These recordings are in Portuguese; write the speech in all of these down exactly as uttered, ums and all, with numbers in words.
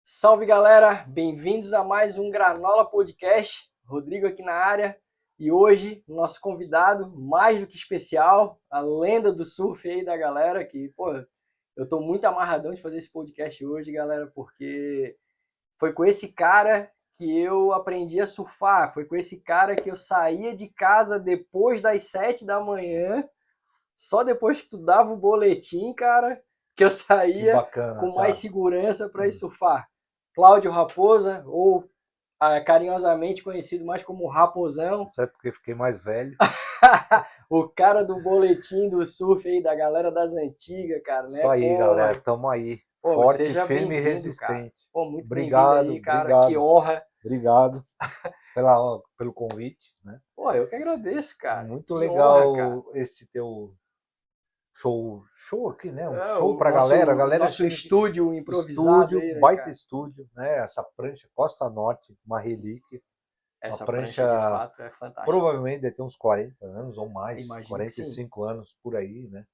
Salve galera, bem-vindos a mais um Granola Podcast, Rodrigo aqui na área e hoje nosso convidado mais do que especial, a lenda do surf aí da galera que, pô, eu tô muito amarradão de fazer esse podcast hoje, galera, porque foi com esse cara que eu aprendi a surfar, foi com esse cara que eu saía de casa depois das sete da manhã, só depois que tu dava o boletim, cara, que eu Que saía bacana, com mais cara. segurança para ir Hum. surfar. Cláudio Raposa, ou ah, carinhosamente conhecido mais como Raposão, Isso é porque eu fiquei mais velho. o cara do boletim do surf aí, da galera das antigas, cara, Isso né? aí, galera. Porra, Tamo aí. pô, Forte, seja firme e bem-vindo, cara. resistente. Pô, muito bem-vindo Obrigado, aí, cara. Que obrigado, honra. obrigado pela, pelo convite, né? Pô, eu que agradeço, cara. Muito Que honra, cara. legal esse teu show, show aqui, né? Um É, show o pra galera. A nosso, galera nosso chega aqui. estúdio improvisado Estúdio, aí, né, baita cara? estúdio, né? Essa prancha Costa Norte, uma relíquia. Uma Essa prancha de prancha fato é fantástica. provavelmente deve ter uns quarenta anos ou mais, Imagino que quarenta e sim. cinco anos por aí, né?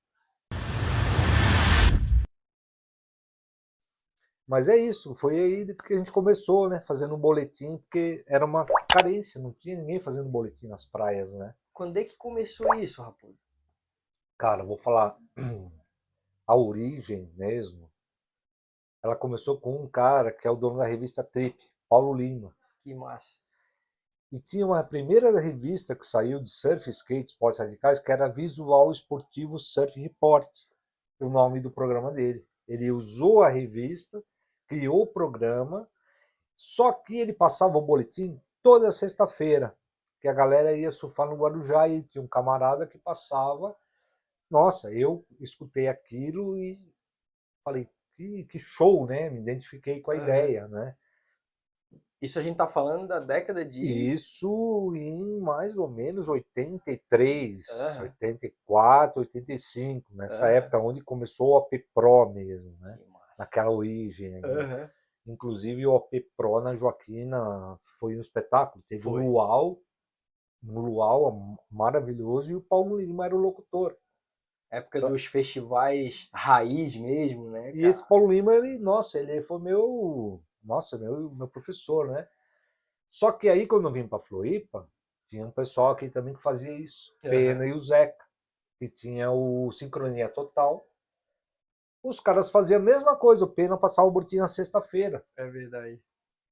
Mas é isso, foi aí que a gente começou, né, fazendo um boletim, porque era uma carência, não tinha ninguém fazendo boletim nas praias, né? Quando é que começou isso, Raposo? Cara, vou falar a origem mesmo. Ela começou com um cara que é o dono da revista Trip, Paulo Lima. Que massa. E tinha uma primeira revista que saiu de surf, skate, esportes radicais, que era Visual Esportivo Surf Report, o nome do programa dele. Ele usou a revista, criou o programa. Só que ele passava o boletim toda sexta-feira, que a galera ia surfar no Guarujá e tinha um camarada que passava. Nossa, eu escutei aquilo e falei, que, que show, né? Me identifiquei com a Uhum. ideia, né? Isso a gente tá falando da década de. Isso em mais ou menos oitenta e três, Aham, oitenta e quatro, oitenta e cinco, nessa aham. época onde começou o A P Pro mesmo, né? Que massa. Naquela origem ainda. Aham. Inclusive o A P Pro na Joaquina foi um espetáculo. Teve o Foi. Luau, no Luau, maravilhoso, e o Paulo Lima era o locutor. Época dos festivais raiz mesmo, né, E esse cara? Paulo Lima, ele, nossa, ele foi meu, nossa, meu, meu professor, né? Só que aí, quando eu vim para Floripa, tinha um pessoal aqui também que fazia isso, Aham. Pena e o Zeca, que tinha o Sincronia Total. Os caras faziam a mesma coisa, o Pena passava o boletim na sexta-feira. É verdade.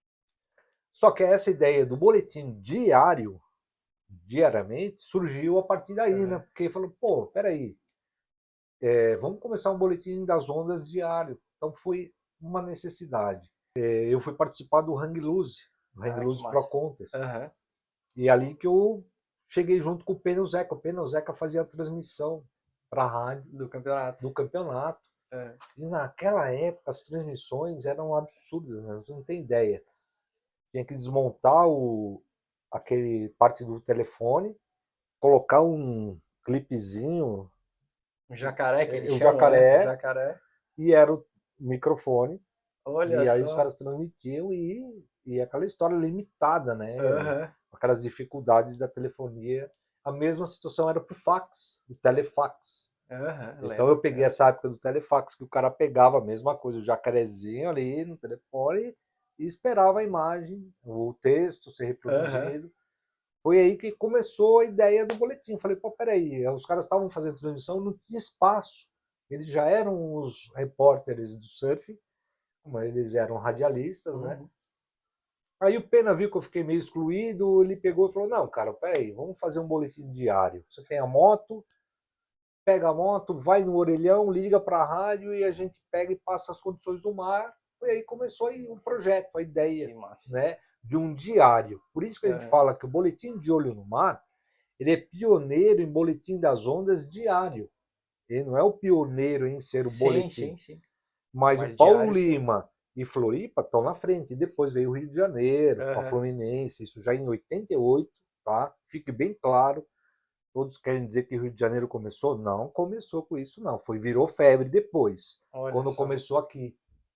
Só que essa ideia do boletim diário, diariamente, surgiu a partir daí, né? Aham. Porque falou, pô, peraí, é, vamos começar um boletim das ondas diário. Então foi uma necessidade. É, eu fui participar do Hang Loose, do Hang Ah, que Loose Pro massa. Contest. Aham. E ali que eu cheguei junto com o Pena Zeca. O Pena Zeca fazia a transmissão para a rádio Do campeonato. do campeonato. Aham. E naquela época as transmissões eram absurdas, né? Você não tem ideia. Tinha que desmontar o, aquele parte do telefone, colocar um clipezinho, Um jacaré que eles o chamam, né? O jacaré, jacaré. e era o microfone. Olha E aí os só. caras transmitiam e, e aquela história limitada, né? Aham. Aquelas dificuldades da telefonia. A mesma situação era pro fax, o telefax. Aham. Então eu Lembro, peguei lembro. essa época do telefax, que o cara pegava a mesma coisa, o jacarezinho ali no telefone e esperava a imagem, o texto ser Aham. reproduzido. Foi aí que começou a ideia do boletim. Eu falei, pô, peraí, os caras estavam fazendo transmissão, não tinha espaço. Eles já eram os repórteres do surf, como eles eram radialistas, né? Uhum. Aí o Pena viu que eu fiquei meio excluído, ele pegou e falou, não, cara, peraí, vamos fazer um boletim diário. Você tem a moto, pega a moto, vai no orelhão, liga para a rádio e a gente pega e passa as condições do mar. E aí começou aí um projeto, a ideia, Que massa. né, de um diário. Por isso que a gente Aham. fala que o Boletim de Olho no Mar, ele é pioneiro em boletim das ondas diário. Ele não é o pioneiro em ser o Sim, boletim. sim, sim. Mas o Mas Paulo diário, sim. Lima e Floripa estão na frente. E depois veio o Rio de Janeiro, com a Aham. Fluminense, isso já em oitenta e oito, tá? Fique bem claro. Todos querem dizer que o Rio de Janeiro começou? Não começou com isso, não. Foi, virou febre depois, Olha quando só. começou aqui.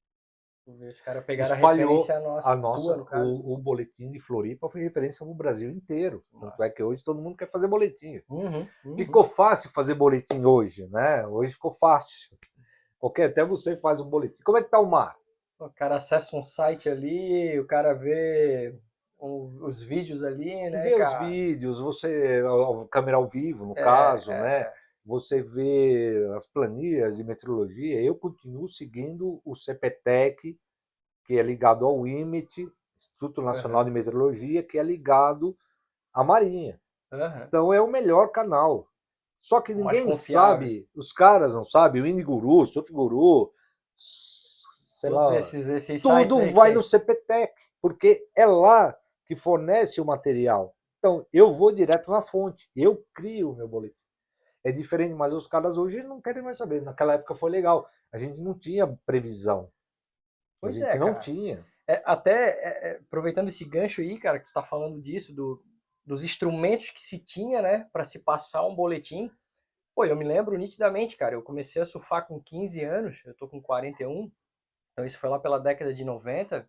Os caras pegaram a Espalhou referência a nossa, tua, nossa, no caso, né? o, o boletim de Floripa foi referência para o Brasil inteiro. Que Tanto é massa. que hoje todo mundo quer fazer boletim. Uhum, uhum. Ficou fácil fazer boletim hoje, né? Hoje ficou fácil. Qualquer, até você faz um boletim. Como é que tá o mar? O cara acessa um site ali, o cara vê um- os vídeos ali, né, Vê os cara? vídeos, você, a câmera ao vivo, no É, caso, é, né? é. Você vê as planilhas de meteorologia. Eu continuo seguindo o CPTEC, que é ligado ao IMET, Instituto Nacional Aham, de Meteorologia, que é ligado à Marinha. aham. Então é o melhor canal. Só que O mais ninguém confiável. sabe, os caras não sabem, o Indiguru, o Surf Guru, sei Todos lá, esses, esses sites tudo aí que vai no tem. CPTEC, porque é lá que fornece o material. Então eu vou direto na fonte, eu crio o meu boletim. É diferente, mas os caras hoje não querem mais saber. Naquela época foi legal. A gente não tinha previsão. A Pois é, gente não cara. tinha. É, até é, é, aproveitando esse gancho aí, cara, que tu tá falando disso, do, dos instrumentos que se tinha, né, para se passar um boletim. Pô, eu me lembro nitidamente, cara. Eu comecei a surfar com quinze anos, eu tô com quarenta e um, então isso foi lá pela década de noventa.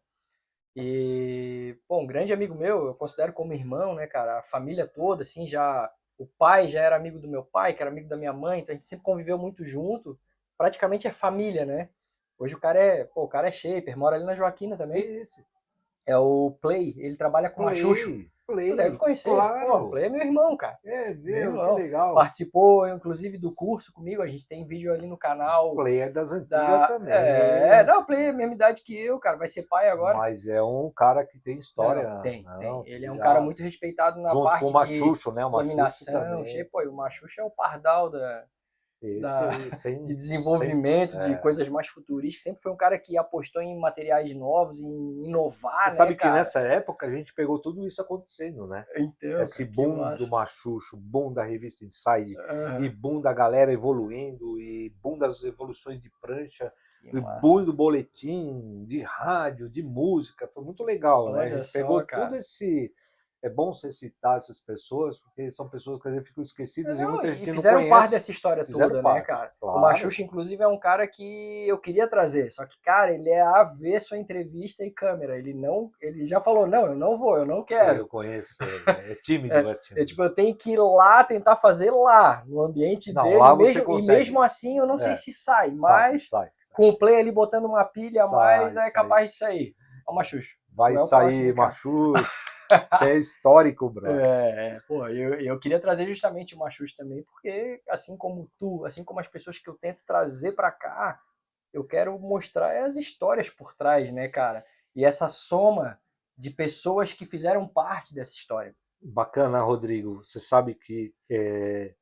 E, pô, um grande amigo meu, eu considero como irmão, né, cara? A família toda, assim, já. O pai já era amigo do meu pai, que era amigo da minha mãe, então a gente sempre conviveu muito junto. Praticamente é família, né? Hoje o cara é, pô, o cara é shaper, mora ali na Joaquina também. Esse, É o Play, ele trabalha com machucho. play, Tu deve play, conhecer. Pô, o claro. Play é meu irmão, cara. É, Meu meu, que irmão. legal. Participou, inclusive, do curso comigo. A gente tem vídeo ali no canal Play é das antigas da. É, também. não, o Play é a mesma idade que eu, cara. Vai ser pai agora. Mas é um cara que tem Não, história. tem, tem. Não, tô Ele é um cara ligado. muito respeitado na Junto com o parte de Machucho, né? O Machucho laminação. também. Che- Pô, e o Machuxa é o pardal da, Esse da, aí, de sem, sem, desenvolvimento, de é. coisas mais futurísticas. Sempre foi um cara que apostou em materiais novos, em Você inovar, né, sabe que cara? nessa época a gente pegou tudo isso acontecendo, né? Então, Esse cara, que boom do massa. Machucho, boom da revista Inside, e Aham, boom da galera evoluindo, e boom das evoluções de prancha, que e massa. boom do boletim, de rádio, de música. Foi muito legal, né? A Olha gente pegou só, tudo cara. esse. É bom você citar essas pessoas, porque são pessoas que às vezes ficam É, esquecidas e não, muita e gente não fizeram parte conhece. dessa história Fizeram toda, né, parte, cara? O claro. Machuxa, inclusive, é um cara que eu queria trazer, só que, cara, ele é avesso a entrevista e câmera. Ele não, ele já falou, não, eu não vou, eu não quero. Eu conheço, é tímido, é É tímido. tipo, eu tenho que ir lá tentar fazer lá, no ambiente Não, dele, lá você mesmo, e consegue. mesmo assim eu não sei É, se sai, sai, mas sai, sai. com o play ali botando uma pilha a mais Sai, é sai. capaz de sair. Ó, Machuxa, Vai tu é o próximo, sair cara. Machucho. Isso é histórico, brother. É, é, pô, eu, eu queria trazer justamente o Machus também, porque assim como tu, assim como as pessoas que eu tento trazer pra cá, eu quero mostrar as histórias por trás, né, cara? E essa soma de pessoas que fizeram parte dessa história. Bacana, Rodrigo. Você sabe que é,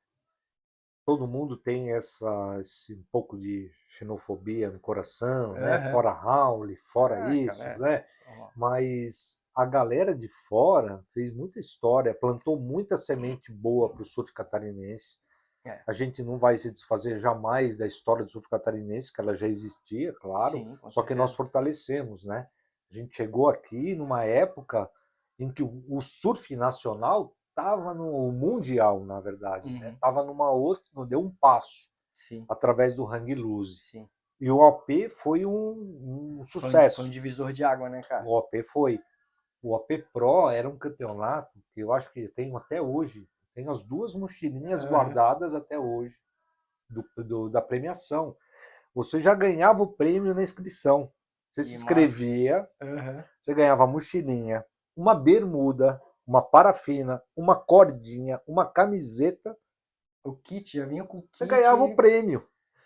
todo mundo tem essa, esse um pouco de xenofobia no coração, né? Aham. Fora Raul, fora Ah, cara, isso, é. né? Ó, Mas a galera de fora fez muita história, plantou muita semente boa para o surf catarinense. é, A gente não vai se desfazer jamais da história do surf catarinense, que ela já existia, claro, sim, com só que nós certeza. fortalecemos, né? A gente chegou aqui numa época em que o, o surf nacional estava no mundial, na verdade, né? Uhum. Estava numa outra, deu um passo Sim, através do Hang Loose. sim. E o O P foi um, um Foi um, foi um sucesso. divisor de água, né, cara? O O P foi. O O P Pro era um campeonato que eu acho que eu tenho até hoje. Tenho as duas mochilinhas Aham. guardadas até hoje do, do, da premiação. Você já ganhava o prêmio na inscrição. Você se Que massa. inscrevia, Aham. você ganhava mochilinha, uma bermuda, uma parafina, uma cordinha, uma camiseta, O kit, já vinha com o você ganhava o kit. prêmio.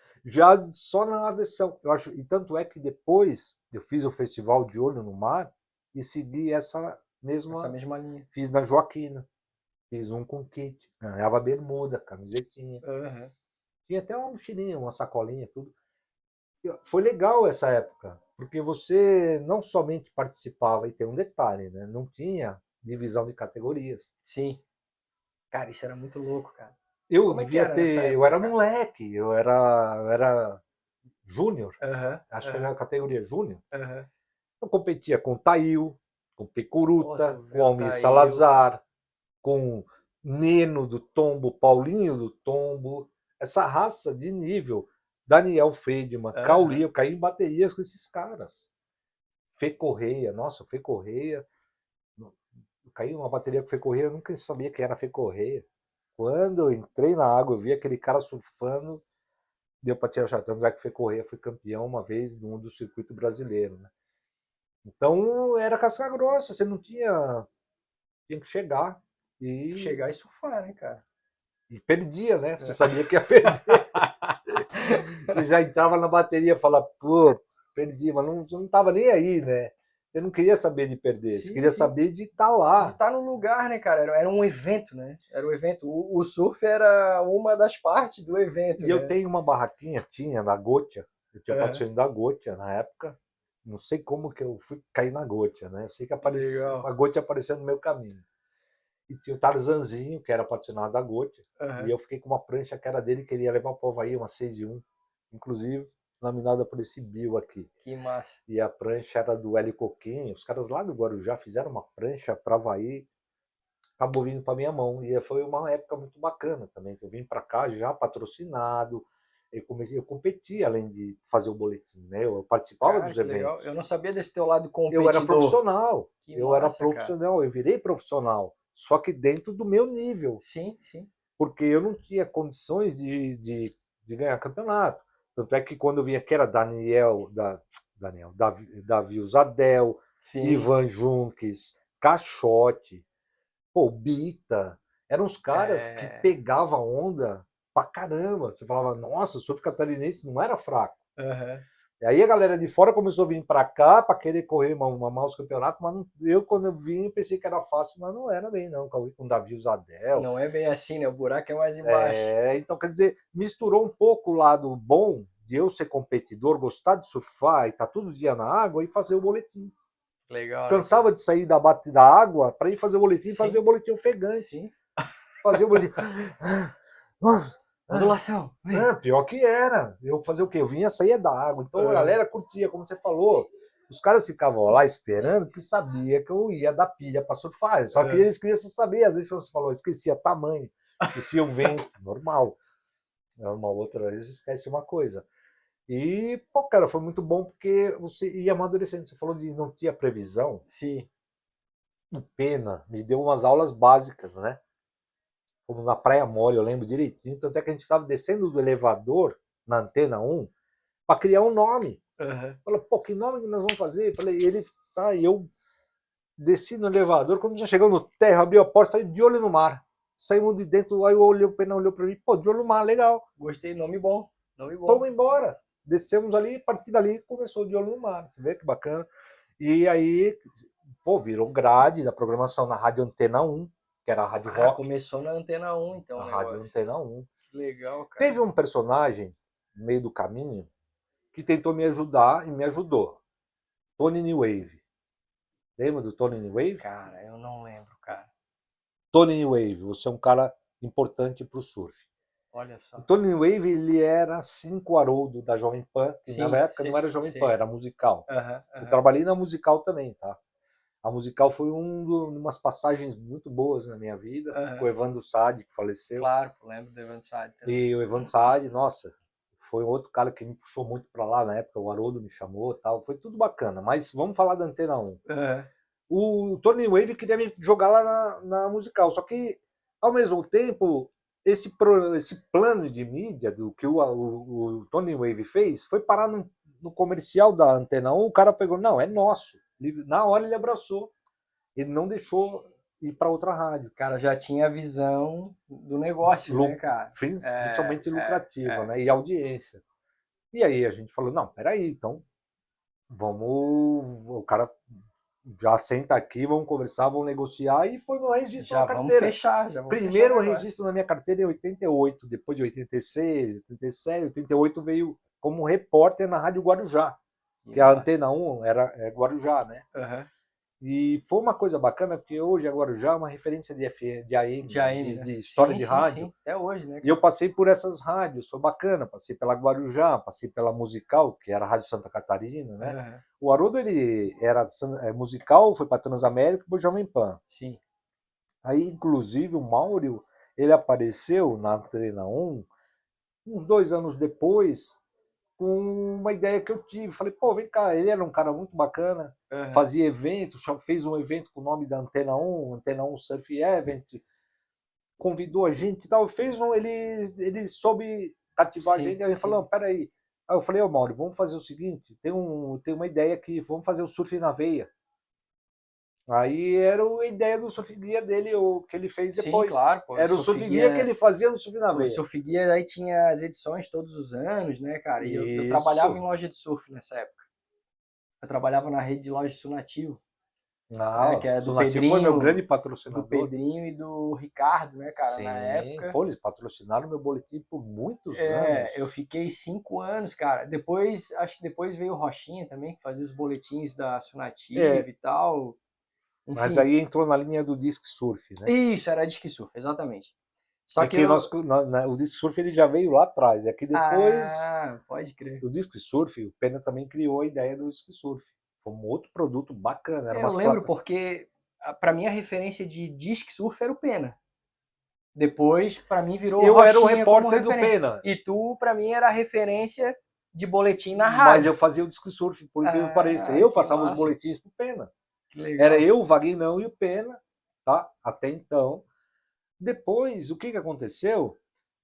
Já só na adesão. Eu acho, e tanto é que depois eu fiz o Festival de Olho no Mar e segui essa Essa mesma. mesma linha. Fiz na Joaquina. Fiz um com kit. Ganhava bermuda, camisetinha. Aham. Tinha até uma mochilinha, uma sacolinha, tudo. Foi legal essa época, porque você não somente participava, e tem um detalhe, né? Não tinha divisão de categorias. Sim. Cara, isso era muito louco, cara. Eu Como é que devia era nessa ter, eu época, era cara? moleque, eu era, eu era júnior, Aham, acho que era aham, a categoria júnior. aham. Eu competia com o Tail, com o Pô, Picuruta, tu vê com o o Almir Tail, cara. Salazar, com o Neno do Tombo, Paulinho do Tombo, essa raça de nível. Daniel Friedman, Cauli, Aham. eu caí em baterias com esses caras. Fê Correia, nossa, Fê Correia. Eu caí numa bateria com Fê Correia, eu nunca sabia que era Fê Correia. Quando eu entrei na água, eu vi aquele cara surfando, deu para tirar chave. Tanto é que foi Correia, foi campeão uma vez de um do circuito brasileiro, né? Então era casca grossa, você não tinha, tinha que chegar e Chegar e surfar, né, cara? e perdia, né? Você É. sabia que ia perder. Eu já entrava na bateria e falava, putz, perdi, mas não, não tava nem aí, né? Você não queria saber de perder, Sim, você queria sim. saber de estar lá. De estar no lugar, né, cara? Era, era um evento, né? Era um evento. O, o surf era uma das partes do evento, E né? eu tenho uma barraquinha, tinha na Gotia, eu tinha Uhum. patrocínio da Gotia na época. Não sei como que eu fui cair na Gotia, né? Eu sei que apareceu, Legal. a Gotia apareceu no meu caminho. E tinha o Tarzanzinho, que era patrocinado da Gotia. Uhum. E eu fiquei com uma prancha que era dele, queria levar para o Havaí, uma seis de um. Inclusive, laminada por esse Bill aqui. Que massa. E a prancha era do Hélio Coquinho. Os caras lá do Guarujá fizeram uma prancha para Havaí. Acabou vindo para minha mão. E foi uma época muito bacana também, que eu vim para cá já patrocinado. Eu comecei, eu competi além de fazer o boletim, né? Eu participava Cara, dos que legal. eventos. Eu não sabia desse teu lado competidor. Eu era profissional. Que eu massa, era profissional, cara. Eu virei profissional. Só que dentro do meu nível. Sim, sim. Porque eu não tinha condições de, de, de ganhar campeonato. Tanto é que quando eu vinha aqui era Daniel, da, Daniel Davi, Davi Usadel, Sim. Ivan Junques, Caixote, pô, Bita. Eram os caras É... que pegavam onda pra caramba. Você falava, nossa, o surf catarinense não era fraco. Uhum. E aí a galera de fora começou a vir para cá para querer correr, mamar os campeonatos, mas não, eu, quando eu vim, eu pensei que era fácil, mas não era bem, não. Com o Davi Usadel. Não é bem assim, né? O buraco é mais embaixo. É, então, quer dizer, misturou um pouco o lado bom de eu ser competidor, gostar de surfar e estar tá todo dia na água e fazer o boletim. Legal. Cansava né? de sair da, bate, da água para ir fazer o boletim e fazer o boletim ofegante. Sim. Fazer o boletim. Modulação. Ah, pior que era. Eu fazer o quê? Eu vinha sair da água. Então Uhum. a galera curtia, como você falou. Os caras ficavam lá esperando que sabia que eu ia dar pilha para surfar. Só que uhum. eles queriam saber. Às vezes você falou, esquecia tamanho, esquecia o vento, normal. Uma outra vez esquece uma coisa. E, pô, cara, foi muito bom porque você ia amadurecendo. Você falou de não tinha previsão. Sim. Pena, me deu umas aulas básicas, né? Como na Praia Mole, eu lembro direitinho. Tanto é que a gente estava descendo do elevador na Antena um para criar um nome. Uhum. Falei, pô, que nome que nós vamos fazer? Falei, ele, tá, e eu desci no elevador, quando já chegou no térreo, abri a porta, falei, de olho no mar. Saímos de dentro, aí eu olhei, o Pena olhou para mim, pô, de olho no mar, legal. Gostei, nome bom. Nome bom. Fomos embora. Descemos ali, a partir dali começou de olho no mar. Você vê que bacana. E aí, pô, virou grade da programação na Rádio Antena um, que era a Rádio ah, Rock. Começou na Antena um, então. Na o Rádio negócio. Antena um. Que legal, cara. Teve um personagem no meio do caminho que tentou me ajudar e me ajudou. Tony New Wave. Lembra do Tony New Wave? Cara, eu não lembro, cara. Tony New Wave, você é um cara importante pro surf. Olha só. O Tony New Wave, ele era cinco Haroldo da Jovem Pan, que sim, na época sim, não era Jovem sim. Pan, era musical. Uhum, uhum. Eu trabalhei na musical também, tá? A musical foi um do, umas passagens muito boas na minha vida. Uhum. O Evandro Saad, que faleceu. Claro, lembro do Evandro Saad também. E o Evandro Saad, nossa, foi outro cara que me puxou muito para lá na época. O Haroldo me chamou e tal. Foi tudo bacana. Mas vamos falar da Antena um. Uhum. O Tony Wave queria me jogar lá na, na musical. Só que, ao mesmo tempo, esse, pro, esse plano de mídia do que o, o, o Tony Wave fez foi parar no, no comercial da Antena um. O cara pegou, não, é nosso. Ele, na hora ele abraçou. Ele não deixou ir para outra rádio. O cara já tinha a visão do negócio, Lu, né, cara? Principalmente é, lucrativa, é, né? E audiência. E aí a gente falou, não, peraí, então vamos... O cara já senta aqui, vamos conversar, vamos negociar, e foi no registro já na carteira. Vamos fechar, já vamos Primeiro fechar registro na minha carteira em oitenta e oito, depois de oitenta e seis, oitenta e sete, oitenta e oito veio como repórter na Rádio Guarujá, que, que a Antena um era é Guarujá, né? Uhum. E foi uma coisa bacana, porque hoje a Guarujá é uma referência de, F M, de A M, de, A M, de, né? de história sim, de sim, rádio. Sim. Até hoje, né? E eu passei por essas rádios, foi bacana. Passei pela Guarujá, passei pela Musical, que era a Rádio Santa Catarina, né? Uhum. O Haroldo, ele era musical, foi para Transamérica e para Jovem Pan. Sim. Aí, inclusive, o Máurio, ele apareceu na Antena um, uns dois anos depois, com uma ideia que eu tive. Falei, pô, vem cá, ele era um cara muito bacana, uhum. fazia evento, fez um evento com o nome da Antena um, Antena um Surf Event, convidou a gente e tal, fez um, ele, ele soube cativar Sim, a gente. Aí ele sim. falou, não, peraí. Aí eu falei, ô Mauro, vamos fazer o seguinte, tem, um, tem uma ideia aqui, vamos fazer o surf na veia. Aí era a ideia do surf guia dele, o que ele fez Sim, depois. claro, pô. Era o surf guia que ele fazia no surf na O veia. Surf Guia aí tinha as edições todos os anos, né, cara? E eu, eu trabalhava em Isso. loja de surf nessa época. Eu trabalhava na rede de lojas Sunativo, né, Não, que é o do Sunativo foi meu Pedrinho, grande do patrocinador. Pedrinho e do Ricardo, né, cara, na Sim, época. pô, eles patrocinaram meu boletim por muitos É, anos. eu fiquei cinco anos, cara. Depois, acho que depois veio o Rochinha também, que fazia os boletins da Sunativo É, e tal. mas Enfim, aí entrou na linha do disc surf, né? isso, era disque surf, exatamente. Só É que que o, eu... nosso, na- na- o disc surf ele já veio lá atrás. É que depois Ah, pode crer. o disc surf, o Pena também criou a ideia do disc surf. Foi um outro produto bacana. Era É, eu umas lembro plata... porque, a- pra mim, a referência de disc surf era o Pena. Depois, pra mim, virou Eu era o Rochinha como repórter do referência. Pena, E tu, pra mim, era a referência de boletim na mas rádio. eu fazia o disc surf, por incrível que pareça. Ah, Eu que passava os massa. boletins pro Pena. Que legal. Era eu, o Vaguinão e o Pena, tá? Até então. Depois, o que, que aconteceu?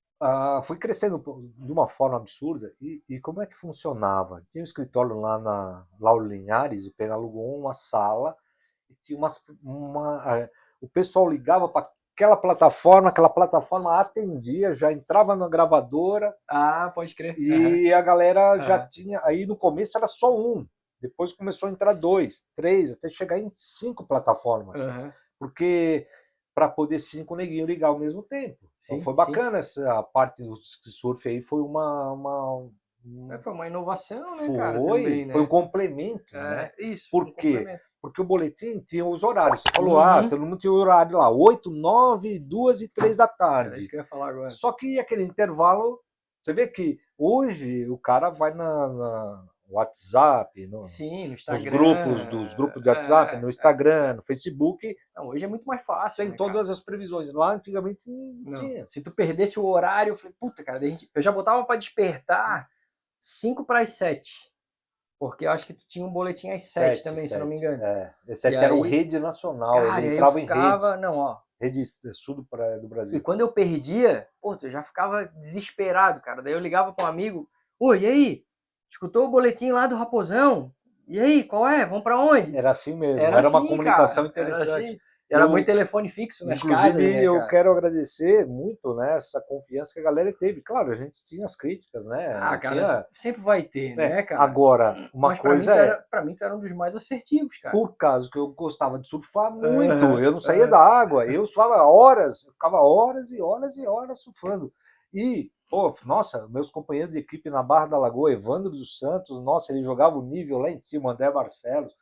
Ah, fui crescendo de uma forma absurda. E, e como é que funcionava? Tinha um escritório lá na Lauro Linhares, o Pena alugou uma sala e tinha umas, uma, ah, o pessoal ligava para aquela plataforma, aquela plataforma atendia, já entrava na gravadora. Ah, pode crer. E uhum. A galera já Uhum. tinha. Aí no começo era só um, depois começou a entrar dois, três, até chegar em cinco plataformas. Uhum. Porque para poder cinco neguinhos ligar ao mesmo tempo. Sim, então foi bacana sim. Essa parte do surf aí, foi uma. uma um... Foi uma inovação, né, foi, cara? Também, né? Foi um complemento, é, né? Isso. Por um quê? Complemento. Porque o boletim tinha os horários. Você falou, uhum. ah, todo mundo tinha o horário lá, oito, nove, duas e três da tarde. É isso que eu ia falar agora. Só que aquele intervalo, você vê que hoje o cara vai na, na WhatsApp, no, Sim, no Instagram, nos grupos dos grupos de WhatsApp, é, no Instagram, é. no Facebook. Não, hoje é muito mais fácil. Tem né, todas cara? as previsões. Lá antigamente não, não tinha. Se tu perdesse o horário, eu falei, puta, cara, eu já botava para despertar cinco para as sete. Porque eu acho que tu tinha um boletim às sete também, sete, se eu não me engano. É, esse aqui era o Rede Nacional, cara, ele entrava ficava, em rede. Não, ó. Rede Sul do Brasil. E quando eu perdia, pô, eu já ficava desesperado, cara. Daí eu ligava para um amigo, oi, e aí? Escutou o boletim lá do Raposão? E aí, qual é? Vamos para onde? Era assim mesmo, era, era assim, uma comunicação cara. interessante. Era, assim. era eu, muito telefone fixo nas inclusive, casas, Inclusive, né, eu cara? quero agradecer muito, né, essa confiança que a galera teve. Claro, a gente tinha as críticas, né? Ah, cara, tinha... sempre vai ter, é, né, cara? Agora, uma Mas coisa pra mim, é... Era, pra mim, tu era um dos mais assertivos, cara. Por causa que eu gostava de surfar muito, uhum, eu não saía uhum. da água, eu surfava horas, eu ficava horas e horas e horas surfando. E, pô, nossa, meus companheiros de equipe na Barra da Lagoa, Evandro dos Santos, nossa, ele jogava o nível lá em cima, o André Barcelos,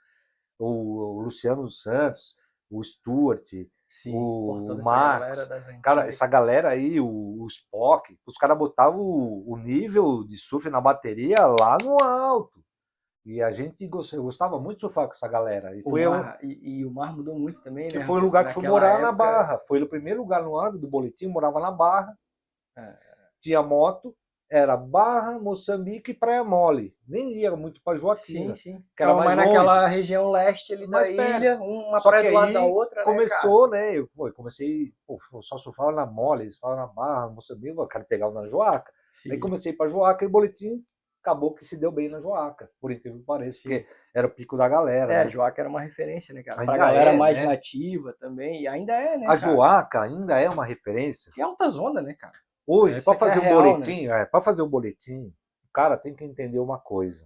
o, o Luciano dos Santos, o Stuart, Sim, o, pô, o Max, cara, essa galera aí, o, o Spock, os caras botavam o, o nível de surf na bateria lá no alto. E a gente gostava muito de surfar com essa galera. E, o foi mar, eu, e, e o mar mudou muito também, que né? Que foi o lugar que fui morar época... na Barra. Foi o primeiro lugar no ano do boletim, morava na Barra. É. Tinha moto, era Barra, Moçambique e Praia Mole. Nem ia muito para Joaquina. Sim, sim. Que era mais, mais longe. naquela região leste ali da ilha, uma só praia que do lado aí da outra, começou, né, né? Eu, pô, eu comecei, pô, só surfava na Mole, eles falavam na Barra, Moçambique, eu quero pegar na Joaca. Sim. Aí comecei para Joaca e o boletim acabou que se deu bem na Joaca, por incrível que pareça, porque era o pico da galera. É, né? a Joaca era uma referência, né, cara? Ainda pra galera é, mais né? nativa também, e ainda é, né, A cara? Joaca ainda é uma referência. Que é alta zona, né, cara? Hoje, para fazer é um real, boletim, né? é, para fazer um boletim, o cara tem que entender uma coisa.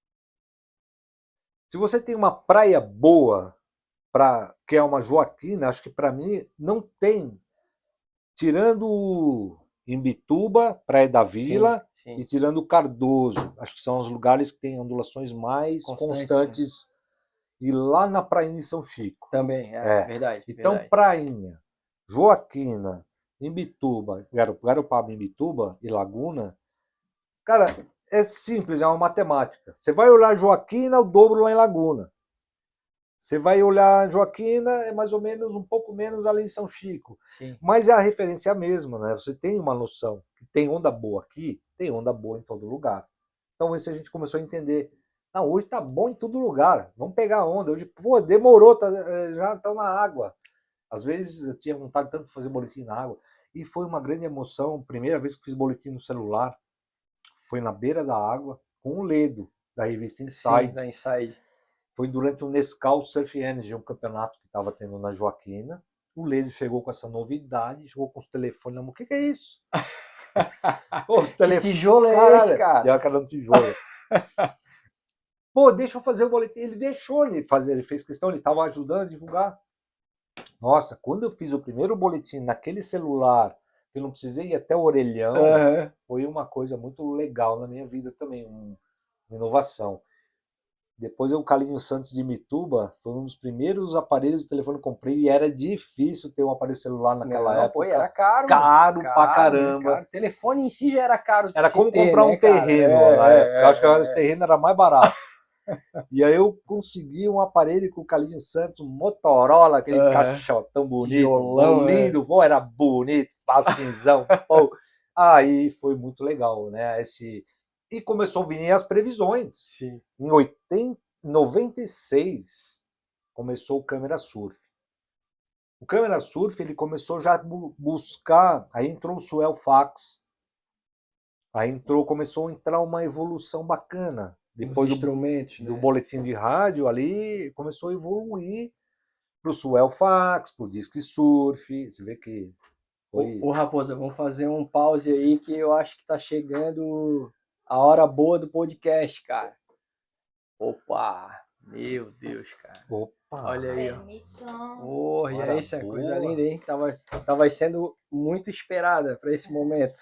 Se você tem uma praia boa, pra, que é uma Joaquina, acho que para mim não tem, tirando Imbituba, Praia da Vila, sim, sim. E tirando Cardoso, acho que são os lugares que têm ondulações mais constantes, constantes né? E lá na Prainha de São Chico. Também, é, é. verdade. Então, verdade. Prainha, Joaquina, Imbituba, Garopaba, Imbituba e Laguna, cara, é simples, é uma matemática. Você vai olhar Joaquina, o dobro lá em Laguna. Você vai olhar Joaquina, é mais ou menos um pouco menos ali em São Chico. Sim. Mas é a referência mesma, né? Você tem uma noção que tem onda boa aqui, tem onda boa em todo lugar. Então isso a gente começou a entender. Não, hoje tá bom em todo lugar. Vamos pegar a onda. Hoje, pô, demorou, tá, já estão na água. Às vezes eu tinha vontade tanto de fazer boletim na água. E foi uma grande emoção. Primeira vez que fiz boletim no celular. foi na beira da água com o Ledo, da revista Inside. Sim, da Inside. Foi durante o Nescau Surf Energy, um campeonato que estava tendo na Joaquina. O Ledo chegou com essa novidade, chegou com os telefones na mão. O que, que é isso? Pô, os Que tijolo é Caralho, esse, cara? Deu a cara no tijolo. Pô, deixa eu fazer o boletim. Ele deixou ele fazer, ele fez questão, ele estava ajudando a divulgar. Nossa, quando eu fiz o primeiro boletim naquele celular, eu não precisei ir até o orelhão, uhum. Foi uma coisa muito legal na minha vida também, uma inovação. Depois eu, o Carlinhos Santos de Mituba, foi um dos primeiros aparelhos de telefone que eu comprei e era difícil ter um aparelho celular naquela não, época. Pô, era caro. Caro, caro pra caramba. Caro. Telefone em si já era caro de Era se como ter, comprar né, um terreno é, na época. É, eu acho que é, o terreno era mais barato. E aí eu consegui um aparelho com o Carlinhos Santos, um Motorola, aquele uhum. caixotão bonito, Tijolão, lindo, é. Pô, era bonito, facinzão. Pô. Aí foi muito legal, né? Esse... E começou a vir as previsões. Sim. Em oitenta, noventa e seis começou o Câmera Surf. O Câmera Surf ele começou já a buscar, aí entrou o Swell Fax, aí entrou, começou a entrar uma evolução bacana. Depois Os instrumentos, do, do né? boletim de rádio ali, começou a evoluir para o Swell Fax, para o Disque Surf. Você vê que foi... Ô, ô Raposa, vamos fazer um pause aí que eu acho que tá chegando a hora boa do podcast, cara. Opa! Meu Deus, cara. Opa! Olha aí, Permissão. ó. Oh, e é isso, é coisa linda, hein? Tava, tava sendo muito esperada para esse momento.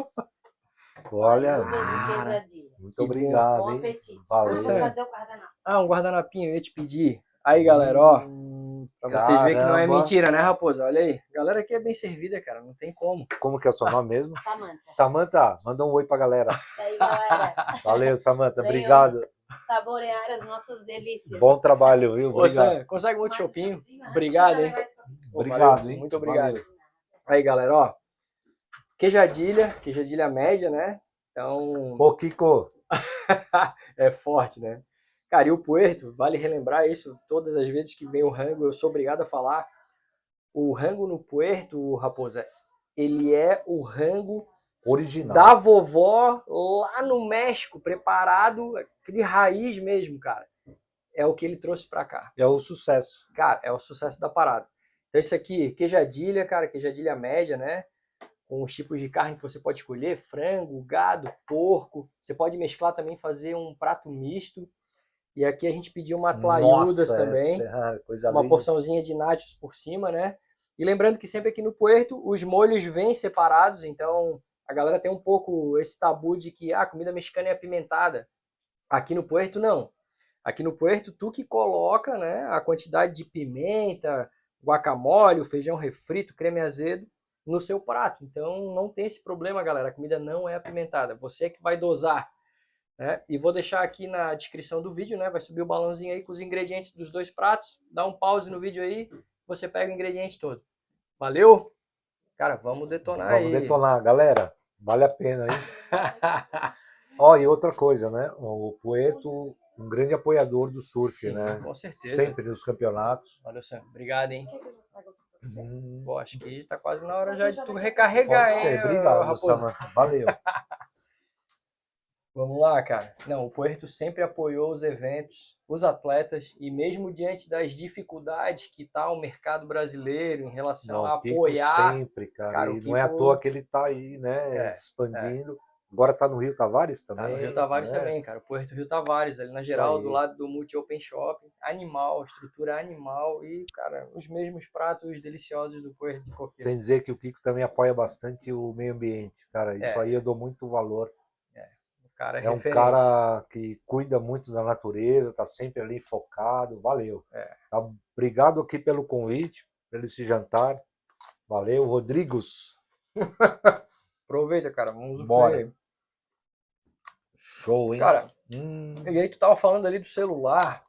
Olha, cara, muito obrigado, bom hein? apetite. Valeu. Vamos fazer o guardanapo. Ah, um guardanapinho, eu ia te pedir. Aí, galera, ó. Hum, pra vocês verem que não é caramba. mentira, né, Raposa? Olha aí. A galera aqui é bem servida, cara. Não tem como. Como que é o seu nome mesmo? Samanta. Samanta, manda um oi pra galera. E aí, galera? Valeu, Samanta. Venham Obrigado. saborear as nossas delícias. Bom trabalho, viu? Ô, Obrigado. Sam, consegue um outro chopinho? Obrigado, hein? Obrigado, Valeu, hein? muito obrigado. Valeu. Aí, galera, ó. Queijadilha, queijadilha média, né? Então... Ô, Kiko. É forte, né? Cara, e o puerto, vale relembrar isso, todas as vezes que vem o rango, eu sou obrigado a falar. O rango no puerto, Raposa, ele é o rango original da vovó lá no México, preparado, de raiz mesmo, cara. É o que ele trouxe pra cá. É o sucesso. Cara, é o sucesso da parada. Então isso aqui, queijadilha, cara, queijadilha média, né? Com os tipos de carne que você pode escolher, frango, gado, porco. Você pode mesclar também, fazer um prato misto. E aqui a gente pediu uma tlayudas também, essa, coisa uma linda. porçãozinha de nachos por cima, né? E lembrando que sempre aqui no Puerto, os molhos vêm separados, então a galera tem um pouco esse tabu de que ah, a comida mexicana é apimentada. Aqui no Puerto, não. Aqui no Puerto, tu que coloca, né, a quantidade de pimenta, guacamole, o feijão refrito, creme azedo no seu prato. Então não tem esse problema, galera. A comida não é apimentada. Você que vai dosar. Né? E vou deixar aqui na descrição do vídeo, né? Vai subir o balãozinho aí com os ingredientes dos dois pratos. Dá um pause no vídeo aí, você pega o ingrediente todo. Valeu? Cara, vamos detonar vamos aí. Vamos detonar, galera. Vale a pena, hein? Ó, oh, e outra coisa, né? O Puerto, um grande apoiador do surf, Sim, né? Com certeza. Sempre nos campeonatos. Valeu, Sam. Obrigado, hein? Hum. Pô, acho que está quase na hora já de tu recarregar, Pode ser. hein? Obrigado, Raposa. Samanta. Valeu. Vamos lá, cara. Não, o Puerto sempre apoiou os eventos, os atletas, e mesmo diante das dificuldades que está o mercado brasileiro em relação não, a apoiar... sempre, cara. cara e Kiko... não é à toa que ele está aí, né, é, expandindo. É. Agora está no Rio Tavares também. Tá no Rio Tavares né? também, cara. O Puerto Rio Tavares, ali na geral, do lado do Multi Open Shopping. Animal, estrutura animal e, cara, os mesmos pratos deliciosos do Puerto de Coqueiro. Sem dizer que o Kiko também apoia bastante o meio ambiente, cara. Isso é. aí eu dou muito valor. É, o cara é, é um referência. cara que cuida muito da natureza, tá sempre ali focado. Valeu. É. Tá, obrigado aqui pelo convite, pelo esse jantar. Valeu, Rodrigos. Aproveita, cara. Vamos Bora. ver. Show, hein? Cara, hum. e aí tu tava falando ali do celular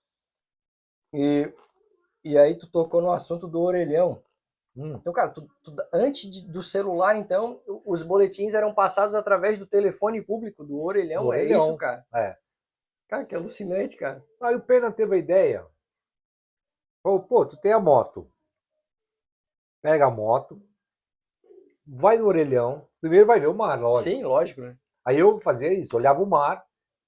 e, e aí tu tocou no assunto do orelhão. Hum. Então, cara, tu, tu, antes de, do celular, então, os boletins eram passados através do telefone público, do orelhão. Do orelhão. É isso, cara? É. Cara, que alucinante, cara. Aí o Pena teve a ideia. Falou, pô, tu tem a moto. Pega a moto, vai no orelhão, primeiro vai ver o mar, lógico. Sim, lógico, né? Aí eu fazia isso, olhava o mar,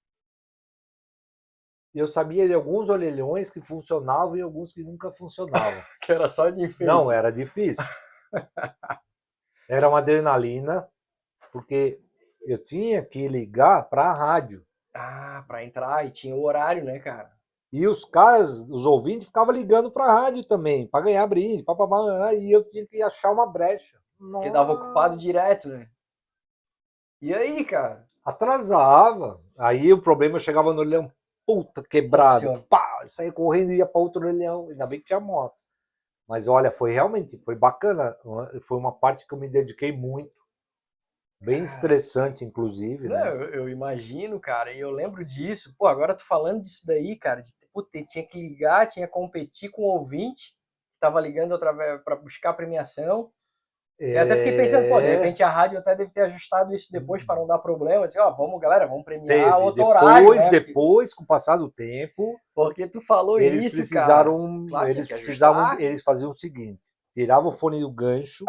e eu sabia de alguns orelhões que funcionavam e alguns que nunca funcionavam. Que era só de enfeite. Não, era difícil. Era uma adrenalina, porque eu tinha que ligar para a rádio. Ah, pra entrar, e tinha o horário, né, cara? E os caras, os ouvintes, ficavam ligando para a rádio também, para ganhar brinde, pá, pá, pá, e eu tinha que achar uma brecha. Porque dava ocupado direto, né? E aí, cara? Atrasava. Aí o problema chegava no orelhão, puta, quebrado. Funciona. Pá, saía correndo e ia para outro orelhão. Ainda bem que tinha moto. Mas olha, foi realmente, foi bacana. Foi uma parte que eu me dediquei muito. Bem Cara. estressante, inclusive, Não, né? eu, eu imagino, cara, e eu lembro disso. Pô, agora tu falando disso daí, cara, de, pô, ter- tinha que ligar, tinha que competir com o ouvinte que tava ligando para buscar a premiação. Eu até fiquei pensando, pô, de É, repente a rádio até deve ter ajustado isso depois para não dar problema. Assim, ó, vamos, galera, vamos premiar teve. outro Depois, horário, né? Porque, depois, com o passar do tempo, porque tu falou eles isso, cara. precisaram, Claro, tinha eles que precisavam, ajustar. eles faziam o seguinte: tiravam o fone do gancho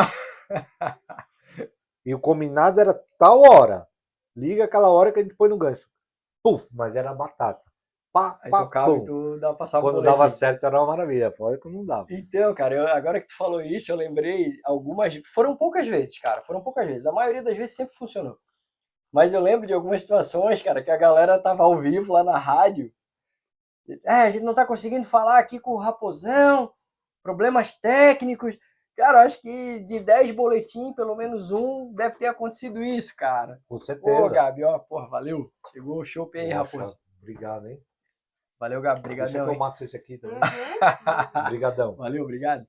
e o combinado era tal hora. Liga aquela hora que a gente põe no gancho. Puf, mas era batata. Pá, Aí pá, tocava e pum. tu dava, passava um Quando dava boletim. certo era uma maravilha, fora que não dava. Então, cara, eu- agora que tu falou isso, eu lembrei algumas. Foram poucas vezes, cara. Foram poucas vezes. A maioria das vezes sempre funcionou. Mas eu lembro de algumas situações, cara, que a galera tava ao vivo lá na rádio. É, a gente não tá conseguindo falar aqui com o Raposão, problemas técnicos. Cara, eu acho que de dez boletins, pelo menos um deve ter acontecido isso, cara. Com Ô, certeza. Gabi, ó, porra, valeu. Chegou o chopp aí, Poxa, Raposo. obrigado, hein? Valeu, Gabi, Deixa brigadão, que eu hein? mato esse aqui também. Uhum. Obrigadão. Valeu, obrigado.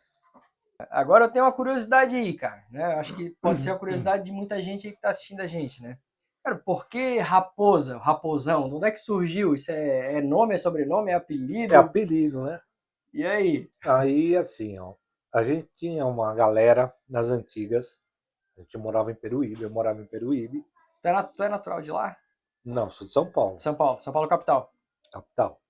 Agora eu tenho uma curiosidade aí, cara, né? Eu acho que pode ser a curiosidade de muita gente aí que tá assistindo a gente, né? Cara, por que Raposa, Raposão? De onde é que surgiu? Isso é, é nome, é sobrenome, é apelido? É apelido, né? E aí? Aí, assim, ó, a gente tinha uma galera nas antigas, a gente morava em Peruíbe, eu morava em Peruíbe. Tu é, nat- tu é natural de lá? Não, sou de São Paulo, São Paulo, São Paulo capital. capital.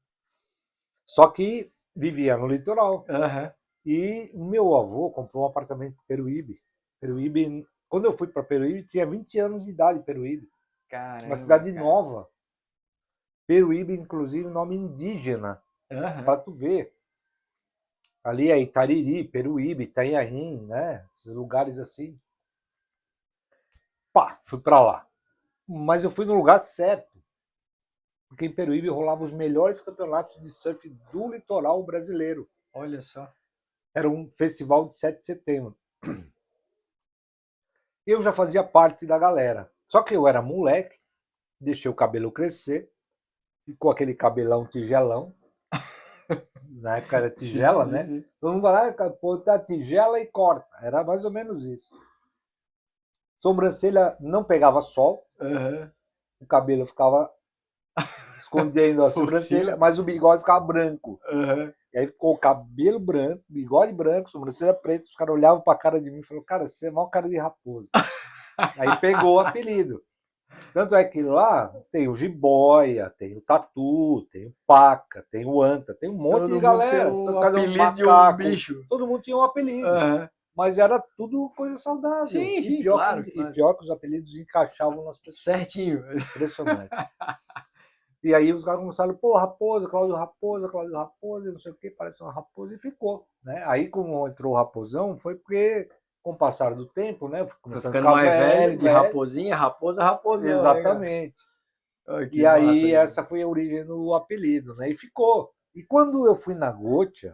Só que vivia no litoral. Aham. E o meu avô comprou um apartamento em Peruíbe. Peruíbe, quando eu fui para Peruíbe, tinha vinte anos de idade, Peruíbe. Caramba, Uma cidade cara. nova. Peruíbe, inclusive, nome indígena, Aham. para tu ver. Ali é Itariri, Peruíbe, Itanhaém, né? Esses lugares assim. Pá, fui para lá. Mas eu fui no lugar certo. Porque em Peruíbe rolava os melhores campeonatos de surf do litoral brasileiro. Olha só. Era um festival de sete de setembro. Eu já fazia parte da galera. Só que eu era moleque, deixei o cabelo crescer, ficou aquele cabelão tigelão. Na época era tigela, Sim, né? sim, sim. Todo mundo vai lá, pô, tá tigela e corta. Era mais ou menos isso. Sobrancelha não pegava sol, Aham. o cabelo ficava escondendo a Por sobrancelha, cima. mas o bigode ficava branco. Aham. E aí ficou o cabelo branco, bigode branco, sobrancelha preta. Os caras olhavam pra cara de mim e falaram, cara, você é mau cara de raposo. Aí pegou o apelido. Tanto é que lá tem o jiboia, tem o tatu, tem o paca, tem o anta, tem um monte Todo de mundo galera. tem um Cada um apelido de um macaco. bicho. Todo mundo tinha um apelido. Aham. Mas era tudo coisa saudável. Sim, e, sim, pior claro, que, claro. e pior que os apelidos encaixavam nas pessoas. Certinho. Impressionante. E aí os caras começaram, pô, Raposa, Cláudio Raposa, Cláudio Raposa, não sei o que, parece uma raposa, e ficou. Né? Aí como entrou o Raposão, foi porque, com o passar do tempo, né, Foi começando a ficando ficar mais velho, velho, de velho. raposinha, raposa, raposão. Né, cara? Exatamente. Ai, que E massa, aí cara. essa foi a origem do apelido, né? E ficou. E quando eu fui na Gotia,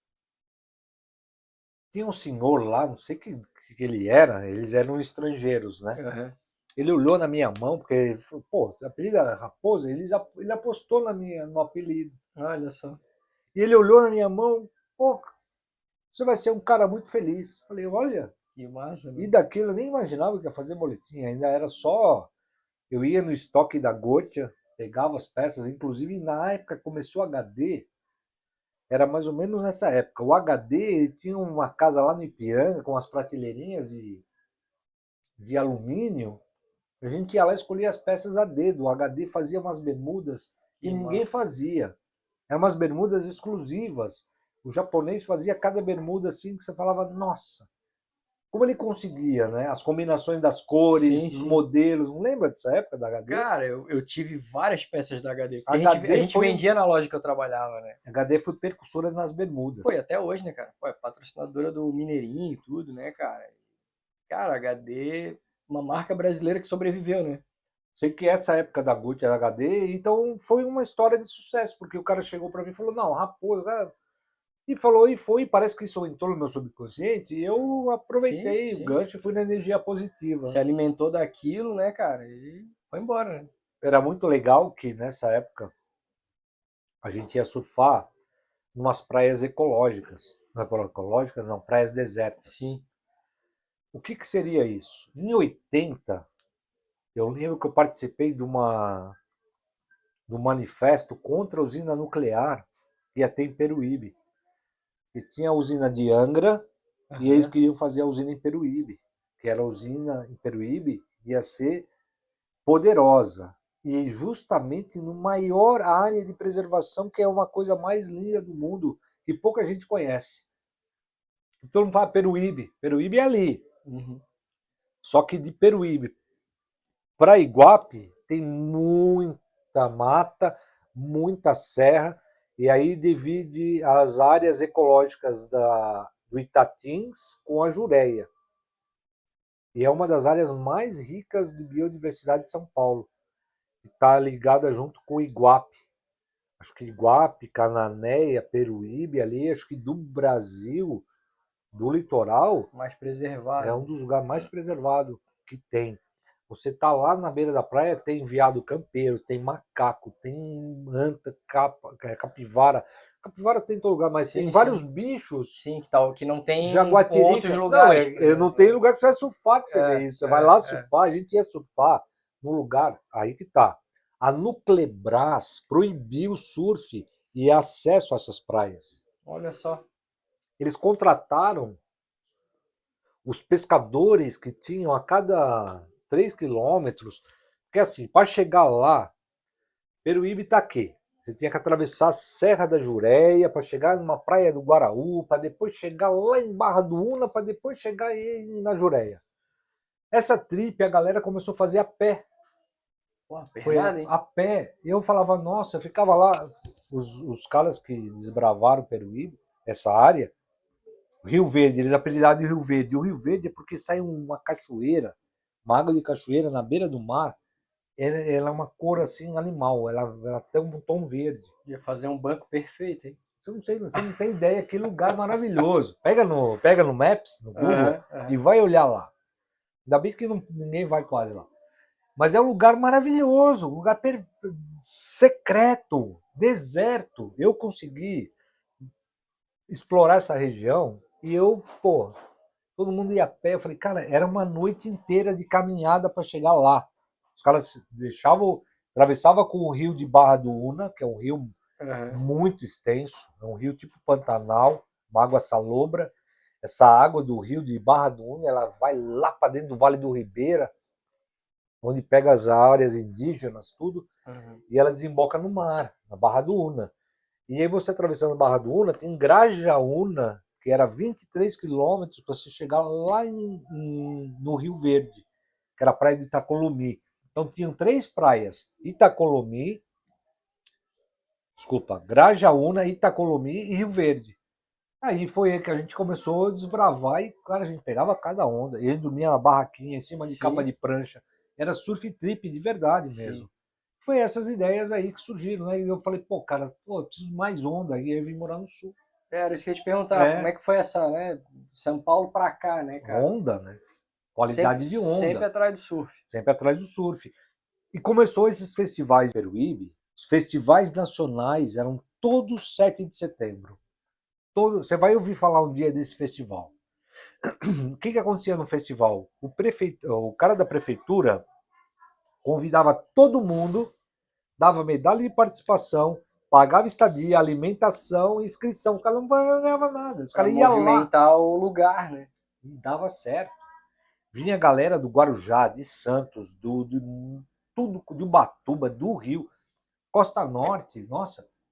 tinha um senhor lá, não sei que, que ele era, eles eram estrangeiros, né? Aham. Ele olhou na minha mão, porque ele falou, pô, o apelido é Raposa, ele, ele apostou na minha, no apelido. Olha só. E ele olhou na minha mão, pô, você vai ser um cara muito feliz. Falei, olha, Que massa, e né? daquilo eu nem imaginava que ia fazer boletim, ainda era só. Eu ia no estoque da Gotia, pegava as peças, inclusive na época começou o H D, era mais ou menos nessa época. O H D ele tinha uma casa lá no Ipiranga com as prateleirinhas de, de alumínio. A gente ia lá e escolhia as peças a dedo. O H D fazia umas bermudas que Que ninguém massa. fazia. Eram umas bermudas exclusivas. O japonês fazia cada bermuda assim que você falava, nossa, como ele conseguia, né? As combinações das cores, Sim, dos sim. modelos. Não lembra dessa época da H D? Cara, eu, eu tive várias peças da H D. Porque a gente, H D a gente foi- vendia na loja que eu trabalhava, né? H D foi percussora nas Bermudas. Pô, e até hoje, né, cara? Pô, é patrocinadora do Mineirinho e tudo, né, cara? Cara, H D, uma marca brasileira que sobreviveu, né? Sei que essa época da Gucci era H D, então foi uma história de sucesso, porque o cara chegou para mim e falou, não, Raposa, cara... E falou, e foi, parece que isso entrou no meu subconsciente, e eu aproveitei Sim, o sim. gancho e fui na energia positiva. Se alimentou daquilo, né, cara? E foi embora, né? Era muito legal que nessa época a gente ia surfar em umas praias ecológicas. Não é ecológicas, não, praias desérticas. Sim. O que, que seria isso? Em oitenta, eu lembro que eu participei de uma do manifesto contra a usina nuclear que ia ter em Peruíbe. E tinha a usina de Angra, Aham. e eles queriam fazer a usina em Peruíbe, que era a usina em Peruíbe, ia ser poderosa. E justamente no maior área de preservação, que é uma coisa mais linda do mundo, que pouca gente conhece. Então não fala Peruíbe, Peruíbe é ali. Uhum. Só que de Peruíbe para Iguape tem muita mata, muita serra, e aí divide as áreas ecológicas da, do Itatins com a Jureia. E é uma das áreas mais ricas de biodiversidade de São Paulo. Está ligada junto com Iguape. Acho que Iguape, Cananéia, Peruíbe, ali, acho que do Brasil, do litoral, Mais preservado. é um dos lugares mais preservados que tem. Você tá lá na beira da praia, tem veado campeiro, tem macaco, tem anta, capa, capivara. Capivara tem em todo lugar, mas Sim, tem sim. vários bichos. Sim, que, tal, que não tem Jaguatirica. outros Não, lugares. é, por é, não exemplo. tem lugar que você vai surfar que você É, vê isso. Você é, vai lá é. surfar, a gente ia surfar no lugar, aí que tá. A Nuclebras proibiu o surf e acesso a essas praias. Olha só. Eles contrataram os pescadores que tinham a cada três quilômetros, porque assim, para chegar lá, Peruíbe está aqui. Você tinha que atravessar a Serra da Jureia para chegar numa praia do Guaraú, para depois chegar lá em Barra do Una, para depois chegar aí na Jureia. Essa trip a galera começou a fazer a pé. Pô, Foi pernada, hein? a pé. Eu falava, nossa, eu ficava lá, os, os caras que desbravaram Peruíbe, essa área, Rio Verde, eles apelidaram de Rio Verde. O Rio Verde é porque sai uma cachoeira, uma água de cachoeira na beira do mar. Ela, ela é uma cor assim animal, ela, ela tem um tom verde. Ia fazer um banco perfeito, hein? Você não, sei, você não tem ideia, que lugar maravilhoso. Pega no, pega no Maps, no Google, Aham, aham. e vai olhar lá. Ainda bem que não, ninguém vai quase lá. Mas é um lugar maravilhoso, um lugar per... secreto, deserto. Eu consegui explorar essa região e eu, pô, todo mundo ia a pé. Eu falei, cara, era uma noite inteira de caminhada para chegar lá. Os caras deixavam, atravessava com o rio de Barra do Una, que é um rio Aham. muito extenso, é um rio tipo Pantanal, uma água salobra. Essa água do rio de Barra do Una, ela vai lá para dentro do Vale do Ribeira, onde pega as áreas indígenas, tudo, Aham. e ela desemboca no mar, na Barra do Una. E aí você atravessando a Barra do Una, tem Grajaúna, que era vinte e três quilômetros para você chegar lá em, em, no Rio Verde, que era a praia de Itacolomi. Então tinham três praias, Itacolomi, desculpa, Grajaúna, Itacolomi e Rio Verde. Aí foi aí que a gente começou a desbravar e, cara, a gente pegava cada onda. E ele dormia na barraquinha, em cima de Sim. capa de prancha. Era surf trip de verdade mesmo. Sim. Foi essas ideias aí que surgiram, né? E eu falei, pô, cara, pô, eu preciso de mais onda. E aí eu vim morar no sul. É, era isso que eu ia te perguntar, É. como é que foi essa, né? São Paulo pra cá, né, cara? Onda, né? Qualidade sempre, de onda. Sempre atrás do surf. Sempre atrás do surf. E começou esses festivais em Peruíbe. Os festivais nacionais eram todos sete de setembro. Todo, você vai ouvir falar um dia desse festival. O que, que acontecia no festival? O, prefeito, o cara da prefeitura convidava todo mundo, dava medalha de participação, pagava estadia, alimentação e inscrição. O cara não ganhava nada. Os caras iam lá. Movimentar o lugar, né? E dava certo. Vinha a galera do Guarujá, de Santos, do, do tudo de Ubatuba, do Rio, Costa Norte. Nossa,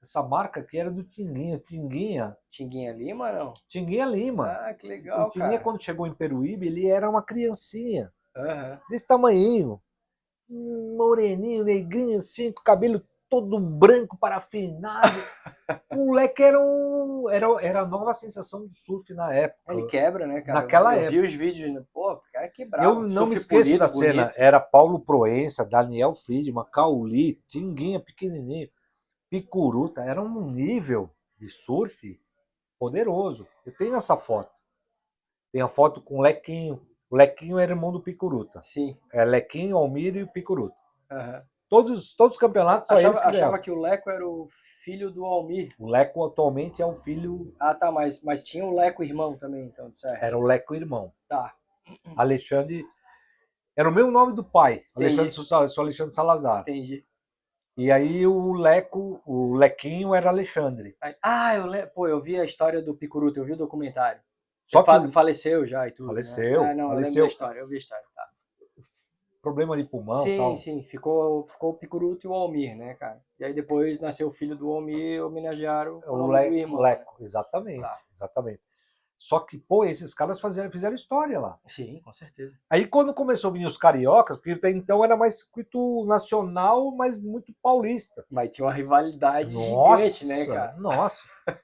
essa marca aqui era do Tinguinha. Tinguinha, Tinguinha Lima, não? Tinguinha Lima. Ah, que legal, O Tinguinha, cara. quando chegou em Peruíbe, ele era uma criancinha, Aham. desse tamanhinho, um moreninho, negrinho, assim, com o cabelo todo branco, parafinado. O moleque era, um, era, era a nova sensação do surf na época. Ele quebra, né, cara? Naquela eu, eu época. vi os vídeos, né? Pô, o cara quebrava. Eu não Surf me esqueço polido, da cena. bonito. Era Paulo Proença, Daniel Friedman, Cauli, Tinguinha pequenininho, Picuruta. Era um nível de surf poderoso. Eu tenho essa foto. Tem a foto com o Lequinho. O Lequinho era irmão do Picuruta. Sim. É Lequinho, Almiro e o Picuruta. Aham. Todos, todos os campeonatos só Achava, eles que achava ganhavam. que o Leco era o filho do Almir. O Leco atualmente é o filho. Ah, tá, mas, mas tinha o Leco irmão também, então, certo. Era o Leco irmão. Tá. Alexandre. Era o mesmo nome do pai. Entendi. Alexandre, Sal- sou Alexandre Salazar. Entendi. E aí o Leco, o Lequinho era Alexandre. Aí- Ah, eu, le... Pô, eu vi a história do Picuruta, eu vi o documentário. Só Ele fa- que o faleceu já e tudo. Faleceu, Né? Ah, não, eu lembro faleceu. da história, eu vi a história. Tá. problema de pulmão e Sim, tal. sim, ficou, ficou o Picuruto e o Almir, né, cara? E aí depois nasceu o filho do Almir, homenagearam o O nome Le- do irmão. Leco, exatamente, Tá. exatamente. Só que, pô, esses caras fizeram, fizeram história lá. Sim, com certeza. Aí quando começou a vir os cariocas, porque até então era mais circuito nacional, mas muito paulista. Mas tinha uma rivalidade Nossa, gigante, né, cara? nossa.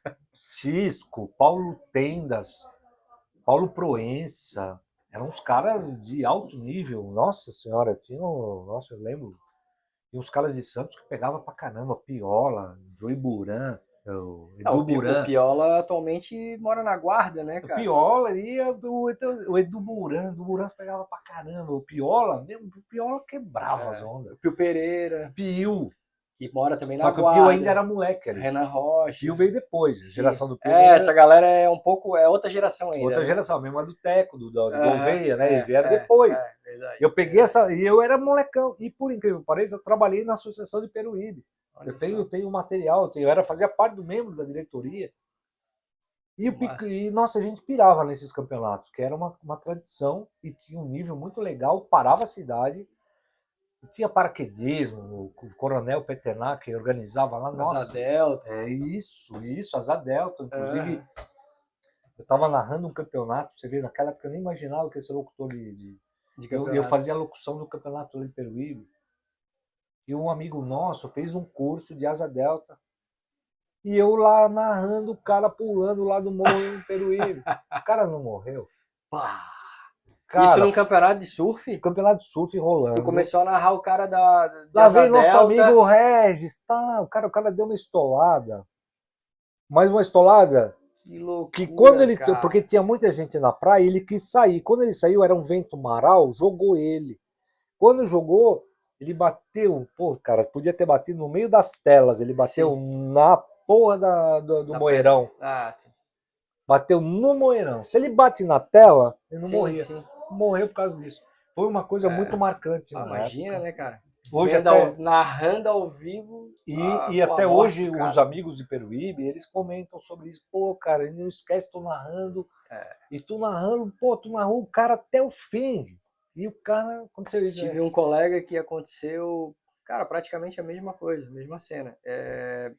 Cisco, Paulo Tendas, Paulo Proença, eram uns caras de alto nível. Nossa senhora, tinha, um- nossa, eu lembro, tinha uns caras de Santos que pegavam pra caramba, Piola, Joey Buran, o Ah, Edu o, Pi- Buran. o Piola atualmente mora na Guarda, né, O cara? Piola e o, o Edu Buran, o Buran pegava pra caramba. O Piola, mesmo, o Piola quebrava É. as ondas. O Pio Pereira, Pio, que mora também na só que o Guarda. Pio ainda era moleque ali. Renan O Rocha. Pio veio depois, a Sim. geração do Pio É, veio essa galera é um pouco, é outra geração ainda. outra né? geração, mesmo a do Teco, do, do, do Aham, Gouveia, né? é, Eles vieram é, depois. É, verdade. Eu peguei essa, e eu era molecão. E por incrível que pareça, eu trabalhei na Associação de Peruíbe. Olha Eu tenho, só. eu tenho material, eu, tenho, eu era, fazia parte do membro da diretoria. E, o Pic- Massa. e, nossa, a gente pirava nesses campeonatos, que era uma, uma tradição e tinha um nível muito legal, parava a cidade. Tinha paraquedismo, o Coronel Petená, que organizava lá. Asa Nossa, Delta. é isso, isso, Asa Delta. Inclusive, Aham. eu estava narrando um campeonato, você vê, naquela época eu nem imaginava que ia ser locutor de. de De eu, eu campeonato. fazia a locução do campeonato ali em Peruíbe. E um amigo nosso fez um curso de Asa Delta. E eu lá narrando o cara pulando lá do morro em Peruíbe. O cara não morreu. Pá. Cara, Isso num campeonato de surf? campeonato de surf rolando. Tu começou a narrar o cara da de Lá Asa vem nosso Delta. amigo Regis, tá? O cara, o cara deu uma estolada. Mais uma estolada Que loucura, que quando ele. cara. Porque tinha muita gente na praia, ele quis sair. Quando ele saiu, era um vento maral, jogou ele. Quando jogou, ele bateu. Pô, cara, podia ter batido no meio das telas. Ele bateu na porra da, do, do Na moeirão. Ah, sim. Bateu no moeirão. Se ele bate na tela, ele não sim, morria. sim. Morreu por causa disso. Foi uma coisa É. muito marcante. Ah, na imagina, época. né, cara? Hoje Vendo até- ao- narrando ao vivo. E, a- e com a até morte hoje do cara. os amigos de Peruíbe, eles comentam sobre isso. Pô, cara, não esquece, tô narrando. É. E tu narrando, pô, tu narrou o cara até o fim. E o cara, aconteceu isso. Tive né? um colega que aconteceu, cara, praticamente a mesma coisa, a mesma cena. É,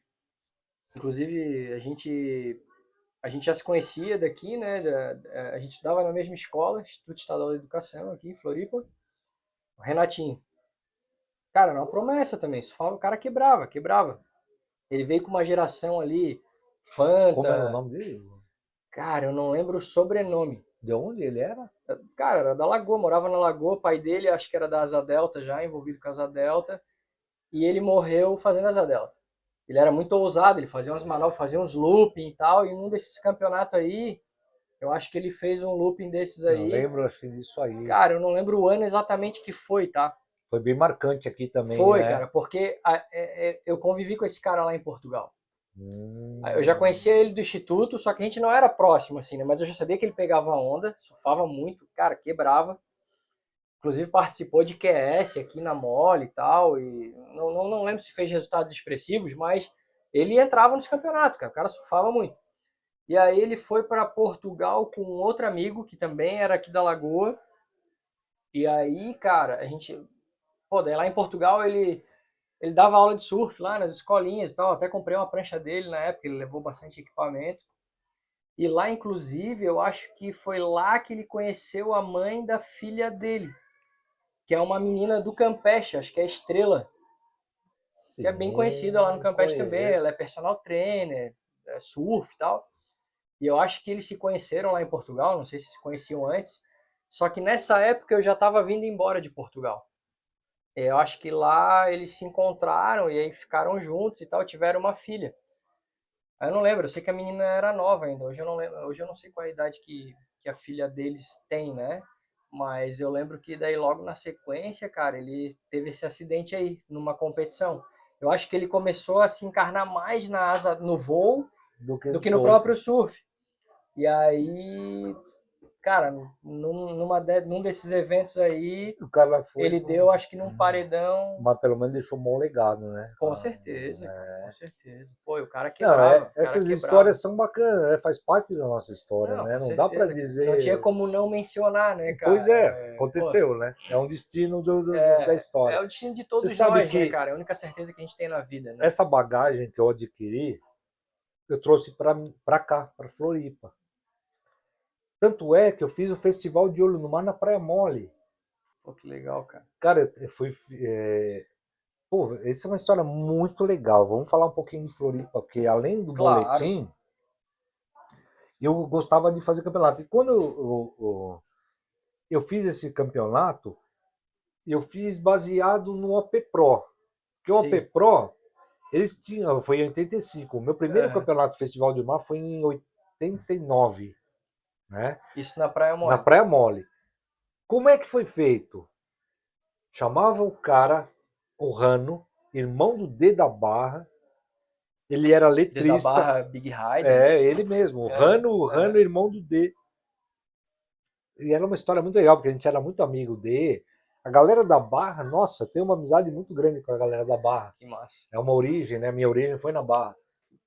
inclusive, a gente, a gente já se conhecia daqui, né? da- da- a gente estudava na mesma escola, Instituto Estadual de Educação, aqui em Floripa. O Renatinho. Cara, era uma promessa também. Se fala, o cara quebrava, quebrava. Ele veio com uma geração ali, Fanta. Como era o nome dele? Cara, eu não lembro o sobrenome. De onde ele era? Cara, era da Lagoa, morava na Lagoa, o pai dele acho que era da Asa Delta já, envolvido com a Asa Delta, e ele morreu fazendo Asa Delta. Ele era muito ousado, ele fazia umas manobras, fazia uns looping e tal, e num desses campeonatos aí, eu acho que ele fez um looping desses aí. Eu lembro, acho que disso aí. Cara, eu não lembro o ano exatamente que foi, tá? Foi bem marcante aqui também. Foi, né? cara, porque a- é- é- eu convivi com esse cara lá em Portugal. Hum. Eu já conhecia ele do Instituto, só que a gente não era próximo, assim, né? Mas eu já sabia que ele pegava onda, surfava muito, cara, quebrava. Inclusive participou de Q S aqui na Mole e tal, e não, não, não lembro se fez resultados expressivos, mas ele entrava nos campeonatos, cara, o cara surfava muito. E aí ele foi para Portugal com um outro amigo, que também era aqui da Lagoa, e aí, cara, a gente... Pô, daí lá em Portugal ele... ele dava aula de surf lá nas escolinhas e tal. Até comprei uma prancha dele na época, ele levou bastante equipamento. E lá, inclusive, eu acho que foi lá que ele conheceu a mãe da filha dele, que é uma menina do Campeche, acho que é Estrela, Sim, que é bem conhecida lá no Campeche conheço. também. Ela é personal trainer, é surf e tal. E eu acho que eles se conheceram lá em Portugal, não sei se se conheciam antes, só que nessa época eu já estava vindo embora de Portugal. Eu acho que lá eles se encontraram e aí ficaram juntos e tal, tiveram uma filha. Eu não lembro, eu sei que a menina era nova ainda, hoje eu não lembro, hoje eu não sei qual é a idade que, que a filha deles tem, né? Mas eu lembro que daí logo na sequência, cara, ele teve esse acidente aí, numa competição. Eu acho que ele começou a se encarnar mais na asa, no voo do que, do que no surf. próprio surf. E aí, cara, num, numa de, num desses eventos aí, O cara foi, ele deu, acho que num paredão. mas pelo menos deixou um bom legado, né? Com Ah, certeza, é. com certeza. Pô, e o cara Não, quebrava. é, o cara essas quebrava. histórias são bacanas, né? Faz parte da nossa história, Não, né? com Não dá pra certeza, cara. dizer. Não tinha como não mencionar, né, cara? Pois é, É, aconteceu, né? É um destino do, do- É, da história. é o destino de Você todos sabe nós, que né, cara? É a única certeza que a gente tem na vida, né? essa bagagem que eu adquiri, eu trouxe pra pra cá, pra Floripa. Tanto é que eu fiz o Festival de Olho no Mar na Praia Mole. Pô, que legal, cara. Cara, eu fui. É... Pô, essa é uma história muito legal. Vamos falar um pouquinho de Floripa, porque além do Claro. boletim, eu gostava de fazer campeonato. E quando eu, eu, eu, eu fiz esse campeonato, eu fiz baseado no O P Pro. Porque o Sim. O P Pro, eles tinham, foi em oitenta e cinco. O meu primeiro Uhum. campeonato Festival de Mar foi em oitenta e nove. Né? Isso na Praia Mole. Na Praia Mole. Como é que foi feito? Chamava o cara, o Rano, irmão do D da Barra. Ele era D da letrista. Barra Big Rider. É, ele mesmo. O É, Rano, o é. Rano, irmão do D. E era uma história muito legal, porque a gente era muito amigo dele. A galera da Barra, nossa, tem uma amizade muito grande com a galera da Barra. Que massa. É uma origem, né? Minha origem foi na Barra.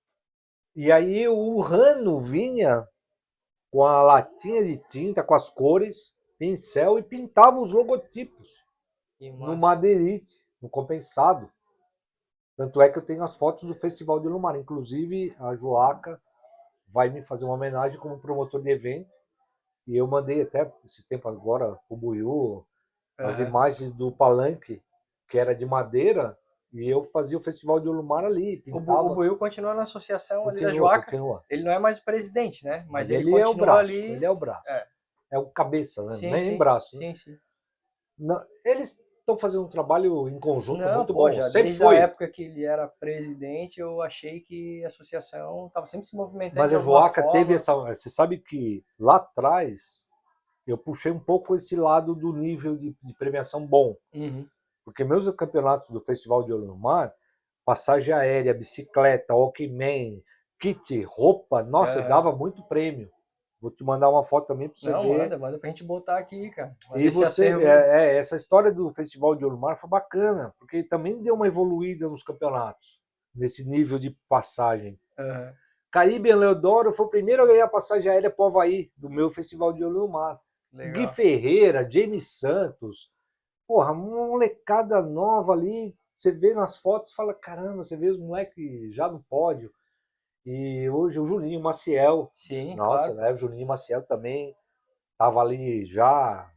E aí o Rano vinha com a latinha de tinta, com as cores, pincel, e pintava os logotipos Que no massa. madeirite, no compensado. Tanto é que eu tenho as fotos do Festival de Lumar. Inclusive, a Joaca vai me fazer uma homenagem como promotor de evento. E eu mandei até esse tempo agora o Buiú, as Uhum. imagens do palanque, que era de madeira, e eu fazia o Festival de Olumar ali, O, Bu, pintava. o Buiu continua na associação ali da Continua, Joaca. continua. Ele não é mais o presidente, né? Mas, Mas ele, ele é o continua braço, ali. ele é o braço. É. É o cabeça, né? Sim, Nem sim. braço. Né? Sim, sim. Não, eles estão fazendo um trabalho em conjunto Não, muito pô, bom. já Sempre desde foi. a época que ele era presidente, eu achei que a associação estava sempre se movimentando Mas de a alguma Joaca forma. teve essa. Você sabe que lá atrás eu puxei um pouco esse lado do nível de, de premiação bom. Uhum. Porque meus campeonatos do Festival de Olho no Mar, passagem aérea, bicicleta, Walkman, kit, roupa, nossa, Uhum. eu dava muito prêmio. Vou te mandar uma foto também para você Não, ver. manda, manda pra gente botar aqui, cara. Manda E esse você, acervo. é, é, essa história do Festival de Olho no Mar foi bacana, porque também deu uma evoluída nos campeonatos, nesse nível de passagem. Uhum. Caribe Leodoro foi o primeiro a ganhar passagem aérea para o Havaí, do meu Festival de Olho no Mar. Legal. Gui Ferreira, James Santos, porra, uma molecada nova ali, você vê nas fotos e fala, caramba, você vê os moleques já no pódio. E hoje o Juninho Maciel, Sim, nossa, claro. né, o Juninho Maciel também tava ali já.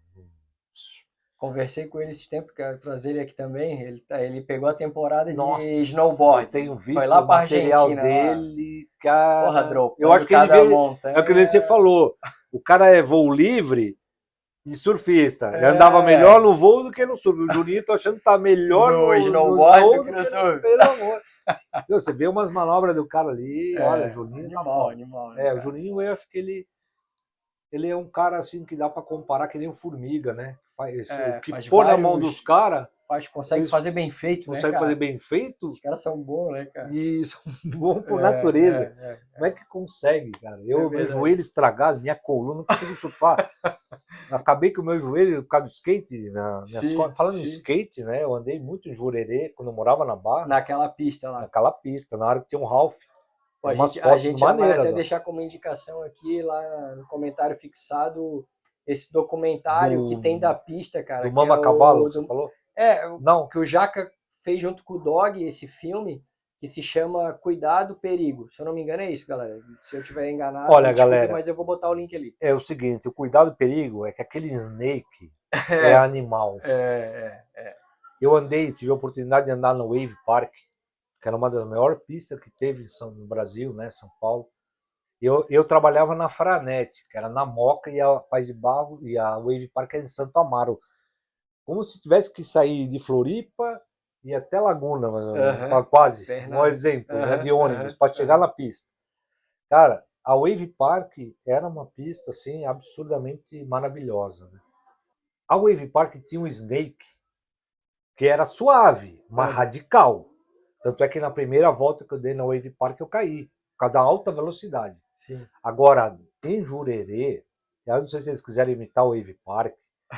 Conversei com ele esse tempo, quero trazer ele aqui também. Ele, tá- ele pegou a temporada Nossa, de snowboard. eu tenho visto Foi lá o pra material Argentina, dele, cara. Porra, dropando eu acho que ele cada veio, montanha. é o que você falou, o cara é voo livre e surfista. Ele É. andava melhor no voo do que no surf. O Juninho tô achando que tá melhor No no, snowboard no do que no surf. Pelo amor. Então, você vê umas manobras do cara ali, É, olha, o Juninho animal, tá foda. animal, né, É, o cara? Juninho, eu acho que ele ele é um cara assim que dá pra comparar que nem um formiga, né? Faz, É, o que faz pôr na vários- mão dos caras, Faz, consegue Eles fazer bem feito, né, consegue cara? fazer bem feito Os caras são bons, né, cara? e são bons por É, natureza. é, é. Como é que consegue, cara? Eu, É meu verdade. joelho estragado, minha coluna, não consigo surfar. Acabei com o meu joelho por causa do skate. Na, minhas Sim, co- Falando em sim. skate, né? Eu andei muito em Jurerê quando eu morava na Barra, Naquela pista lá. naquela pista, na hora que tinha um Ralph. Pô, a umas gente, a fotos gente já vai maneiras, até ó. deixar como indicação aqui, lá no comentário fixado, esse documentário Do- que tem da pista, cara. Do que Mama é o- Cavalo, que do- você falou? É, o- Não, que o Jaca fez junto com o Dog esse filme que se chama Cuidado, Perigo. Se eu não me engano é isso, galera. Se eu tiver enganado, Olha, me desculpe, galera, mas eu vou botar o link ali. É o seguinte, o cuidado do perigo é que aquele Snake é, animal. É, é, é. Eu andei, tive a oportunidade de andar no Wave Park, que era uma das maiores pistas que teve em São, no Brasil, né, São Paulo. Eu, eu trabalhava na Franet, que era na Moca, e a Paz de Barro e a Wave Park era em Santo Amaro. Como se tivesse que sair de Floripa e até Laguna, mais ou menos, Uhum. quase, Fernando. um exemplo, Uhum, né, de ônibus, uhum, para chegar uhum. na pista. Cara, a Wave Park era uma pista assim, absurdamente maravilhosa. Né? A Wave Park tinha um Snake que era suave, mas Uhum. radical. Tanto é que na primeira volta que eu dei na Wave Park eu caí, por causa da alta velocidade. Sim. Agora, em Jurerê, eu não sei se vocês quiserem imitar o Wave Park,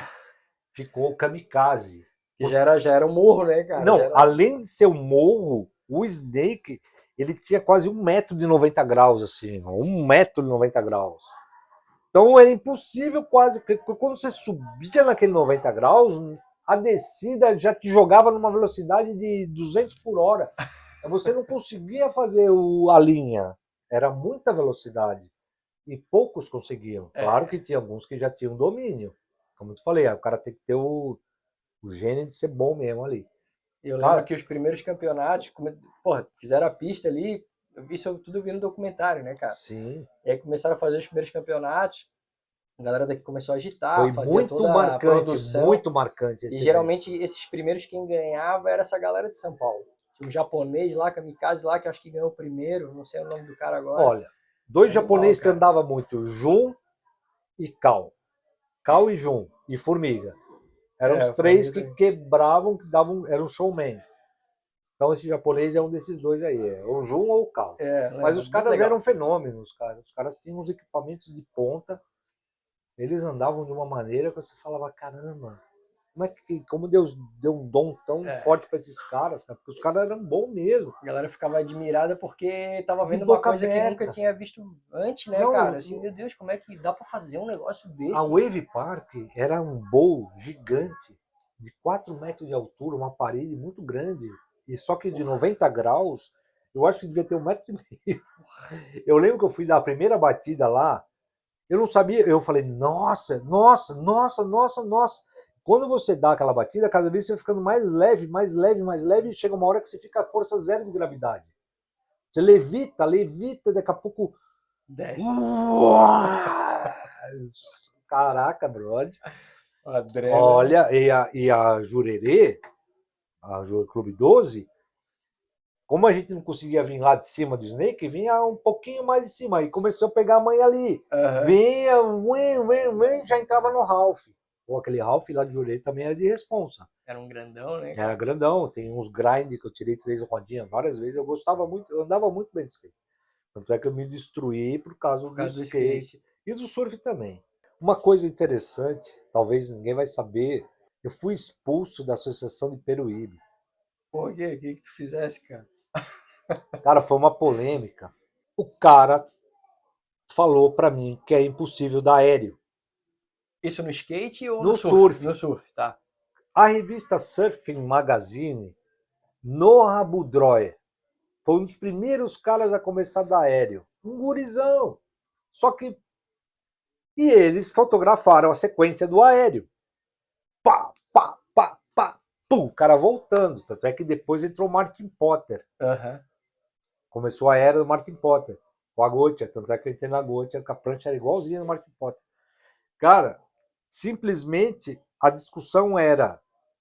ficou o Kamikaze. Que já era, já era um morro, né, cara? Não, Já era... além de ser um morro, o Snake ele tinha quase um metro de noventa graus, assim, um metro de noventa graus. Então era impossível quase, porque quando você subia naquele noventa graus, a descida já te jogava numa velocidade de duzentos por hora. Você não conseguia fazer o, a linha, era muita velocidade. E poucos conseguiam. É. Claro que tinha alguns que já tinham domínio. Como eu te falei, o cara tem que ter o, o gênio de ser bom mesmo ali. Eu Cara, lembro que os primeiros campeonatos, come... porra, fizeram a pista ali, isso eu tudo vi no documentário, né, cara? Sim. E aí começaram a fazer os primeiros campeonatos, a galera daqui começou a agitar, Foi fazia muito toda marcante, a produção. muito marcante esse E evento. geralmente esses primeiros quem ganhava era essa galera de São Paulo. Tinha um japonês lá, Kamikaze lá, que acho que ganhou o primeiro, não sei o nome do cara agora. Olha, dois Animal, japoneses que cara. andavam muito, Jun e Cal. Cal e Jun, e Formiga. Eram É, os três Formiga que também. quebravam, que davam, eram showman. Então esse japonês é um desses dois aí, é o Jun ou o Cal. É, Mas é, os muito caras legal. eram fenômenos, cara. Os caras tinham os equipamentos de ponta, eles andavam de uma maneira que você falava, caramba, como é que como Deus deu um dom tão É. forte para esses caras, cara? Porque os caras eram bons mesmo. A galera ficava admirada porque tava De vendo uma boca coisa que aberta. nunca tinha visto antes, né, Não, cara? Assim, o- meu Deus, como é que dá pra fazer um negócio desse? A Wave Park era um bowl gigante, de quatro metros de altura, uma parede muito grande, e só que de noventa graus, eu acho que devia ter um metro e meio. Eu lembro que eu fui dar a primeira batida lá, eu não sabia, eu falei, nossa, nossa, nossa, nossa, nossa. Quando você dá aquela batida, cada vez você vai ficando mais leve, mais leve, mais leve, e chega uma hora que você fica a força zero de gravidade. Você levita, levita, daqui a pouco... Desce. Caraca, brother. Adrena. Olha, e a, e a Jurerê, a Jurerê Clube doze, como a gente não conseguia vir lá de cima do Snake, vinha um pouquinho mais de cima. Aí começou a pegar a mãe ali. Uhum. Vinha, vem, vem, vem, já entrava no Ralph. Pô, aquele Ralph lá de Jurerê também era de responsa. Era um grandão, né? Era grandão, tem uns grind que eu tirei três rodinhas várias vezes. Eu gostava muito, eu andava muito bem de skate. Tanto é que eu me destruí por causa, Por causa do, do skate. skate. E do surf também. Uma coisa interessante, talvez ninguém vai saber, eu fui expulso da Associação de Peruíbe. Por quê? O que, que tu fizesse, cara? Cara, foi uma polêmica. O cara falou pra mim que é impossível dar aéreo. Isso no skate ou No no, surf. No surf, tá. A revista Surfing Magazine, Noah Budroy, foi um dos primeiros caras a começar a dar aéreo. Um gurizão. Só que... E eles fotografaram a sequência do aéreo. Pá, pá, pá, pá, pum, o cara voltando. Tanto é que depois entrou o Martin Potter. Uhum. Começou a era do Martin Potter. Com a Gotia. Tanto é que eu entrei na Gotia, que a prancha era igualzinha no Martin Potter. Cara, simplesmente a discussão era...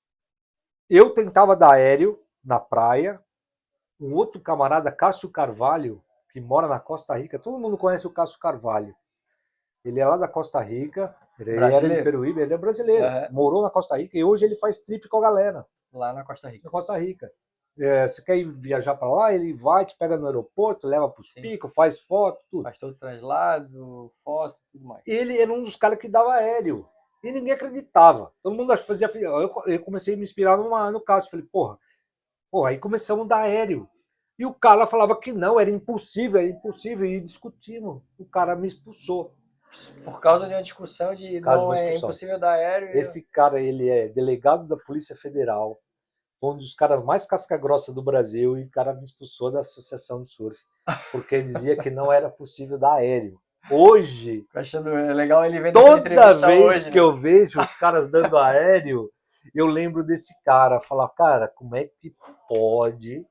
Eu tentava dar aéreo na praia. Um outro camarada, Cássio Carvalho, que mora na Costa Rica. Todo mundo conhece o Cássio Carvalho. Ele é lá da Costa Rica. Ele era de Peruíbe, ele é brasileiro. Uhum. Morou na Costa Rica e hoje ele faz trip com a galera. Lá na Costa Rica. Na Costa Rica. É, você quer ir viajar para lá, ele vai, te pega no aeroporto, leva para os picos, faz foto, tudo. Faz todo traslado, foto e tudo mais. Ele era um dos caras que dava aéreo. E ninguém acreditava. Todo mundo fazia... Eu, eu comecei a me inspirar numa, no Cássio. Falei, porra, porra, aí começamos a dar aéreo. E o cara falava que não, era impossível, era impossível. E discutimos. O cara me expulsou. Por causa de uma discussão de não é impossível dar aéreo. Esse cara, ele é delegado da Polícia Federal. foi um dos caras mais casca-grossa do Brasil e o cara me expulsou da associação de surf, porque ele dizia que não era possível dar aéreo. Hoje, Achando legal ele vendo essa toda entrevista vez hoje, que né? eu vejo os caras dando aéreo, eu lembro desse cara, falar, cara, como é que pode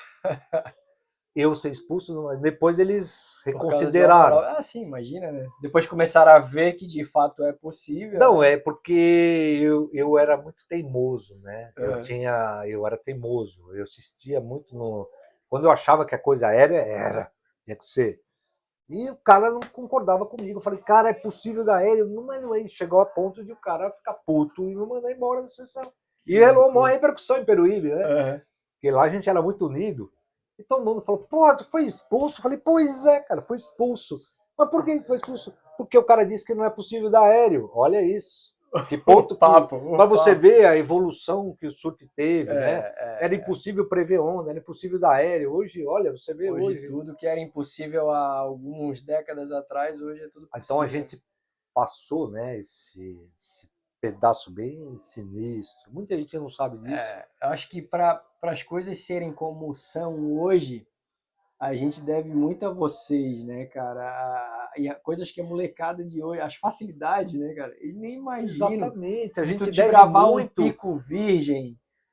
eu ser expulso? Depois eles Por causa de uma reconsideraram. moral. Ah, sim, imagina, né? Depois começaram a ver que de fato é possível. Não, né? é porque eu, eu era muito teimoso, né? Eu Uhum. tinha, eu era teimoso, eu assistia muito no... Quando eu achava que a coisa era, era, tinha que ser. E o cara não concordava comigo. Eu falei, cara, é possível dar aéreo? Não, mas não é. Chegou a ponto de o cara ficar puto e me mandar embora da sessão. E relou uma repercussão em Peruíbe, né? Uhum. Porque lá a gente era muito unido. E todo mundo falou, pô, tu foi expulso? Eu falei, pois é, cara, foi expulso. Mas por que foi expulso? Porque o cara disse que não é possível dar aéreo. Olha isso. Que ponto O papo, que... o Para você papo. ver a evolução que o surf teve, É, né? é, Era impossível prever onda, era impossível dar aéreo. Hoje, olha, você vê hoje, hoje. tudo que era impossível há algumas décadas atrás, hoje é tudo possível. Então a gente passou, né, esse, esse pedaço bem sinistro. Muita gente não sabe disso. É, eu acho que para as coisas serem como são hoje, a gente deve muito a vocês, né, cara? E a, coisas que a molecada de hoje, as facilidades, né, cara? Eles nem imaginam. Exatamente. A De tu gente te deve gravar muito. um pico virgem.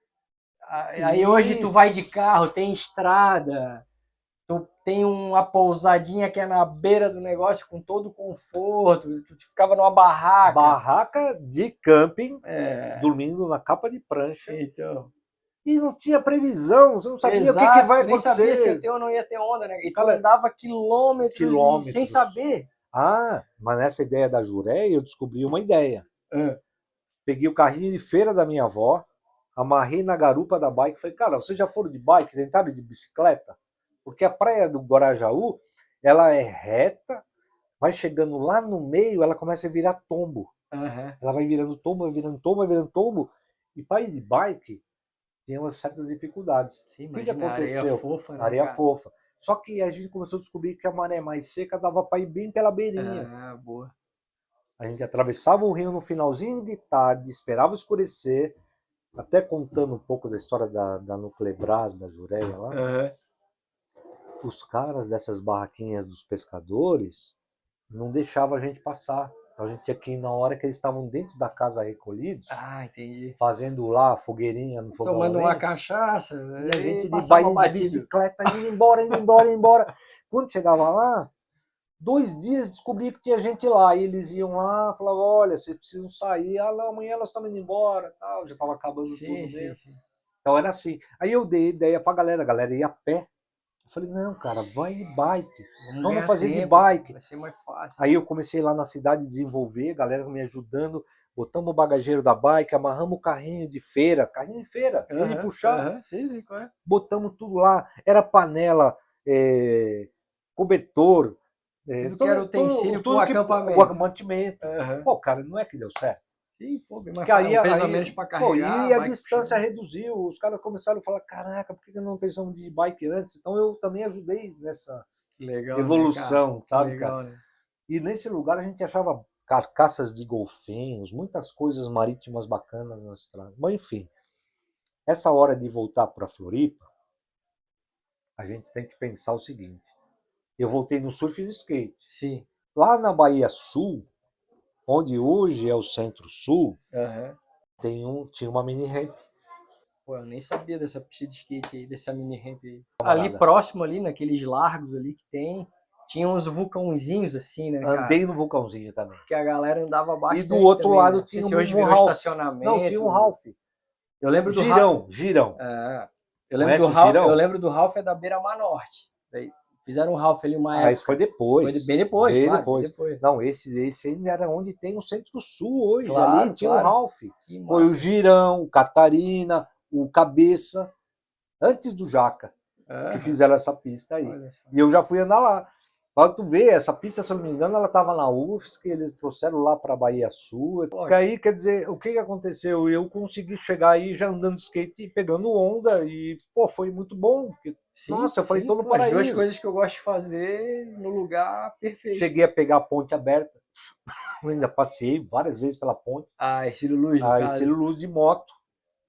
Aí hoje tu vai de carro, tem estrada, tu tem uma pousadinha que é na beira do negócio com todo o conforto, tu ficava numa barraca. Barraca de camping, É, dormindo na capa de prancha. então. E não tinha previsão, você não sabia Exato, o que, que vai tu nem acontecer. sabia se ia ter ou não ia ter onda, né? E tu Cara, andava quilômetros, quilômetros. E sem saber. Ah, mas nessa ideia da Jureia eu descobri uma ideia. É. Peguei o carrinho de feira da minha avó, amarrei na garupa da bike e falei, cara, vocês já foram de bike, tentaram de bicicleta? Porque a praia do Guarajaú, ela é reta, vai chegando lá no meio, ela começa a virar tombo. Uhum. Ela vai virando tombo, vai virando tombo, vai virando tombo. E para ir de bike, tinha umas certas dificuldades. Sim, o que, que imagina, aconteceu? areia fofa, né, Areia cara? fofa. Só que a gente começou a descobrir que a maré mais seca dava para ir bem pela beirinha. Ah, boa. A gente atravessava o rio no finalzinho de tarde, esperava escurecer, até contando um pouco da história da, da Nuclebras, da Jureia lá. Uhum. Os caras dessas barraquinhas dos pescadores não deixavam a gente passar. Então a gente tinha que ir na hora que eles estavam dentro da casa recolhidos, Ah, entendi. fazendo lá a fogueirinha no fogão. Tomando uma cachaça, e a gente de passava bike de bicicleta, indo embora, indo embora, indo embora. Quando chegava lá, dois dias descobri que tinha gente lá. E eles iam lá, falavam, olha, vocês precisam sair. Ah, não, amanhã nós estamos indo embora. Tal. Já estava acabando sim, tudo sim, mesmo. sim. Então era assim. Aí eu dei ideia pra galera. A galera ia a pé. Eu falei, não, cara, vai de bike. Vamos, Vamos fazer tempo, de bike. Vai ser mais fácil. Aí eu comecei lá na cidade a desenvolver, a galera me ajudando. Botamos o bagageiro da bike, amarramos o carrinho de feira. Carrinho de feira, uhum, ele puxar. Uhum, sim, sim, qual é? Botamos tudo lá. Era panela, é, cobertor. É, tudo que era utensílio tudo, pro que, acampamento. O acampamento. Uhum. Pô, cara, não é que deu certo. Sim, pô, bem mais Porque aí, um peso aí, a menos para pô, carregar. e a distância puxando. Reduziu. Os caras começaram a falar, caraca, por que não pensamos de bike antes? Então eu também ajudei nessa legal, evolução, né, sabe, legal, cara? Né? E nesse lugar a gente achava carcaças de golfinhos, muitas coisas marítimas bacanas na estrada. Mas enfim, essa hora de voltar para Floripa, a gente tem que pensar o seguinte. Eu voltei no surf e no skate. Sim. Lá na Bahia Sul, onde hoje é o Centro-Sul, uhum. tem um, tinha uma mini ramp. Pô, eu nem sabia dessa pista de skate aí, dessa mini ramp aí. Camarada. Ali próximo, ali, naqueles largos ali que tem, tinha uns vulcãozinhos assim, né, cara? Andei no vulcãozinho também. Que a galera andava bastante. E do outro também, lado né? tinha se um, hoje um virou Ralph. estacionamento. Não, tinha um Ralph. Eu lembro do Girão, Ralph. Girão. É. Eu lembro Conhece do Ralph, Girão? eu lembro do Ralph é da Beira-Mar Norte. Daí fizeram um Ralph ali uma ah, época. isso foi depois. Foi bem depois, bem claro, depois. Bem depois. Não, esse, esse ainda era onde tem o Centro-Sul hoje. Claro, ali tinha claro. o Ralph. Que Foi massa. o Girão, o Catarina, o Cabeça, antes do Jaca, É. que fizeram essa pista aí. Olha só. E eu já fui andar lá. Para tu ver, essa pista, se eu não me engano, ela estava na U F S C, eles trouxeram lá para Bahia Sul. Porque aí, quer dizer, o que, que aconteceu? Eu consegui chegar aí já andando de skate e pegando onda e, pô, foi muito bom. Porque, Sim, nossa, eu falei, sim, tô no pô, paraíso. As duas coisas que eu gosto de fazer no lugar perfeito. Cheguei a pegar a ponte aberta. Eu ainda passei várias vezes pela ponte. Ah, estilo luz, no Ah, caso. estilo luz de moto.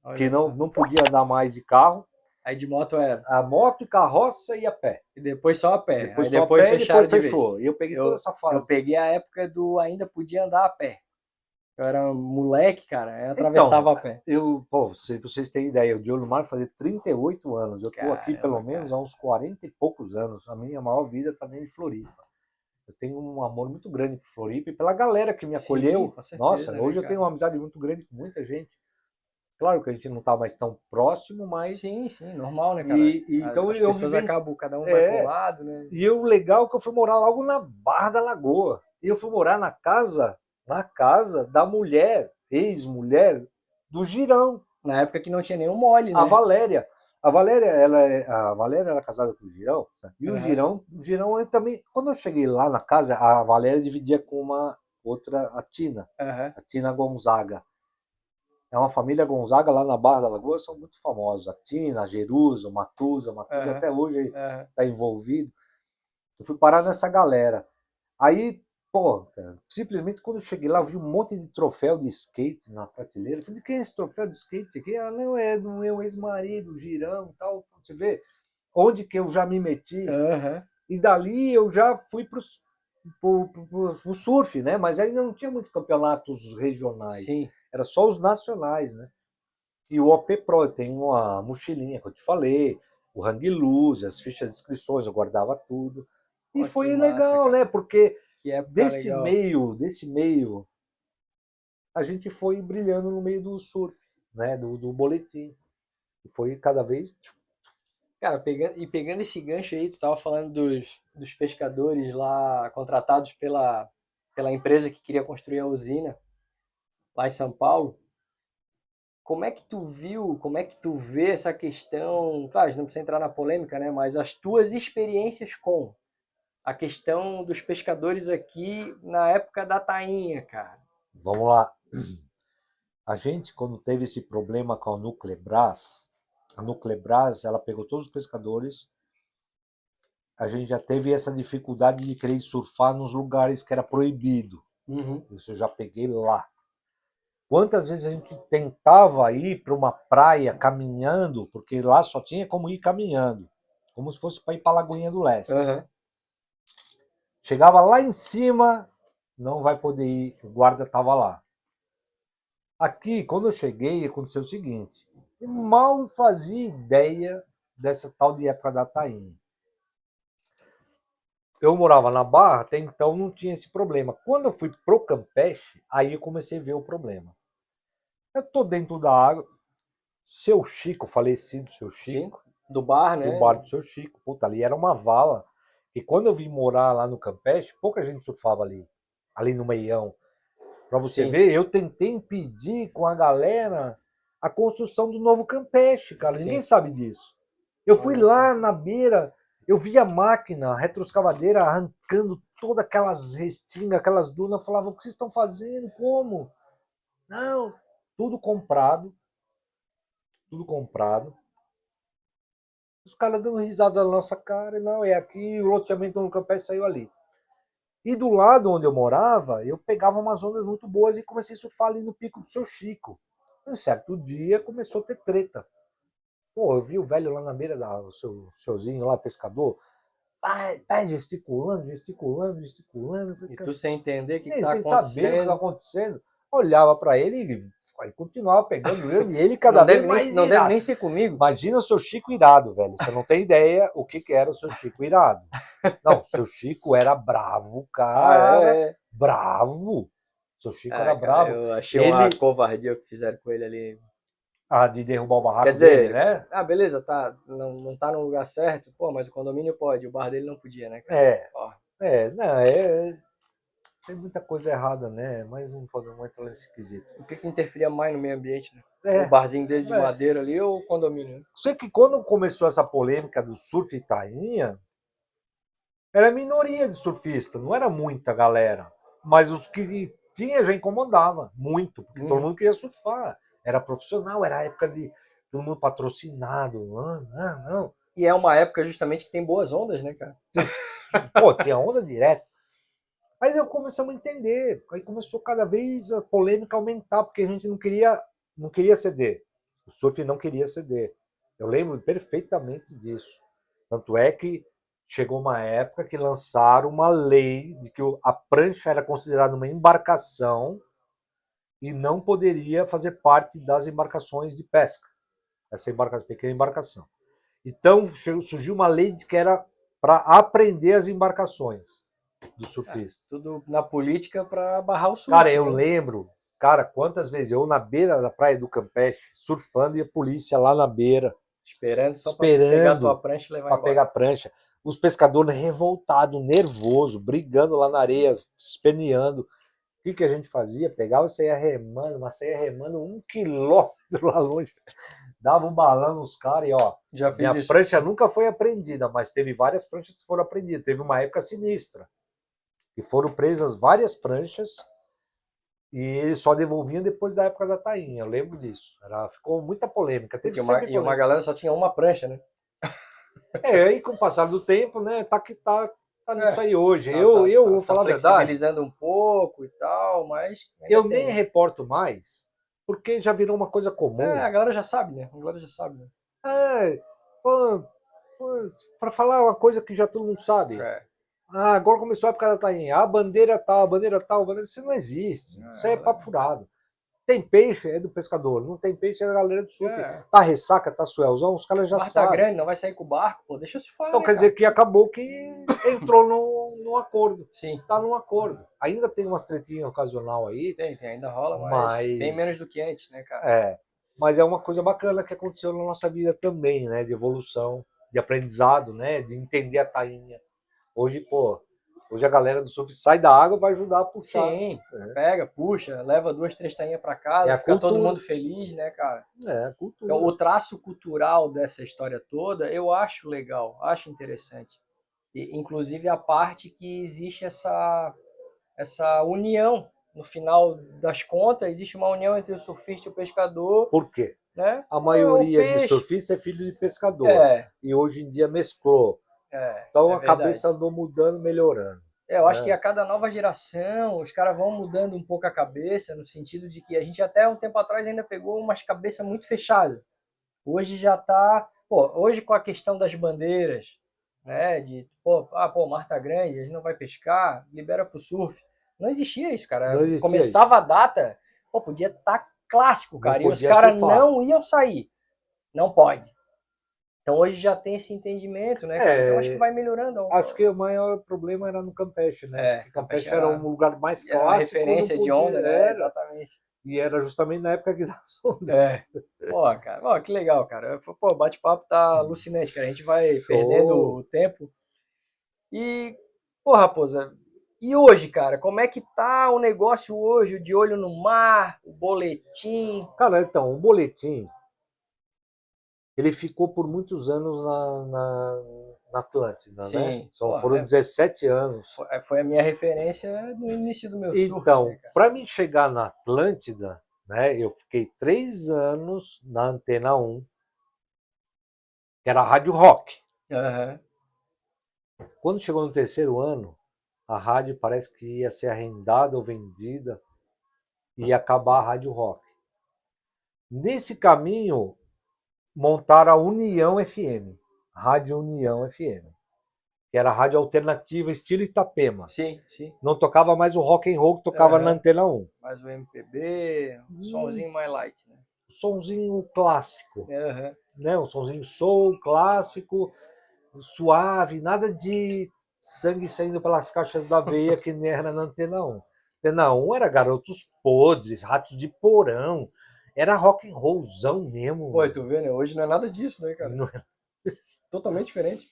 Olha que não, só. não podia andar mais de carro. Aí de moto era. A moto e carroça e a pé. E depois só a pé. Depois Aí só depois a pé e fecharam depois de vez. fechou. E eu peguei Eu- toda essa Eu fase. peguei a época do ainda podia andar a pé. Eu era moleque, cara, eu Então, atravessava a pé. Eu, pô, se vocês terem ideia, o Diogo Mar fazer trinta e oito anos. Eu tô aqui Caramba, pelo menos cara. há uns quarenta e poucos anos. A minha maior vida tá dentro de Floripa. Eu tenho um amor muito grande por Floripa e pela galera que me Sim, acolheu. com certeza, Nossa, né, hoje eu cara? tenho uma amizade muito grande com muita gente. Claro que a gente não tá mais tão próximo, mas. Sim, sim, normal, né, cara? E, e As- então As eu pessoas vivenci... acabam, cada um vai É. pro lado, né? E o legal é que eu fui morar logo na Barra da Lagoa. E eu fui morar na casa, na casa da mulher, ex-mulher, do Girão, Na época que não tinha nenhum mole, né? a Valéria. A Valéria, ela é, a Valéria era casada com o Girão. E o Uhum. Girão, o Girão eu também. Quando eu cheguei lá na casa, a Valéria dividia com uma outra, a Tina, Aham. a Tina Gonzaga. É uma família Gonzaga lá na Barra da Lagoa, são muito famosos. A Tina, a Jerusa, o Matusa, o Matusa Aham. até hoje Aham. está envolvido. Eu fui parar nessa galera. Aí, pô, cara, simplesmente quando eu cheguei lá, eu vi um monte de troféu de skate na prateleira. Eu falei, de quem é esse troféu de skate aqui? Ah, não, é do meu ex-marido, Girão e tal. Você vê onde que eu já me meti. Aham. E dali eu já fui pro, pro, pro, pro surf, né? Mas ainda não tinha muito campeonatos regionais. Sim. Era só os nacionais, né? E o O P Pro, eu tenho uma mochilinha que eu te falei, o Hang Loose, as fichas de inscrições, eu guardava tudo. E Pô, foi que massa, legal, cara. né? Porque Que época desse legal. meio, desse meio, a gente foi brilhando no meio do surf, né? Do, do boletim. E foi cada vez. Cara, pegando, e pegando esse gancho aí, tu tava falando dos, dos pescadores lá contratados pela, pela empresa que queria construir a usina lá em São Paulo. Como é que tu viu, como é que tu vê essa questão? Claro, a gente não precisa entrar na polêmica, né? Mas as tuas experiências com a questão dos pescadores aqui na época da tainha, cara. Vamos lá. A gente, quando teve esse problema com a Nuclebras, a Nuclebras, ela pegou todos os pescadores. A gente já teve essa dificuldade de querer surfar nos lugares que era proibido. Uhum. Isso eu já peguei lá. Quantas vezes a gente tentava ir para uma praia caminhando, porque lá só tinha como ir caminhando, como se fosse para ir para a Lagoinha do Leste. Uhum. Chegava lá em cima, não vai poder ir, o guarda estava lá. Aqui, quando eu cheguei, aconteceu o seguinte, eu mal fazia ideia dessa tal de época da tainha. Eu morava na Barra, até então não tinha esse problema. Quando eu fui pro Campeche, aí eu comecei a ver o problema. Eu tô dentro da água, seu Chico, falecido seu Chico, Sim, do bar, né? do bar do seu Chico, puta, ali era uma vala. E quando eu vim morar lá no Campeche, pouca gente surfava ali, ali no meião. Pra você Sim. ver, eu tentei impedir com a galera a construção do novo Campeche, cara. Sim. Ninguém sabe disso. Eu fui Olha lá só. na beira, eu vi a máquina, a retroescavadeira arrancando todas aquelas restingas, aquelas dunas. Eu falava, o que vocês estão fazendo? Como? Não, tudo comprado. Tudo comprado. Os caras dando risada na nossa cara. Não, é aqui, o loteamento no Campeche saiu ali. E do lado onde eu morava, eu pegava umas ondas muito boas e comecei a surfar ali no pico do seu Chico. Um certo dia começou a ter treta. Pô, eu vi o velho lá na beira da o seu seuzinho lá, pescador, pai, pai, gesticulando, gesticulando, gesticulando. E tu sem entender o que, que Nem tá sem saber o que acontecendo. estava acontecendo. Olhava para ele e aí continuava pegando ele e ele cada Não vez deve, mais nem, não deve irado. nem ser comigo. Imagina o seu Chico irado, velho. Você não tem ideia o que, que era o seu Chico irado. Não, o seu Chico era bravo, cara. Ah, é, é. Bravo. O seu Chico Ah, era cara, bravo. eu achei uma Ele- covardia o que fizeram com ele ali. Ah, de derrubar o barraco Quer dizer, dele, né? ah, beleza, tá, não, não tá no lugar certo, pô, mas o condomínio pode, o bar dele não podia, né, cara? É, Ó, é, não, é. Tem muita coisa errada, né? Mas não vamos entrar nesse quesito. o que que interferia mais no meio ambiente, né? É, O barzinho dele de é. madeira ali ou o condomínio? Né? sei que quando começou essa polêmica do surf e tainha, era minoria de surfista, não era muita galera. Mas os que tinha já incomodava muito, porque Uhum. todo mundo queria surfar. Era profissional, era a época de todo mundo patrocinado. Ah, não, não. E é uma época justamente que tem boas ondas, né, cara? Pô, tinha onda direto. Mas eu começamos a entender. Aí começou cada vez a polêmica a aumentar, porque a gente não queria, não queria ceder. O surf não queria ceder. Eu lembro perfeitamente disso. Tanto é que chegou uma época que lançaram uma lei de que a prancha era considerada uma embarcação e não poderia fazer parte das embarcações de pesca. Essa embarcação, pequena embarcação. Então surgiu uma lei de que era para aprender as embarcações do surfista. É, tudo na política para barrar o surf. Cara, eu né? lembro, cara, quantas vezes eu na beira da praia do Campeche, surfando, e a polícia lá na beira. Esperando só esperando para pegar a tua prancha e levar para embora. pegar a prancha. Os pescadores revoltados, nervosos, brigando lá na areia, esperneando. O que, que a gente fazia? Pegava e saía remando, mas saía remando um quilômetro lá longe. Dava um balão nos caras e ó, Já fiz minha isso. prancha nunca foi apreendida, mas teve várias pranchas que foram apreendidas. Teve uma época sinistra, que foram presas várias pranchas e eles só devolviam depois da época da tainha. Eu lembro disso. Era, ficou muita polêmica. Teve E uma, sempre e uma polêmica. galera só tinha uma prancha, né? É, aí com o passar do tempo, né, tá que tá, tá nisso É. aí hoje. Tá, eu tá, eu tá, vou tá falar a verdade, flexibilizando um pouco e tal, mas ainda eu tem, nem né? reporto mais, porque já virou uma coisa comum. É, a galera já sabe, né? A galera já sabe, né? É, pô, pô, pra falar uma coisa que já todo mundo sabe. É. Ah, agora começou a época da tainha. A bandeira tal, a bandeira tal, a bandeira... Isso não existe. É, Isso aí é é. papo furado. Tem peixe, é do pescador. Não tem peixe, é da galera do surf. É. Tá ressaca, tá suelzão, os caras O já mar tá sabem. grande, não vai sair com o barco, pô, deixa eu surfar, Então né, quer dizer cara? que acabou que entrou num, num acordo. Sim, Tá num acordo. Ainda tem umas tretinhas ocasional aí, tem, tem, ainda rola, mas, Mas- bem menos do que antes, né, cara? é, mas é uma coisa bacana que aconteceu na nossa vida também, né? De evolução, de aprendizado, né? De entender a tainha. Hoje, pô, hoje a galera do surf sai da água e vai ajudar a puxar. Sim, É. pega, puxa, leva duas, três tainhas pra casa, É a fica todo cultura. mundo feliz, né, cara? É, a cultura. Então, o traço cultural dessa história toda, eu acho legal, acho interessante. E, inclusive a parte que existe essa, essa união. No final das contas, existe uma união entre o surfista e o pescador, Por quê? né? A maioria É o de peixe. surfista é filho de pescador. É, E hoje em dia mesclou. é. Então é a verdade. cabeça andou mudando, melhorando. É, eu acho É. que a cada nova geração, os caras vão mudando um pouco a cabeça, no sentido de que a gente até um tempo atrás ainda pegou umas cabeças muito fechadas. Hoje já tá, pô, hoje com a questão das bandeiras, né, de, pô, ah, pô, o mar tá grande, a gente não vai pescar, libera pro surf. Não existia isso, cara. Não existia Começava a data, pô, podia estar clássico, Não cara, e os podia caras surfar. não iam sair. Não pode. Então hoje já tem esse entendimento, né, cara? É, Então acho que vai melhorando. ao- Acho que o maior problema era no Campeche, né? É, Porque Campeche Campeche era era- um lugar mais era uma clássico. referência não de podia- onda, né? era. Exatamente. E era justamente na época que dava onda. É. Pô, cara, ó, que legal, cara. Pô, o bate-papo tá alucinante, cara. A gente vai Show. perdendo o tempo. E, pô, Raposa, e hoje, cara, como é que tá o negócio hoje? O De Olho no Mar, o boletim? Cara, então, o boletim, ele ficou por muitos anos na, na, na Atlântida, Sim. né? São, Pô, foram é. dezessete anos. Foi- Foi a minha referência no início do meu surf, Então, né, cara? para mim chegar na Atlântida, né, eu fiquei três anos na Antena um, que era a Rádio Rock. Aham. Quando chegou no terceiro ano, a rádio parece que ia ser arrendada ou vendida e ia acabar a Rádio Rock. Nesse caminho, montaram a União F M, Rádio União F M, que era a rádio alternativa estilo Itapema. Sim, sim. Não tocava mais o rock and roll que tocava Aham. na Antena um. Mais o M P B, um somzinho mais light, né? Sonzinho clássico, Aham. né? Um sonzinho soul, clássico, suave, nada de sangue saindo pelas caixas da veia que nem era na Antena um. Antena um era Garotos Podres, Ratos de Porão, era rock and rollzão mesmo. Pô, e tu vê, né? Hoje não é nada disso, né, cara? Não- Totalmente diferente.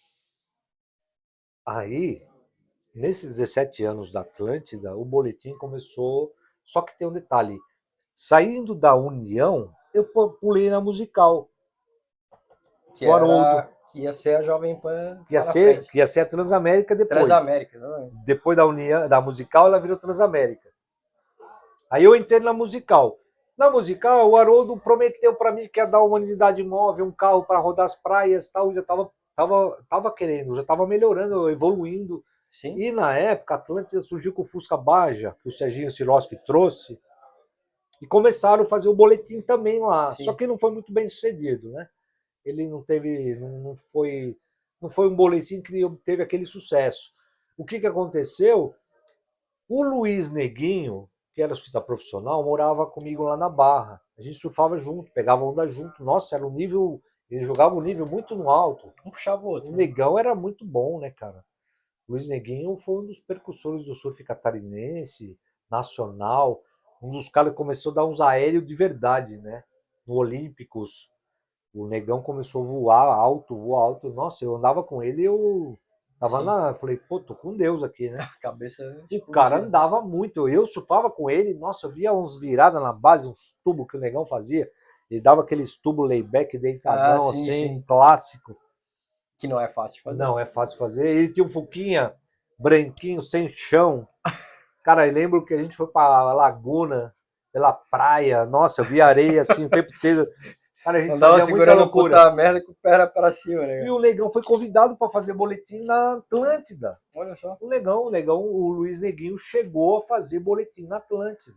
Aí, nesses dezessete anos da Atlântida, o boletim começou. Só que tem um detalhe: saindo da União, eu pu- pulei na musical. Que, O era, Haroldo. que ia ser a Jovem Pan Que ia, lá na ser, frente. que ia ser a Transamérica depois. Transamérica, exatamente. Depois da União, da musical, ela virou Transamérica. Aí eu entrei na musical. Na musical, o Haroldo prometeu para mim que ia dar uma unidade móvel, um carro para rodar as praias, tal. Eu já tava, tava, tava querendo, já estava melhorando, evoluindo. Sim. E na época, a Atlântida surgiu com o Fusca Baja, que o Serginho Siroski trouxe. E começaram a fazer o boletim também lá. Sim. Só que não foi muito bem sucedido, né? Ele não teve, não, não foi, não foi um boletim que teve aquele sucesso. O que que aconteceu? O Luiz Neguinho, que era surfista profissional, morava comigo lá na Barra. A gente surfava junto, pegava onda junto. Nossa, era um nível, ele jogava um nível muito no alto. Um puxava o outro. O né? Negão era muito bom, né, cara? O Luiz Neguinho foi um dos precursores do surf catarinense, nacional, um dos caras que começou a dar uns aéreos de verdade, né? No Olímpicos, o Negão começou a voar alto, voar alto. Nossa, eu andava com ele e eu tava Sim. na... Falei, pô, tô com Deus aqui, né? A cabeça O explodia. cara andava muito. Eu surfava com ele, nossa, eu via uns viradas na base, uns tubos que o Negão fazia. Ele dava aqueles tubos layback deitadão, Ah, sim, assim, sim. clássico. Que não é fácil de fazer. Não é fácil fazer. Ele tinha um Fuquinha branquinho, sem chão. Cara, eu lembro que a gente foi pra Laguna, pela praia. Nossa, eu via areia assim o tempo inteiro. Cara, a gente Andava fazia muita segurando o loucura. puta merda com o pé era pra cima, né? E o Negão foi convidado para fazer boletim na Atlântida. Olha só. O Negão, o Negão, o Luiz Neguinho chegou a fazer boletim na Atlântida.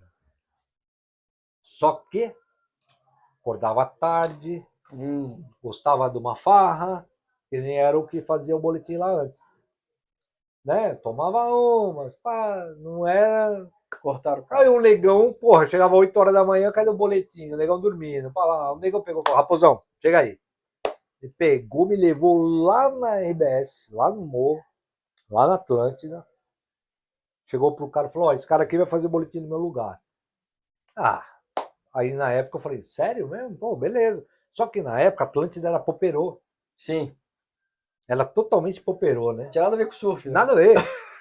Só que acordava tarde, Hum, gostava de uma farra, que nem era o que fazia o boletim lá antes. Né? Tomava umas, pá, não era. cortaram o cara. Aí o Negão, porra, chegava oito horas da manhã, cadê o boletim? O Negão dormindo. Pá, lá, o Negão pegou, falou, Raposão, chega aí. Ele pegou, me levou lá na R B S, lá no morro, lá na Atlântida. Chegou pro cara e falou, ó, esse cara aqui vai fazer boletim no meu lugar. Ah, aí na época eu falei, sério mesmo? Pô, beleza. Só que na época a Atlântida era poperô. Sim. Ela totalmente poperô, né? Tinha nada a ver com surf, né? Nada a ver.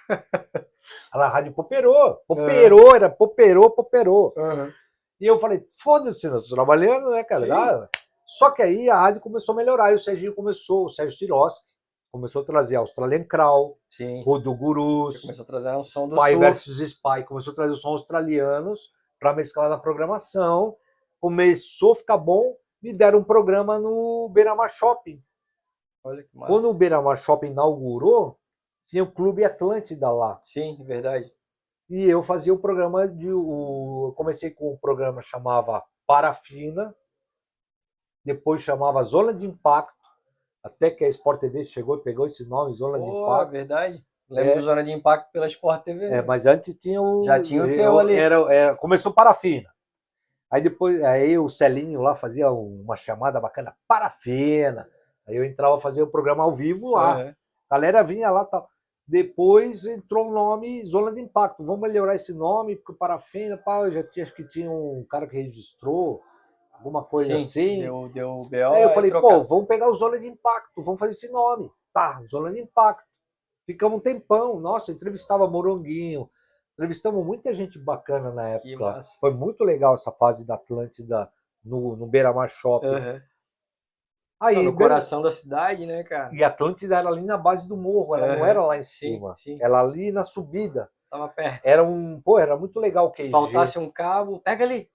Ela rádio poperô. Poperô, era poperô, poperô. Uhum. E eu falei, foda-se, eu tô trabalhando, né, cara? Sim. Ah, só que aí a rádio começou a melhorar. E o Serginho começou, o Sérgio Siroski, começou a trazer Australian Crawl, Sim. Rodo Gurus, Começou a trazer um som do Spy surf. versus Spy. Começou a trazer os sons australianos para mesclar na programação. Começou a ficar bom. Me deram um programa no Beira-Mar Shopping. Olha que massa. Quando o Beira-Mar Shopping inaugurou, tinha o Clube Atlântida lá. Sim, verdade. E eu fazia o programa de. O, eu comecei com um programa que chamava Parafina, depois chamava Zona de Impacto, até que a Sport T V chegou e pegou esse nome, Zona de Pô, Impacto. verdade. Lembro É. do Zona de Impacto pela Sport T V. É, né? mas antes tinha o. Já tinha o eu- teu ali. Era, era- começou Parafina. Aí depois, aí o Celinho lá fazia uma chamada bacana, Parafina. Aí eu entrava a fazer o programa ao vivo lá. Uhum. A galera vinha lá e tal. Depois entrou o nome Zona de Impacto. Vamos melhorar esse nome, porque Parafina, pá, eu já tinha, acho que tinha um cara que registrou, alguma coisa Sim, assim. deu, deu o B O. Aí eu falei, trocaram. pô, vamos pegar o Zona de Impacto, vamos fazer esse nome. Tá, Zona de Impacto. Ficamos um tempão. Nossa, entrevistava Moronguinho. Entrevistamos muita gente bacana na Que época. massa. Foi muito legal essa fase da Atlântida no, no Beira-Mar Shopping. Uhum. Aí, Não, no Beira- coração da cidade, né, cara? E a Atlântida era ali na base do morro, ela não Uhum. era lá em Sim, cima. sim. Ela ali na subida. Tava perto. Era um. Pô, era muito legal o Q G. Se faltasse um cabo, pega ali.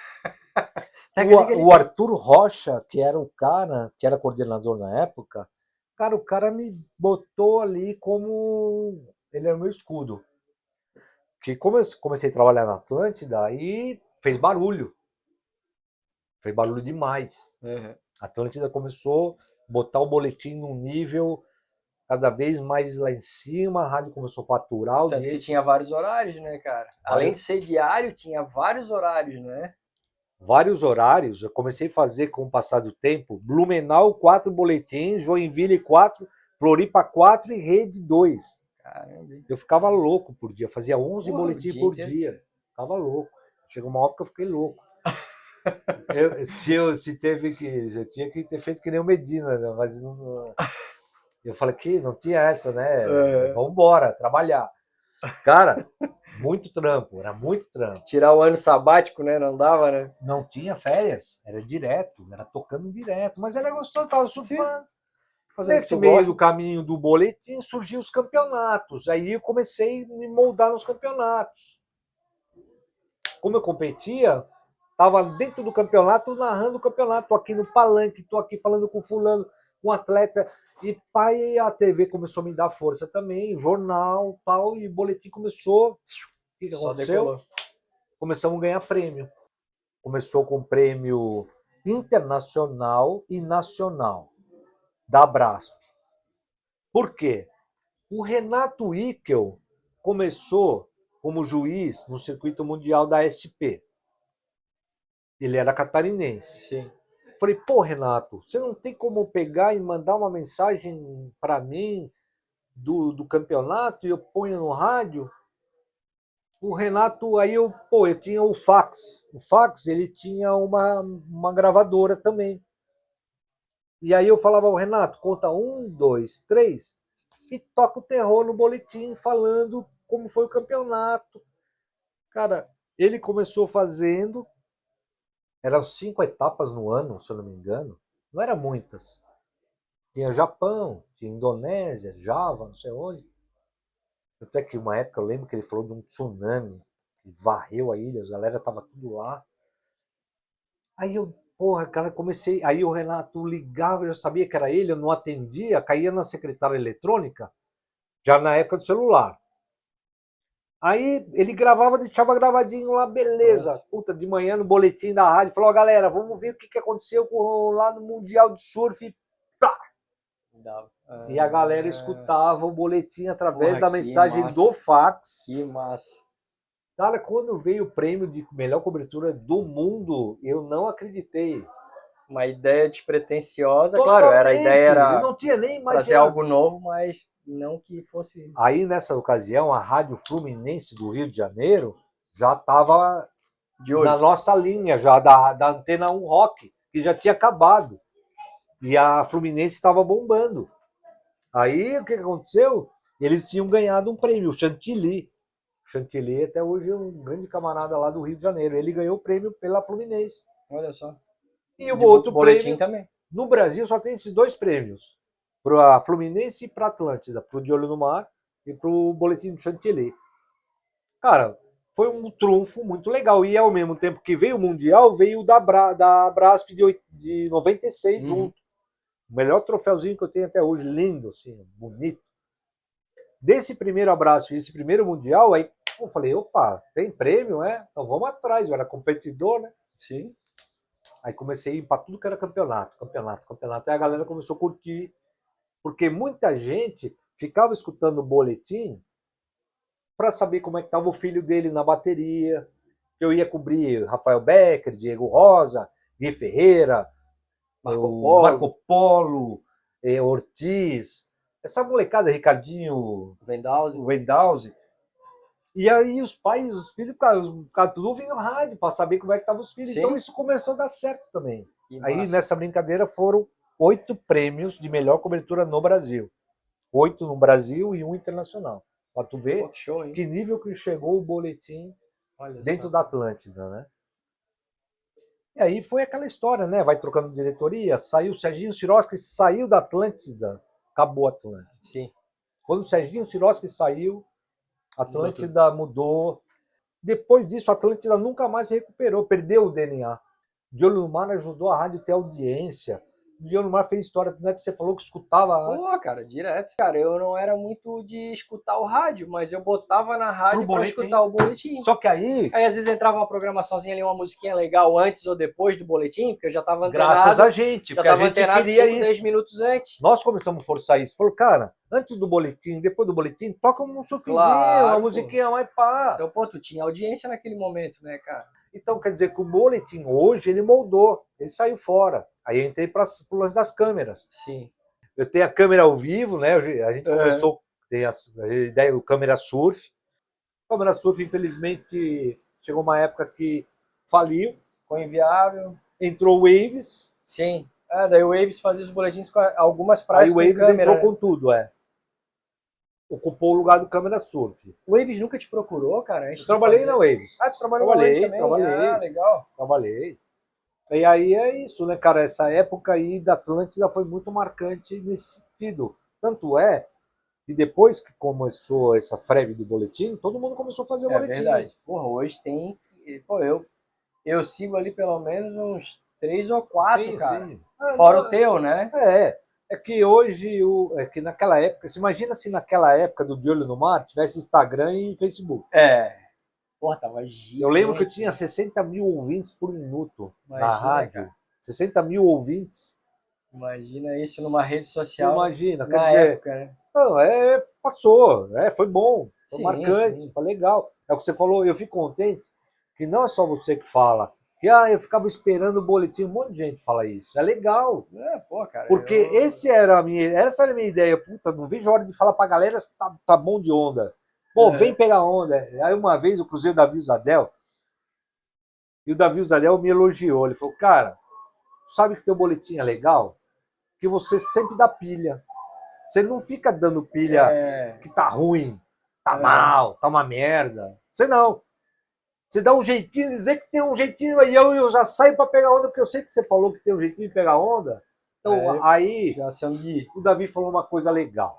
O, ali, ali. o Arthur Rocha, que era o cara, que era coordenador na época, cara, o cara me botou ali como. Ele era o meu escudo. Que como eu comecei a trabalhar na Atlântida, aí fez barulho. Fez barulho demais. Uhum. A Atlântida começou a botar o boletim num nível cada vez mais lá em cima, a rádio começou a faturar Tanto que audiência. tinha vários horários, né, cara? Além de ser diário, tinha vários horários, né? Vários horários, eu comecei a fazer com o passar do tempo, Blumenau quatro boletins, Joinville quatro, Floripa quatro e Rede dois. Caramba. hein? Eu ficava louco por dia, fazia onze Porra, boletins o dia por inteiro. dia. Ficava louco. Chegou uma hora que eu fiquei louco. eu, se eu se teve que. Eu tinha que ter feito que nem o Medina, né? Mas não, eu falei que não tinha essa, né? É. Vamos embora, trabalhar. Cara, muito trampo, era muito trampo. Tirar o ano sabático, né? Não dava, né? Não tinha férias, era direto, era tocando direto, mas era gostoso, tava surfando. Fazendo Nesse o que tu meio gosta. do caminho do boletim surgiu os campeonatos. Aí eu comecei a me moldar nos campeonatos. Como eu competia, estava dentro do campeonato, narrando o campeonato. Tô aqui no palanque, tô aqui falando com fulano, com um atleta. E pai, a T V começou a me dar força também, jornal, tal, e o boletim começou. O que, que Só aconteceu? decolou. Começamos a ganhar prêmio. começou com prêmio internacional e nacional da Abrasp. Por quê? O Renato Ickel começou como juiz no circuito mundial da S P. Ele era catarinense. Sim. Falei, pô, Renato, você não tem como pegar e mandar uma mensagem para mim do, do campeonato e eu ponho no rádio? O Renato, aí eu, pô, eu tinha o fax. O fax, ele tinha uma, uma gravadora também. E aí eu falava, o Renato, conta um, dois, três, e toca o terror no boletim falando como foi o campeonato. Cara, ele começou fazendo, eram cinco etapas no ano, se eu não me engano, não eram muitas. Tinha Japão, tinha Indonésia, Java, não sei onde. Até que uma época eu lembro que ele falou de um tsunami que varreu a ilha, a galera tava tudo lá. Aí eu, porra, cara, comecei. Aí o Renato ligava, eu já sabia que era ele, eu não atendia, caía na secretária eletrônica, já na época do celular. Aí ele gravava, deixava gravadinho lá, beleza. Nossa. Puta, de manhã no boletim da rádio, falou, ó, galera, vamos ver o que, que aconteceu com, lá no Mundial de Surf. Pá! E a galera escutava o boletim através Porra, da que mensagem massa. do fax. Que massa. Cara, quando veio o prêmio de melhor cobertura do mundo, eu não acreditei. Uma ideia despretensiosa, claro, era a ideia Eu era não tinha nem trazer imaginação. algo novo, mas não que fosse. Aí, nessa ocasião, a Rádio Fluminense do Rio de Janeiro já estava De olho. na nossa linha, já da, da Antena um Rock, que já tinha acabado. E a Fluminense estava bombando. Aí, o que aconteceu? Eles tinham ganhado um prêmio, o Chantilly. O Chantilly até hoje é um grande camarada lá do Rio de Janeiro. Ele ganhou o prêmio pela Fluminense. Olha só. E o De outro boletim prêmio, também. no Brasil só tem esses dois prêmios. Para a Fluminense e para a Atlântida. Para o De Olho no Mar e para o Boletim do Chantilly. Cara, foi um trunfo muito legal. E ao mesmo tempo que veio o Mundial, veio o da, Bra, da Brasp de, de noventa e seis Uhum. junto. O melhor troféuzinho que eu tenho até hoje. Lindo, assim, bonito. Desse primeiro abraço e esse primeiro Mundial, aí eu falei, opa, tem prêmio, é? Então vamos atrás. Eu era competidor, né? Sim. Aí comecei a ir para tudo que era campeonato, campeonato, campeonato. Aí a galera começou a curtir, porque muita gente ficava escutando o boletim para saber como é que estava o filho dele na bateria. Eu ia cobrir Rafael Becker, Diego Rosa, Gui Ferreira, Marco o Polo. Marco Polo, eh, Ortiz, essa molecada, Ricardinho, Vendausen. Wendausen. E aí os pais, os filhos ficavam, ficavam tudo ouvindo rádio para saber como é que estavam os filhos. Sim. Então isso começou a dar certo também. Que Aí massa. nessa brincadeira foram oito prêmios de melhor cobertura no Brasil. Oito no Brasil e um internacional. Para tu ver Pô, que show, hein? que nível que chegou o boletim Olha dentro só. da Atlântida, né? E aí foi aquela história, né? Vai trocando diretoria, saiu o Serginho Sirotsky, saiu da Atlântida, acabou a Atlântida. Sim. Quando o Serginho Sirotsky saiu, a Atlântida mudou. Depois disso, a Atlântida nunca mais se recuperou, perdeu o D N A. De Olho no Mar ajudou a rádio a ter audiência. De Olho no Mar fez história, não é que você falou que escutava. Pô, cara, direto. Cara, eu não era muito de escutar o rádio, mas eu botava na rádio Pro pra boletim. escutar o boletim. Só que aí, Aí às vezes entrava uma programaçãozinha ali, uma musiquinha legal antes ou depois do boletim, porque eu já tava antenado. graças a gente, já porque a tava gente antenado queria cinco, dez isso. minutos antes. Nós começamos a forçar isso. Falou, cara, antes do boletim, depois do boletim, toca um surfzinho, Claro, uma pô. musiquinha mais pá. Então, pô, tu tinha audiência naquele momento, né, cara? Então, quer dizer que o boletim hoje, ele moldou, ele saiu fora. Aí eu entrei para o lance das câmeras. Sim. Eu tenho a câmera ao vivo, né? A gente É. começou, tem a, a ideia do câmera surf. Câmera surf, infelizmente, chegou uma época que faliu. Ficou inviável. Entrou o Waves. Sim. Ah, daí o Waves fazia os boletins com algumas Aí praias o com Waves câmera, entrou né? com tudo, é. Ocupou o lugar do câmera surf. O Waves nunca te procurou, cara? Antes Eu de trabalhei fazer? na Waves. Ah, tu trabalhou Trabalhei, na Waves também? trabalhei. Ah, legal. Trabalhei. E aí é isso, né, cara? Essa época aí da Atlântida foi muito marcante nesse sentido. Tanto é que depois que começou essa freve do boletim, todo mundo começou a fazer o É boletim. verdade. Porra, hoje tem... Pô, eu, eu sigo ali pelo menos uns três ou quatro, Sim, cara. sim. Ah, Fora não, o teu, né? É, é que hoje, o, é que naquela época, você imagina se naquela época do De Olho no Mar tivesse Instagram e Facebook. É. Pô, tava gigante. Eu lembro que eu tinha sessenta mil ouvintes por minuto Imagina, na rádio. cara. sessenta mil ouvintes. Imagina isso numa rede social. Imagina, quer na dizer, época, né? não, é, passou, é, foi bom, foi Sim, marcante, sim. foi legal. É o que você falou, eu fico contente que não é só você que fala, que ah, eu ficava esperando o boletim, um monte de gente fala isso. É legal. É, pô, cara. Porque eu... esse era a minha, essa era a minha ideia. Puta, não vejo a hora de falar pra galera se tá, tá bom de onda. Pô, Uhum. vem pegar onda. Aí uma vez eu cruzei o Davi Zadel e o Davi Zadel me elogiou. Ele falou, cara, sabe que teu boletim é legal? Que você sempre dá pilha. Você não fica dando pilha É... que tá ruim, tá É. mal, tá uma merda. Você não. Você dá um jeitinho, dizer que tem um jeitinho, e eu, eu já saio pra pegar onda, porque eu sei que você falou que tem um jeitinho de pegar onda. Então, É, aí, já sei de... o Davi falou uma coisa legal.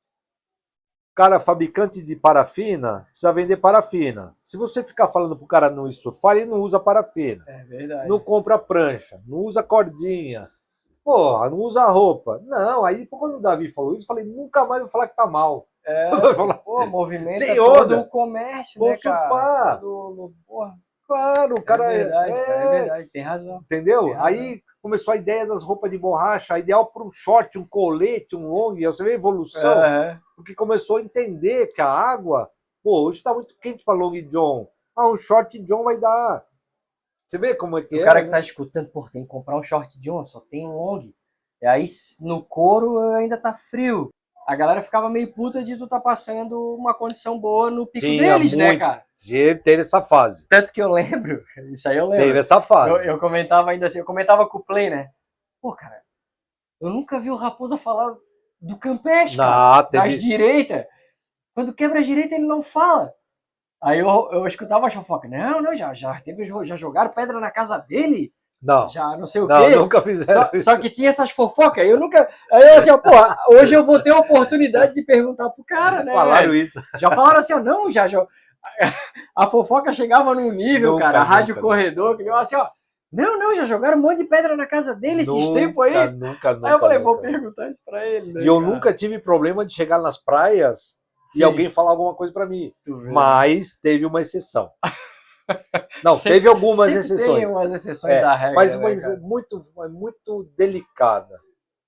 Cara, fabricante de parafina, precisa vender parafina. Se você ficar falando pro cara não surfar, ele não usa parafina. É verdade. Não compra prancha, não usa cordinha. Porra, não usa roupa. Não, aí quando o Davi falou isso, eu falei, nunca mais vou falar que tá mal. É, pô, movimenta Tem todo onda. o comércio, Vou né, cara? surfar. Todo, porra, Claro, o cara é verdade, é... cara, é verdade, tem razão. Entendeu? Tem razão. Aí começou a ideia das roupas de borracha, ideal para um short, um colete, um long, você vê a evolução, É. porque começou a entender que a água, pô, hoje tá muito quente para long john, ah, um short john vai dar. Você vê como é que O é? cara que né? tá escutando, pô, tem que comprar um short de onça, só tem long. E aí no couro ainda tá frio. A galera ficava meio puta de tu tá passando uma condição boa no pico Tinha deles, né, muito. cara? Teve essa fase. Tanto que eu lembro, isso aí eu lembro. Teve essa fase. Eu, eu comentava ainda assim, eu comentava com o Play, né? Pô, cara, eu nunca vi o Raposa falar do Campeche, cara, Não, teve... das direitas. Quando quebra a direita, ele não fala. Aí eu, eu escutava a fofoca. Não, não, já, já, teve, já jogaram pedra na casa dele? Não. Já não sei o Não, quê. nunca fizeram Só, isso. só que tinha essas fofocas. Eu nunca. Aí eu assim, ó, pô, hoje eu vou ter a oportunidade de perguntar pro cara, né? Falaram velho? isso. Já falaram assim, ó, não, já. já a fofoca chegava num nível, Nunca, cara, a Rádio nunca, Corredor, que eu assim, ó. Não, não, já jogaram um monte de pedra na casa dele esses Nunca, tempos aí. nunca, nunca. Aí eu falei, nunca. vou perguntar isso pra ele. Né, E eu cara? nunca tive problema de chegar nas praias Sim. e alguém falar alguma coisa pra mim. Tu vê. Mas teve uma exceção. Não, Sempre- teve algumas sempre exceções. Tem umas exceções É, da regra. mas né, mas cara? é muito, é muito delicada.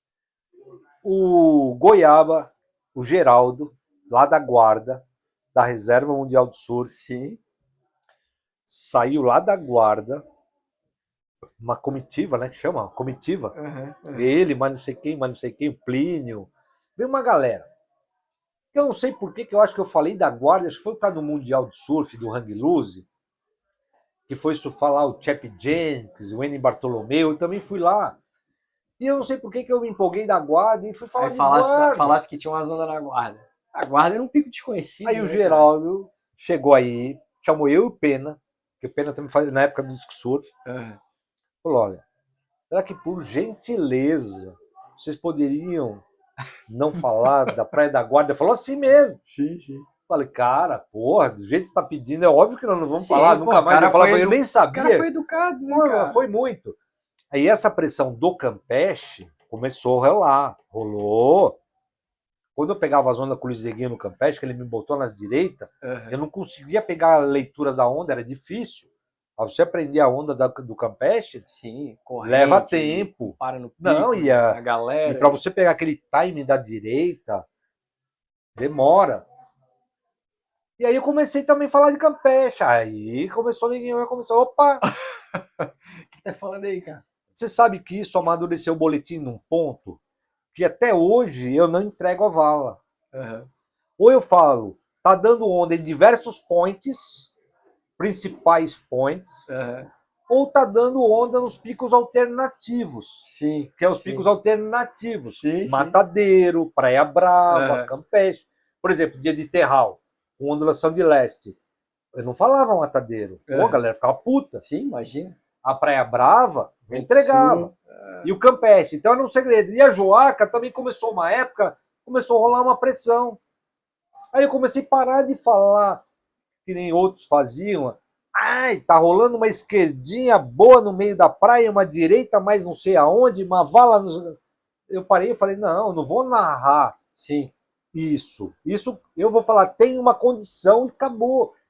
O Goiaba, o Geraldo, lá da guarda, da Reserva Mundial do Surf, Sim. saiu lá da guarda, uma comitiva, né? Que chama? Comitiva. Uhum, uhum. Ele, mais não sei quem, mais não sei quem, o Plínio. Veio uma galera. Eu não sei por que que eu acho que eu falei da guarda, acho que foi por causa do Mundial de Surf, do Hang Loose, que foi surfar lá o Chap Jenkins, o N. Bartolomeu, eu também fui lá. E eu não sei por que que eu me empolguei da guarda e fui falar Aí de falasse, guarda. falasse que tinha uma zona na guarda. A guarda era um pico desconhecido. Aí né, o cara? Geraldo chegou aí, chamou eu e o Pena, que o Pena também fazia na época do disco surf, Uhum. falou, olha, será que por gentileza vocês poderiam não falar da Praia da Guarda? Falou assim mesmo. Sim, sim. Falei, cara, porra, do jeito que você tá pedindo, é óbvio que nós não vamos Sim, falar, pô, nunca o mais cara eu falar, foi eu edu- nem O sabia. cara foi educado, né, Pô, cara? foi muito. Aí essa pressão do Campeche começou a rolar, rolou. Quando eu pegava a zona com o Luiz Zeguinho no Campeche, que ele me botou nas direitas, Uhum. eu não conseguia pegar a leitura da onda, era difícil. Pra você aprender a onda da- do Campeche, Sim, corrente. leva tempo. Para no pico, Não, e a- a galera. E para você pegar aquele time da direita, demora. E aí eu comecei também a falar de Campeche. Aí começou ninguém, começou, opa, O que tá falando aí, cara? você sabe que isso amadureceu o boletim num ponto que até hoje eu não entrego a vala. Uhum. Ou eu falo, tá dando onda em diversos points, principais points, Uhum. ou tá dando onda nos picos alternativos, Sim. que é os sim. picos alternativos. Sim, sim. Matadeiro, Praia Brava, Uhum. Campeche. Por exemplo, dia de Terral, com ondulação de leste. Eu não falava Matadeiro. Pô, a Uhum. galera ficava puta. Sim, imagina. A Praia Brava, eu Vento entregava. sul. E o Campeche. Então era um segredo. E a Joaca também começou uma época, começou a rolar uma pressão. Aí eu comecei a parar de falar que nem outros faziam. Ai, tá rolando uma esquerdinha boa no meio da praia, uma direita mais não sei aonde, uma vala... No... Eu parei e falei, não, eu não vou narrar Sim. isso. Isso eu vou falar, tem uma condição e acabou.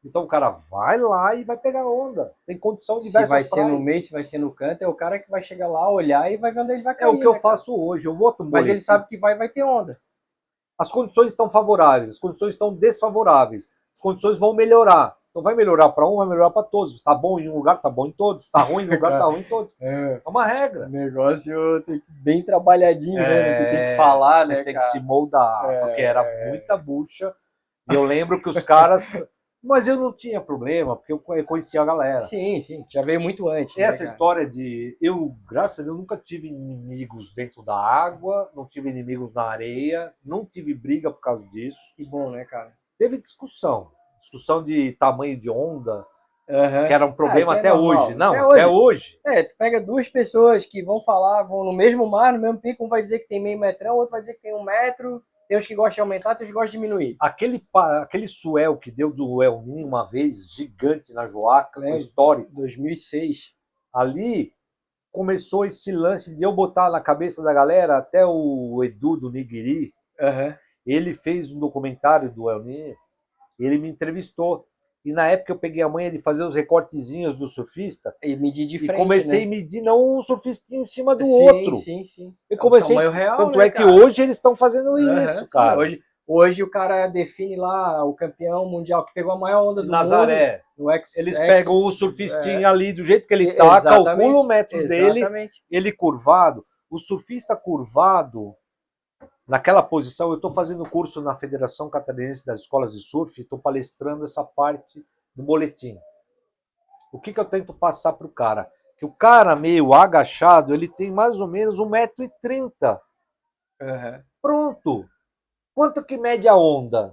Então o cara vai lá e vai pegar onda. Tem condição de Se diversas vai ser praias. no meio, se vai ser no canto, é o cara que vai chegar lá, olhar e vai ver onde ele vai É cair. o que eu né, cara? faço hoje. Eu boto um Mas ele boletim. sabe que vai, vai ter onda. As condições estão favoráveis, as condições estão desfavoráveis. As condições vão melhorar. Então vai melhorar para um, vai melhorar para todos. Está bom em um lugar, está bom em todos. Está ruim em um lugar, está ruim em todos. É. É uma regra. O negócio tem que bem trabalhadinho, né? É, Que tem que falar, você né, tem cara? que se moldar, É, porque era muita bucha. E eu lembro que os caras... Mas eu não tinha problema, porque eu conhecia a galera. Sim, sim. Já veio muito antes. Essa né, história de... Eu, graças a Deus, nunca tive inimigos dentro da água, não tive inimigos na areia, não tive briga por causa disso. Que bom, né, cara? Teve discussão. Discussão de tamanho de onda, Uhum. que era um problema Ah, até normal. hoje. Não, até, até hoje. hoje. É, tu pega duas pessoas que vão falar, vão no mesmo mar, no mesmo pico, um vai dizer que tem meio metrão, outro vai dizer que tem um metro, tem os que gostam de aumentar, tem os que gostam de diminuir. Aquele, aquele suel que deu do El Ninho uma vez, gigante na Joaca, foi histórico. dois mil e seis. Ali começou esse lance de eu botar na cabeça da galera, até o Edu do Nigiri, uhum. ele fez um documentário do El Ninho, ele me entrevistou. E na época eu peguei a manha de fazer os recortezinhos do surfista. E medir de frente, e comecei né? a medir não um surfista em cima do sim, outro. Sim, sim, E comecei, é um real, tanto né, é que cara? hoje eles estão fazendo uhum, isso, sim, cara. Hoje, hoje o cara define lá o campeão mundial que pegou a maior onda do Nazaré. mundo. X, eles X, pegam o surfistinho é. ali do jeito que ele tá, calcula o metro exatamente. dele, ele curvado. O surfista curvado, naquela posição, eu estou fazendo curso na Federação Catarinense das Escolas de Surf, estou palestrando essa parte do boletim. O que, que eu tento passar para o cara? Que o cara meio agachado, ele tem mais ou menos um metro e trinta. Uhum. Pronto. Quanto que mede a onda?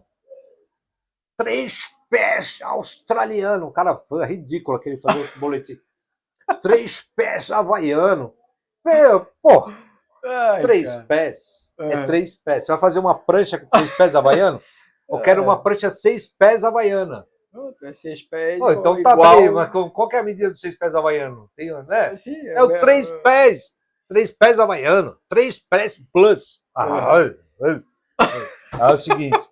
Três pés australiano. O cara foi ridículo aquele fazer o boletim. Três pés havaiano. Meu, pô, Ai, três cara. pés. Uhum. É três pés. Você vai fazer uma prancha com três pés havaiano? Eu quero uma prancha seis pés havaiana. É seis pés. Oh, então igual... tá bem, mas qual que é a medida dos seis pés havaiano? Tem, né? Sim, é, é o três é... pés. Três pés havaiano. Três pés plus. Ah, uhum. É o seguinte.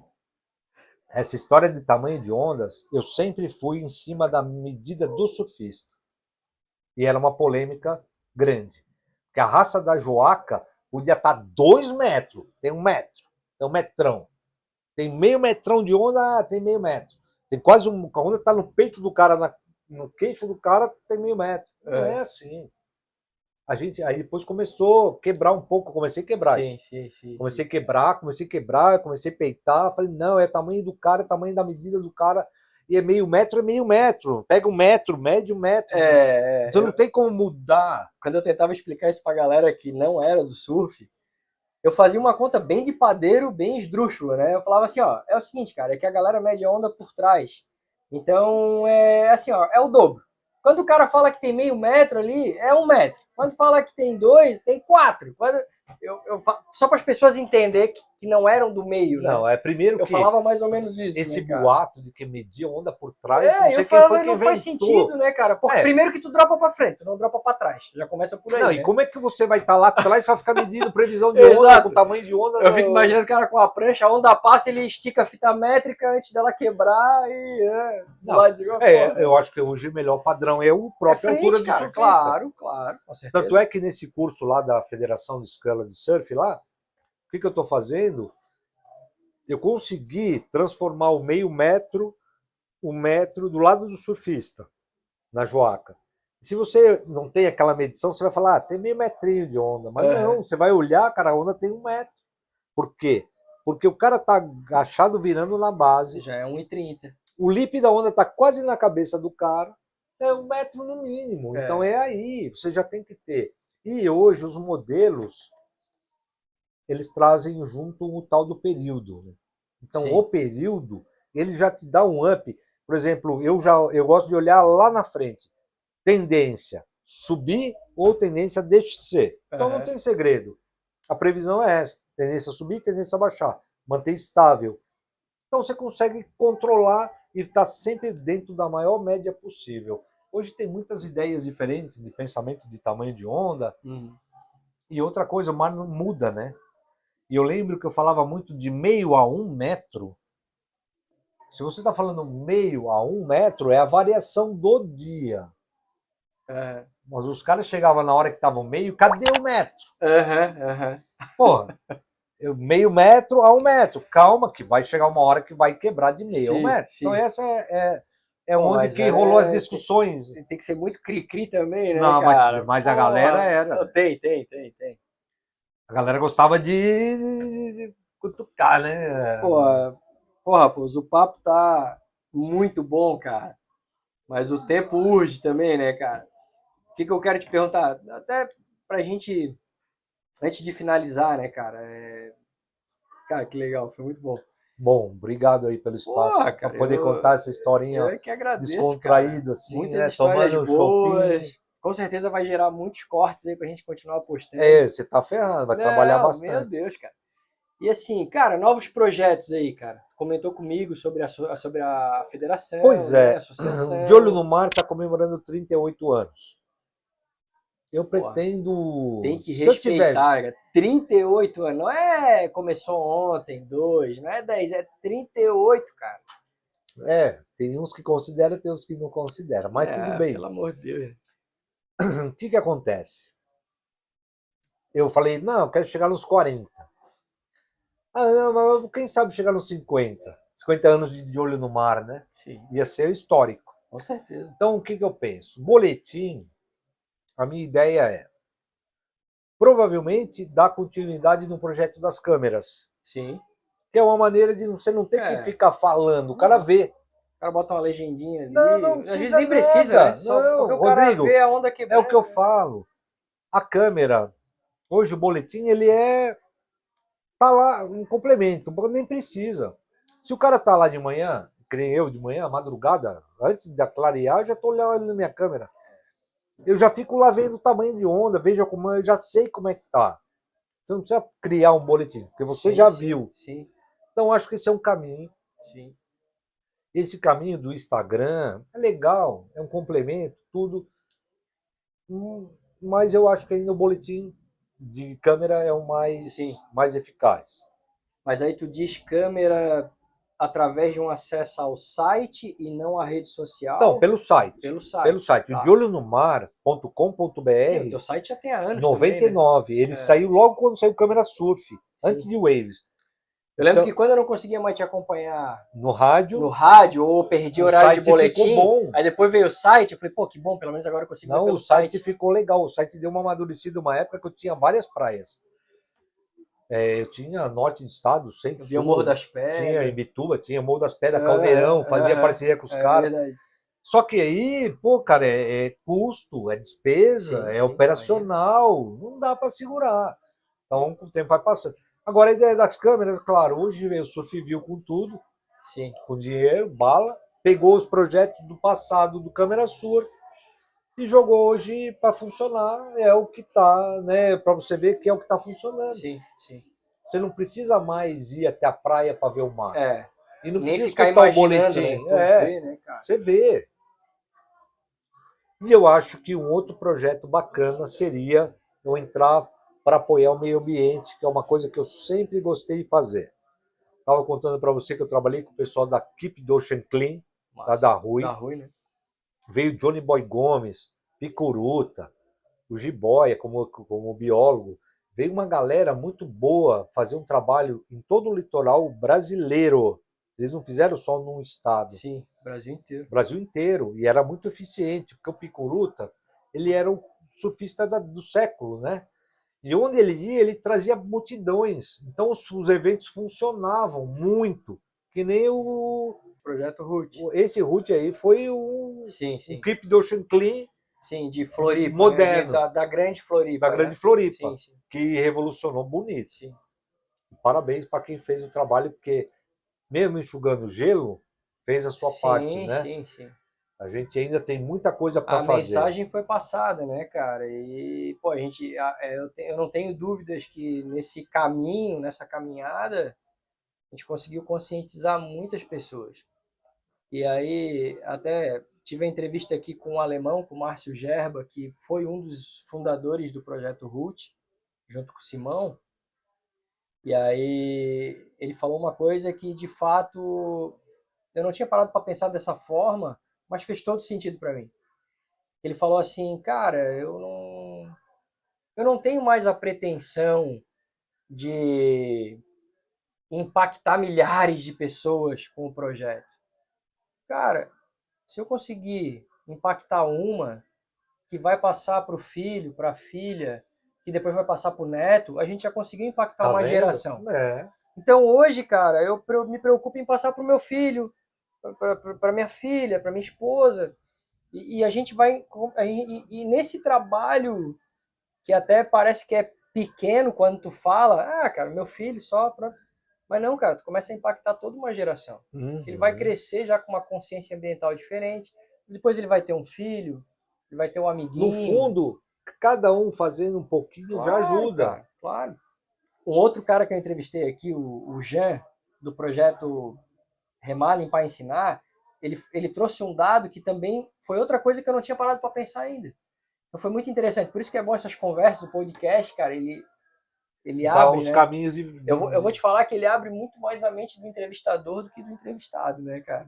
Essa história de tamanho de ondas, eu sempre fui em cima da medida do surfista. E era uma polêmica grande. Porque a raça da Joaca podia estar dois metros. Tem um metro. Tem um metrão. Tem meio metrão de onda, tem meio metro. Tem quase um. A onda está no peito do cara, na, no queixo do cara, tem meio metro. Não é, é assim. A gente, aí depois começou a quebrar um pouco, eu comecei a quebrar sim, isso. Sim, sim, comecei sim. a quebrar, comecei a quebrar, comecei a peitar. Falei, não, é tamanho do cara, é tamanho da medida do cara. E é meio metro, é meio metro. Pega um metro, mede um metro. É, Você eu, não tem como mudar. Quando eu tentava explicar isso pra galera que não era do surf, eu fazia uma conta bem de padeiro, bem esdrúxula, né? Eu falava assim, ó, é o seguinte, cara, é que a galera mede a onda por trás. Então, é assim, ó, é o dobro. Quando o cara fala que tem meio metro ali, é um metro. Quando fala que tem dois, tem quatro. Quando eu, eu, só para as pessoas entenderem que, que não eram do meio, né? Não, é primeiro eu que... Eu falava mais ou menos isso, Esse né, boato de que media onda por trás, é, não sei eu quem falava, foi que não inventou. faz sentido, né, cara? Porque é. primeiro que tu dropa para frente, tu não dropa para trás. Já começa por aí, Não, né? e como é que você vai estar lá atrás para ficar medindo previsão de onda, com tamanho de onda? Eu no... fico imaginando o cara com a prancha, a onda passa, ele estica a fita métrica antes dela quebrar e... É, não, lá de... é, eu acho que hoje o melhor padrão é o próprio é frente, altura do cara, surfista. Claro, claro, com certeza. Tanto é que nesse curso lá da Federação de Escola de Surf lá, o que, que eu estou fazendo? Eu consegui transformar o meio metro, o metro do lado do surfista, na Joaca. Se você não tem aquela medição, você vai falar, ah, tem meio metrinho de onda. Mas uhum. não, você vai olhar, cara, a onda tem um metro. Por quê? Porque o cara tá agachado virando na base. Já é um e trinta. O lip da onda tá quase na cabeça do cara. É um metro no mínimo. É. Então é aí, você já tem que ter. E hoje os modelos, eles trazem junto o tal do período. Né? Então Sim. o período, ele já te dá um up. Por exemplo, eu, já, eu gosto de olhar lá na frente. Tendência, subir ou tendência descer. Então uhum. não tem segredo. A previsão é essa. Tendência a subir, tendência a baixar. Manter estável. Então você consegue controlar e estar sempre dentro da maior média possível. Hoje tem muitas ideias diferentes de pensamento de tamanho de onda. Uhum. E outra coisa, o mar não muda, né? E eu lembro que eu falava muito de meio a um metro. Se você está falando meio a um metro, é a variação do dia. Aham, Mas os caras chegavam na hora que estavam meio, cadê o metro? aham, aham. Porra, eu, meio metro a um metro. Calma, que vai chegar uma hora que vai quebrar de meio a um Sim, metro. sim. Então essa é, é, é Pô, onde mas que é- rolou as discussões. Tem que ser muito cri-cri também, né, Não, mas, cara? mas a Porra. galera era. Não, tem, tem, tem, tem. A galera gostava de, de cutucar, né? Porra, porra, pô, o papo tá muito bom, cara. Mas o tempo urge também, né, cara? O que, que eu quero te perguntar? Até pra gente, antes de finalizar, né, cara? É... Cara, que legal, foi muito bom. Bom, obrigado aí pelo Porra, espaço para cara, poder eu, contar essa eu historinha é que agradeço, cara. descontraído, assim, Muitas né? histórias Tomando um choppinho. boas. Com certeza vai gerar muitos cortes aí pra gente continuar postando. É, você tá ferrado, vai trabalhar Não, meu bastante. Deus, cara. E assim, cara, novos projetos aí, cara. Comentou comigo sobre a, so- sobre a federação, Pois né? é, Associação. De Olho no Mar está comemorando trinta e oito anos. Eu Porra, pretendo, tem que se eu tiver, respeitar, cara. trinta e oito anos. Não é começou ontem, dois, não é dez, é trinta e oito, cara. é, tem uns que consideram, tem uns que não consideram, mas tudo É, bem. pelo amor de Deus. O que que acontece? Eu falei, não, eu quero chegar nos quarenta. Ah, não, mas quem sabe chegar nos cinquenta? cinquenta anos de De Olho no Mar, né? Sim, Ia ser histórico. com certeza. Então, o que que eu penso? Boletim, a minha ideia é, provavelmente, dar continuidade no projeto das câmeras. Sim. Que é uma maneira de você não ter É. que ficar falando, o cara vê. O cara bota uma legendinha ali. Não, não Às vezes precisa nem precisa, nada. né? Só Não, porque o Rodrigo, cara vê a onda É quebrando. o que eu falo. A câmera, hoje o boletim, ele é. Tá lá, um complemento, nem precisa. Se o cara tá lá de manhã, que nem eu de manhã, madrugada, antes de clarear, eu já tô olhando na minha câmera. Eu já fico lá vendo o tamanho de onda, vejo como eu já sei como é que tá. Você não precisa criar um boletim, porque você Sim, já sim, viu. Sim, Então acho que esse é um caminho. sim. Esse caminho do Instagram é legal, é um complemento, tudo. Hum, Mas eu acho que ainda o boletim de câmera é o mais, Sim. mais eficaz. Mas aí tu diz câmera através de um acesso ao site e não à rede social? Então, pelo site. Pelo site. Pelo site, Tá. o de olho no mar ponto com ponto b r. Sim, o teu site já tem há anos noventa e nove. também, né? Ele É. saiu logo quando saiu câmera surf, Sim. antes de Waves. Eu lembro Então, que quando eu não conseguia mais te acompanhar no rádio, no rádio ou perdi o horário de site boletim, ficou bom. aí depois veio o site, eu falei, pô, que bom, pelo menos agora eu consigo ver Não, pelo o site, site. ficou legal. O site deu uma amadurecida uma época que eu tinha várias praias. É, eu tinha norte do estado, centro, Eu vi o sul, Morro das Pedras. tinha Ibituba, tinha Morro das Pedras, É, Caldeirão, é, fazia é, parceria com os é caras. verdade. Só que aí, pô, cara, é, é custo, é despesa, Sim, é sim, operacional, não dá para segurar. Então, o tempo vai passando. Agora, a ideia das câmeras, claro, hoje veio o Surf View com tudo, Sim. com dinheiro, bala, pegou os projetos do passado do Câmera Surf e jogou hoje para funcionar. É o que tá, né? Para você ver que é o que tá funcionando. Sim, sim. Você não precisa mais ir até a praia para ver o mar. É. E não Nem precisa ficar escutar o imaginando, boletim. né? Tu É, vê, né, cara? você vê. E eu acho que um outro projeto bacana seria eu entrar para apoiar o meio ambiente, que é uma coisa que eu sempre gostei de fazer. Estava contando para você que eu trabalhei com o pessoal da Keep the Ocean Clean, da, da Rui. Da Rui, né? Veio Johnny Boy Gomes, Picuruta, o Jiboia como, como biólogo. Veio uma galera muito boa fazer um trabalho em todo o litoral brasileiro. Eles não fizeram só num estado. Sim, Brasil inteiro. Brasil inteiro. E era muito eficiente, porque o Picuruta, ele era o surfista da, do século, né? E onde ele ia, ele trazia multidões. Então os, os eventos funcionavam muito. Que nem o... Projeto Root. Esse Root aí foi um, Sim, sim. um Keep the Ocean Clean Sim, de Floripa. moderno. Né? De, da, da grande Floripa. Da grande né? Floripa. Sim, sim. Que revolucionou bonito. Sim. Parabéns para quem fez o trabalho, porque mesmo enxugando gelo, fez a sua sim, parte, né? Sim, sim. A gente ainda tem muita coisa para fazer. A mensagem foi passada, né, cara? E, pô, a gente, eu, te, eu não tenho dúvidas que nesse caminho, nessa caminhada, a gente conseguiu conscientizar muitas pessoas. E aí, até tive a entrevista aqui com um alemão, com o Márcio Gerba, que foi um dos fundadores do projeto Root, junto com o Simão. E aí, ele falou uma coisa que, de fato, eu não tinha parado para pensar dessa forma, mas fez todo sentido para mim. Ele falou assim, cara, eu não, eu não tenho mais a pretensão de impactar milhares de pessoas com o projeto. Cara, se eu conseguir impactar uma, que vai passar para o filho, para a filha, que depois vai passar para o neto, a gente já conseguiu impactar Tá uma vendo? geração. É. Então hoje, cara, eu pre- me preocupo em passar para o meu filho, para minha filha, para minha esposa. E, e a gente vai. E, e nesse trabalho, que até parece que é pequeno quando tu fala, ah, cara, meu filho só. Pronto. Mas não, cara, tu começa a impactar toda uma geração. Uhum. Ele vai crescer já com uma consciência ambiental diferente. Depois ele vai ter um filho, ele vai ter um amiguinho. No fundo, cada um fazendo um pouquinho Claro, já ajuda. Cara, claro. Um outro cara que eu entrevistei aqui, o, o Jean, do projeto Remar, Limpar, Ensinar, ele, ele trouxe um dado que também foi outra coisa que eu não tinha parado para pensar ainda. Então foi muito interessante. Por isso que é bom essas conversas, o podcast, cara, ele, ele Dá abre, uns né? caminhos de... Eu vou, eu vou te falar que ele abre muito mais a mente do entrevistador do que do entrevistado, né, cara?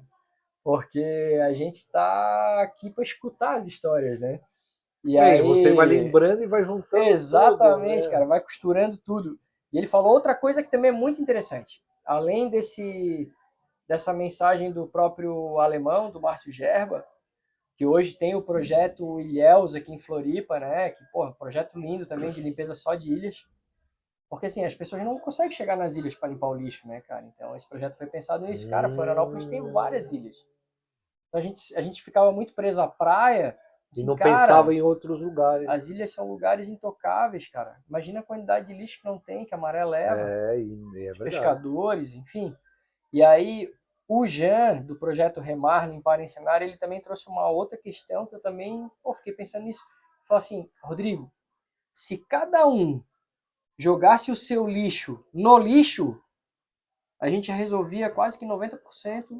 Porque a gente tá aqui para escutar as histórias, né? E é, aí você vai lembrando e vai juntando exatamente, tudo, né? cara, vai costurando tudo. E ele falou outra coisa que também é muito interessante. Além desse dessa mensagem do próprio alemão, do Márcio Gerba, que hoje tem o projeto Ilhéus aqui em Floripa, né? Que, pô, projeto lindo também de limpeza só de ilhas. Porque, assim, as pessoas não conseguem chegar nas ilhas para limpar o lixo, né, cara? Então, esse projeto foi pensado nisso. Cara, Florianópolis tem várias ilhas. Então, a gente, a gente ficava muito preso à praia. Assim, e não cara, pensava em outros lugares. As ilhas são lugares intocáveis, cara. Imagina a quantidade de lixo que não tem, que a maré leva. É, e é os verdade. Pescadores, enfim. E aí, o Jean, do projeto Remar, Limpar, Ensinar, ele também trouxe uma outra questão que eu também pô, fiquei pensando nisso. Ele falou assim, Rodrigo, se cada um jogasse o seu lixo no lixo, a gente resolvia quase que noventa por cento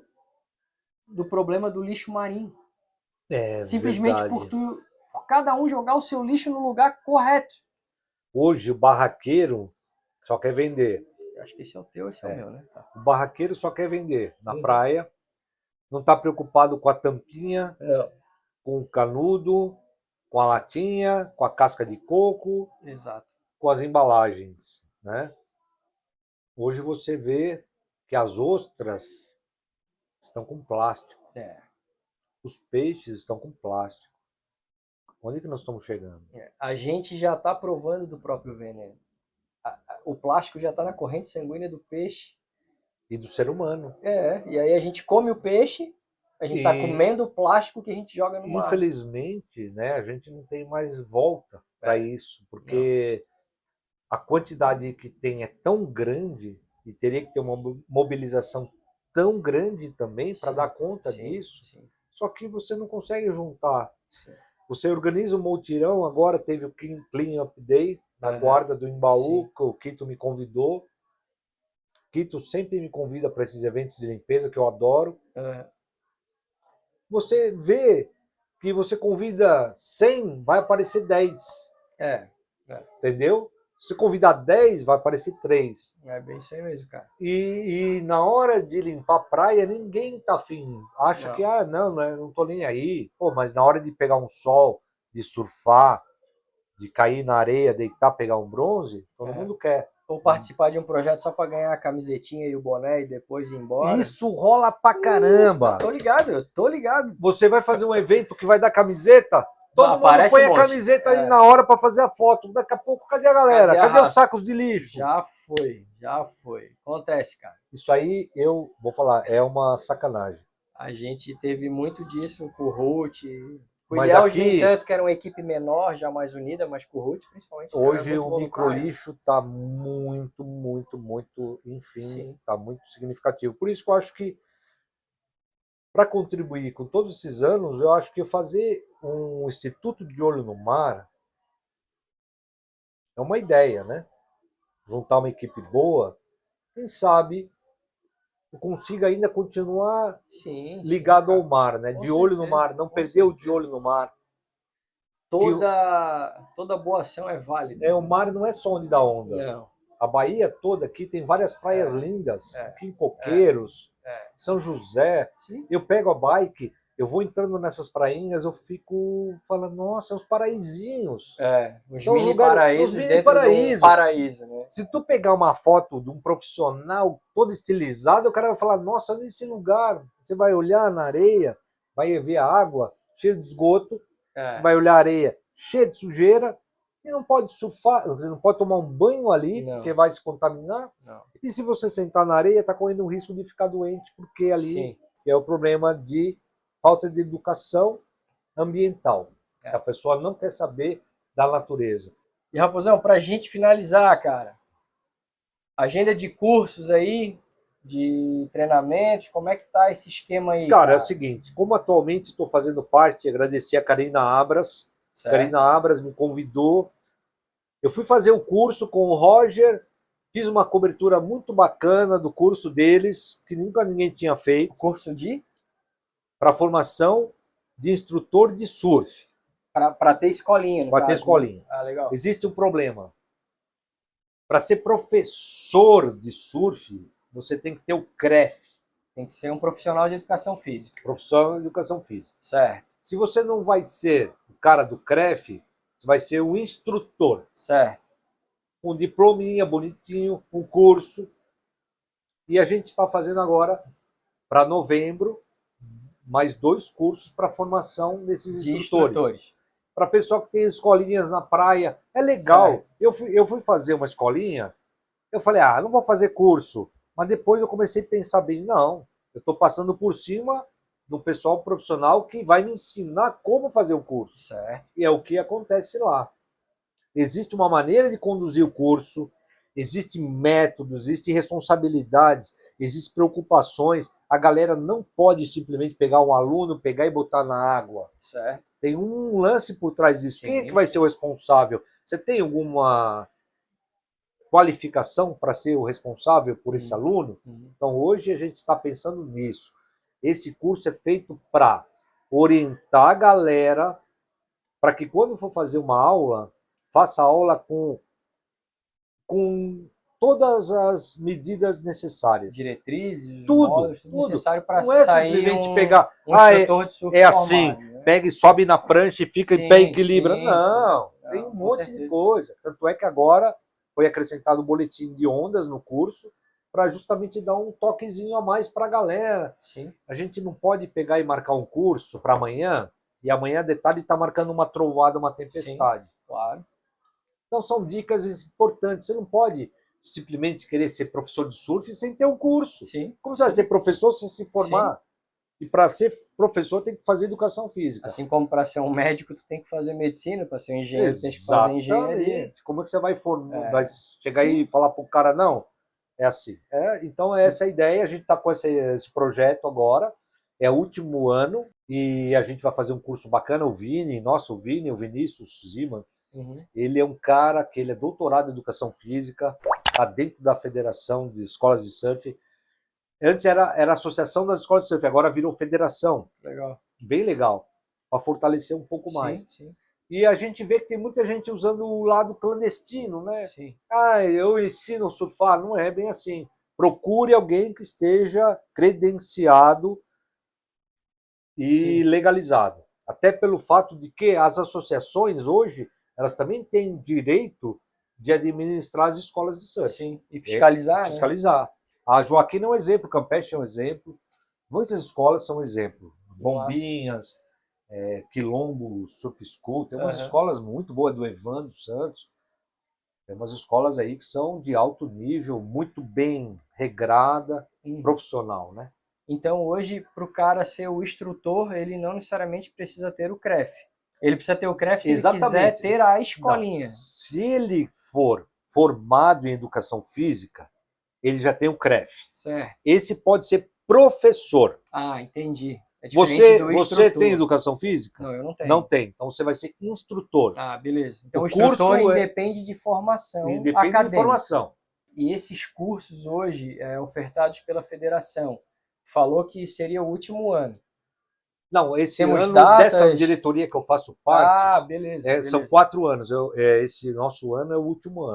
do problema do lixo marinho. É Simplesmente verdade. por, tu, por cada um jogar o seu lixo no lugar correto. Hoje o barraqueiro só quer vender. Eu acho que esse é o teu, esse é, é o meu, né? Tá. O barraqueiro só quer vender na uhum. praia, não está preocupado com a tampinha, não. com o canudo, com a latinha, com a casca de coco, exato, com as embalagens, né? Hoje você vê que as ostras estão com plástico, é. os peixes estão com plástico. Onde é que nós estamos chegando? É. A gente já está provando do próprio veneno. O plástico já está na corrente sanguínea do peixe. E do ser humano. É, e aí a gente come o peixe, a gente está e... comendo o plástico que a gente joga no mar. Infelizmente, né, a gente não tem mais volta para é. isso, porque não. A quantidade que tem é tão grande e teria que ter uma mobilização tão grande também para dar conta sim, disso. Sim. Só que você não consegue juntar. Sim. Você organiza um multirão, agora teve o Clean Up Day, na uhum. guarda do Embaú, que o Quito me convidou. Quito sempre me convida para esses eventos de limpeza, que eu adoro. Uhum. Você vê que você convida cem, vai aparecer dez. É. é. Entendeu? Se convidar dez, vai aparecer três. É bem isso aí mesmo, cara. E, e na hora de limpar a praia, ninguém tá afim. Acha não. que, ah, não, não, não tô nem aí. Pô, mas na hora de pegar um sol, de surfar, de cair na areia, deitar, pegar um bronze, todo é. mundo quer. Ou participar de um projeto só para ganhar a camisetinha e o boné e depois ir embora. Isso rola pra caramba. Uh, tô ligado, eu tô ligado. Você vai fazer um evento que vai dar camiseta, todo ah, mundo põe um a camiseta é. aí na hora para fazer a foto. Daqui a pouco, cadê a galera? Cadê, cadê os sacos de lixo? Já foi, já foi. Acontece, cara. Isso aí, eu vou falar, é uma sacanagem. A gente teve muito disso com o Ruth. O Mas Ilhéus, aqui, no entanto, que era uma equipe menor, já mais unida, mas com o Ruth, principalmente. Hoje o microlixo está muito, muito, muito, enfim, está muito significativo. Por isso que eu acho que, para contribuir com todos esses anos, eu acho que fazer um Instituto de Olho no Mar é uma ideia, né? Juntar uma equipe boa, quem sabe eu consiga ainda continuar sim, ligado sim, ao mar, né? Com de certeza, olho no mar, não perder o de olho no mar. Toda, toda boa ação é válida. É, o mar não é só onde dá onda. Não. A Bahia toda aqui tem várias praias É. lindas. É. Aqui em Coqueiros, É. São José. Sim. Eu pego a bike, eu vou entrando nessas prainhas, eu fico falando, nossa, é uns paraísinhos. É, os São os mini lugares- paraísos os mini dentro paraíso. do paraíso, né? Se tu pegar uma foto de um profissional todo estilizado, o cara vai falar, nossa, olha esse lugar. Você vai olhar na areia, vai ver a água cheia de esgoto, É. você vai olhar a areia cheia de sujeira, e não pode surfar, você não pode tomar um banho ali, Não. porque vai se contaminar. Não. E se você sentar na areia, está correndo o risco de ficar doente, porque ali Sim. é o problema de falta de educação ambiental. É. A pessoa não quer saber da natureza. E, Raposão, pra gente finalizar, cara, agenda de cursos aí, de treinamentos, como é que tá esse esquema aí? Cara, é o seguinte, como atualmente estou fazendo parte, agradecer a Karina Abras. Certo. Karina Abras me convidou. Eu fui fazer o curso com o Roger, fiz uma cobertura muito bacana do curso deles, que nunca ninguém tinha feito, O curso de? para formação de instrutor de surf, Pra, pra ter escolinha, no para ter caso, escolinha. né? Ah, legal. Existe um problema. Para ser professor de surf, você tem que ter o C R E F, Tem que ser um profissional de educação física. profissional de educação física. Certo, Se você não vai ser o cara do C R E F, você vai ser o instrutor. certo. Um diplominha bonitinho, um curso. E a gente está fazendo agora, para novembro, mais dois cursos para formação desses De instrutores. instrutores. Para pessoal que tem escolinhas na praia. É legal. Certo. Eu fui, eu fui fazer uma escolinha, eu falei, ah, não vou fazer curso. Mas depois eu comecei a pensar bem, não, eu estou passando por cima do pessoal profissional que vai me ensinar como fazer o curso. Certo. E é o que acontece lá. Existe uma maneira de conduzir o curso, existem métodos, existem responsabilidades, existem preocupações. A galera não pode simplesmente pegar um aluno, pegar e botar na água. Certo. Tem um lance por trás disso. Sim, Quem é que vai sim. ser o responsável? Você tem alguma qualificação para ser o responsável por esse Uhum. aluno? Uhum. Então hoje a gente está pensando nisso. Esse curso é feito para orientar a galera para que quando for fazer uma aula, faça a aula com, com todas as medidas necessárias. Diretrizes, os Tudo, módulos, tudo, tudo. necessário para Não é sair simplesmente um, pegar, um ah, é, instrutor de surf é assim, formado, né? pega e sobe na prancha e fica em pé e Sim, equilibra. sim, Não, sim, sim. tem Não, um com monte de certeza. coisa. Tanto é que agora foi acrescentado o boletim de ondas no curso para justamente dar um toquezinho a mais para a galera. Sim. A gente não pode pegar e marcar um curso para amanhã e amanhã de tarde está marcando uma trovada, uma tempestade. Claro. Então são dicas importantes. Você não pode simplesmente querer ser professor de surf sem ter um curso. Sim. Como você vai Sim. ser professor sem se formar? E para ser professor tem que fazer educação física. Assim como para ser um médico, tu tem que fazer medicina, para ser um engenheiro, tu tem que fazer engenharia. Exatamente. Como é que você vai, formar, É. vai chegar aí e falar para o cara, não, é assim. É, então é essa a ideia, a gente está com esse, esse projeto agora, é o último ano, e a gente vai fazer um curso bacana, o Vini, nossa, o Vini, o Vinícius Ziman, Uhum. ele é um cara que ele é doutorado em educação física, está dentro da Federação de Escolas de Surf. Antes era, era a Associação das Escolas de Surf, agora virou Federação. Legal. Bem legal, para fortalecer um pouco Sim, mais. sim, E a gente vê que tem muita gente usando o lado clandestino, né? sim. Ah, eu ensino a surfar. Não é bem assim. Procure alguém que esteja credenciado e Sim. legalizado. Até pelo fato de que as associações hoje, elas também têm direito de administrar as escolas de surf. Sim. E fiscalizar, né? Fiscalizar. A Joaquina é um exemplo, Campeche é um exemplo. Muitas escolas são um exemplo. Bombinhas, é, Quilombo, Surf School. Tem umas Aham. escolas muito boas, do Evandro Santos. Tem umas escolas aí que são de alto nível, muito bem regrada, Uhum. profissional, né? Então, hoje, para o cara ser o instrutor, ele não necessariamente precisa ter o C R E F. Ele precisa ter o C R E F se Exatamente. ele quiser ter a escolinha. Não. Se ele for formado em educação física, ele já tem o C R E F. Certo. Esse pode ser professor. Ah, entendi. É diferente Você, do você instrutor. tem educação física? Não, eu não tenho. Não tem. Então você vai ser instrutor. Ah, beleza. Então o, O instrutor curso é- independe de formação Independe de acadêmica. informação. E esses cursos hoje, é, ofertados pela federação, falou que seria o último ano. Não, esse Temos ano, datas? dessa diretoria que eu faço parte, Ah, beleza, é, beleza. são quatro anos. Eu, é, esse nosso ano é o último ano. Tá,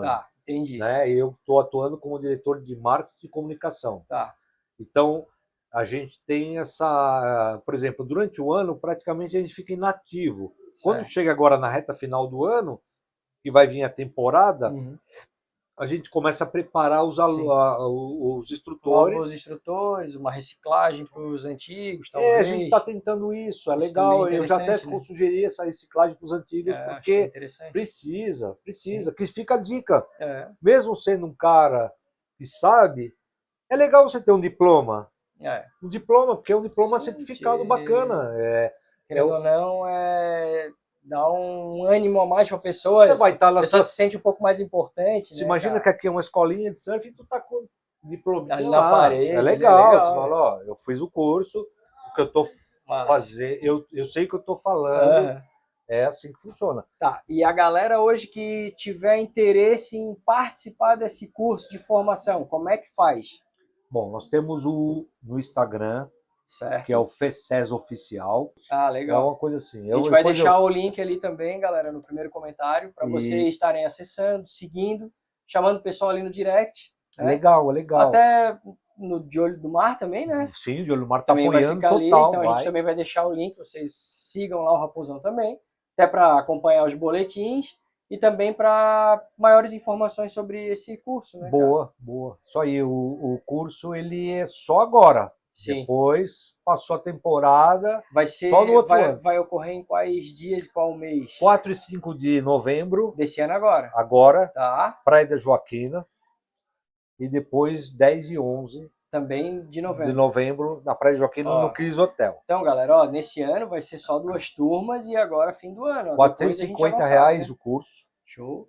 Entendi. Né? Eu estou atuando como diretor de marketing e comunicação. Tá. Então, a gente tem essa... Por exemplo, durante o ano, praticamente a gente fica inativo. Quando Certo. chega agora na reta final do ano, que vai vir a temporada, Uhum. a gente começa a preparar os, Sim. alu- a- os instrutores. Novos instrutores, uma reciclagem para os antigos, É, a talvez. gente está tentando isso, é Isso legal. também é Eu já até interessante, né? sugeri essa reciclagem para os antigos, É, acho que é porque interessante. precisa, precisa. Que fica a dica. É, Mesmo sendo um cara que sabe, é legal você ter um diploma. é. Um diploma, porque é um diploma Sim, certificado que- bacana. É, Querendo é, ou não, é... dá um ânimo a mais para a pessoa. Você vai estar A na pessoa sua... se sente um pouco mais importante, Se né, imagina cara? que aqui é uma escolinha de surf e tu tá com diploma Ali lá. na parede, É ali legal. é legal, Você fala, ó, eu fiz o curso, o que eu tô Massa. fazendo, eu, eu sei o que eu tô falando, Aham. é assim que funciona. Tá, e a galera hoje que tiver interesse em participar desse curso de formação, como é que faz? Bom, nós temos o no Instagram, Certo. que é o FECES Oficial. Ah, É legal. uma coisa assim. A gente Eu, vai depois deixar eu- o link ali também, galera, no primeiro comentário, para E- vocês estarem acessando, seguindo, chamando o pessoal ali no direct. É né? legal, é legal. Até no De Olho do Mar também, né? Sim, o de Olho Mar tá Também vai apoiando ficar ali, total, então a vai. gente também vai deixar o link, vocês sigam lá o Raposão também, até para acompanhar os boletins e também para maiores informações sobre esse curso, né, cara? Boa, boa. Isso aí, o, o curso ele é só agora. Sim. Depois passou a temporada, Vai ser, só no outro vai, ano. vai ocorrer em quais dias e qual mês? quatro e cinco de novembro, Desse ano agora. agora, Tá? Praia da Joaquina. E depois dez e onze Também de novembro. de novembro, na Praia da Joaquina, Ó. no Cris Hotel. Então, galera, ó, nesse ano vai ser só duas turmas e agora fim do ano. ó. quatrocentos e Depois a gente cinquenta já não reais sabe, né? o curso. Show.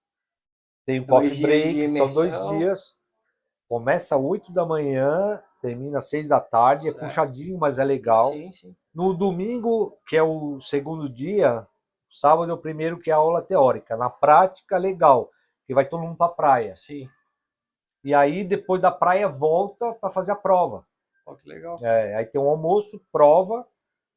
Tem o Dois coffee dias de break, são dois imersão. dias. Começa às oito da manhã, termina às seis da tarde. Certo. É puxadinho, mas é legal. Sim, sim. No domingo, que é o segundo dia, sábado é o primeiro, que é a aula teórica. Na prática, legal, que vai todo mundo para a praia. Sim. E aí, depois da praia, volta para fazer a prova. Ó, que legal. É, aí tem um almoço, prova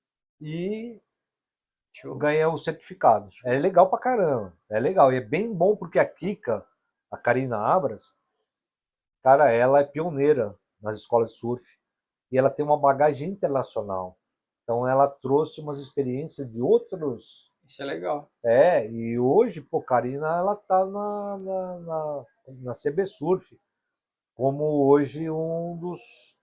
e Show. ganha o certificado. É legal pra caramba. É legal. E é bem bom porque a Kika, a Karina Abras, cara, ela é pioneira nas escolas de surf. E ela tem uma bagagem internacional. Então ela trouxe umas experiências de outros. Isso é legal. É, e hoje, pô, Karina, ela tá na, na, na, na C B Surf. Como hoje um dos.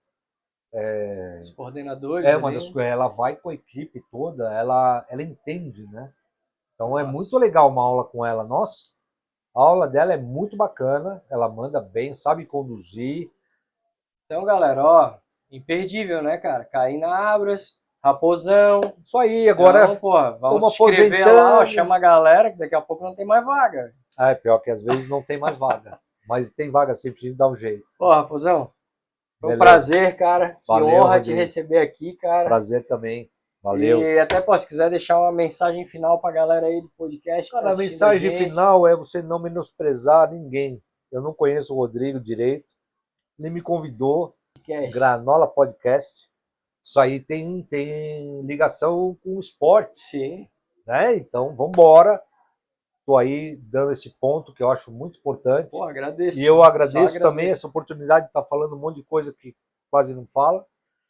Os coordenadores. É uma ali. das coisas. Ela vai com a equipe toda, ela, ela entende, né? Então é Nossa. muito legal uma aula com ela. Nossa, a aula dela é muito bacana, ela manda bem, sabe conduzir. Então, galera, ó, imperdível, né, cara? Karina Abras, Raposão. Isso aí, agora. Então, porra, vamos tamo se inscrever lá, ó, aposentando. chama a galera, que daqui a pouco não tem mais vaga. Ah, é pior que às vezes não tem mais vaga. Mas tem vaga sempre, a gente dá um jeito. Pô, Raposão, foi um Beleza. prazer, cara. Que Valeu, honra te Rodrigo. receber aqui, cara. Prazer também. Valeu. E até, pô, se quiser deixar uma mensagem final pra galera aí do podcast. que tá Cara, a assistindo mensagem gente. final é você não menosprezar ninguém. Eu não conheço o Rodrigo direito, nem me convidou. Podcast. Granola Podcast. Isso aí tem, tem ligação com o esporte, Sim. né? Então, vamos embora. Estou aí dando esse ponto que eu acho muito importante. Pô, agradeço. E eu Só agradeço também agradeço. essa oportunidade de estar falando um monte de coisa que quase não fala.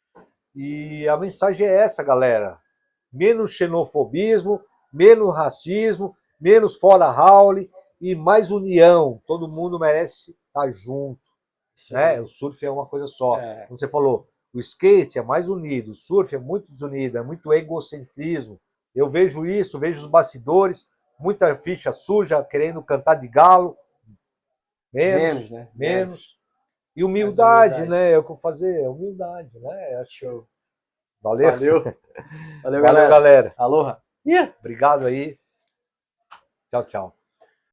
E a mensagem é essa, galera. Menos xenofobismo, menos racismo, menos fora Raule e mais união. Todo mundo merece estar junto. Isso Né? aí. O surf é uma coisa só. É. Como você falou, o skate é mais unido, o surf é muito desunido, é muito egocentrismo. Eu vejo isso, vejo os bastidores, muita ficha suja querendo cantar de galo. Menos, Menos, né? menos. E humildade, humildade. né? É o que eu fazer, humildade, né? Acho. Valeu. Valeu. Valeu, Valeu, galera. galera. Aloha. Obrigado aí. Tchau, tchau.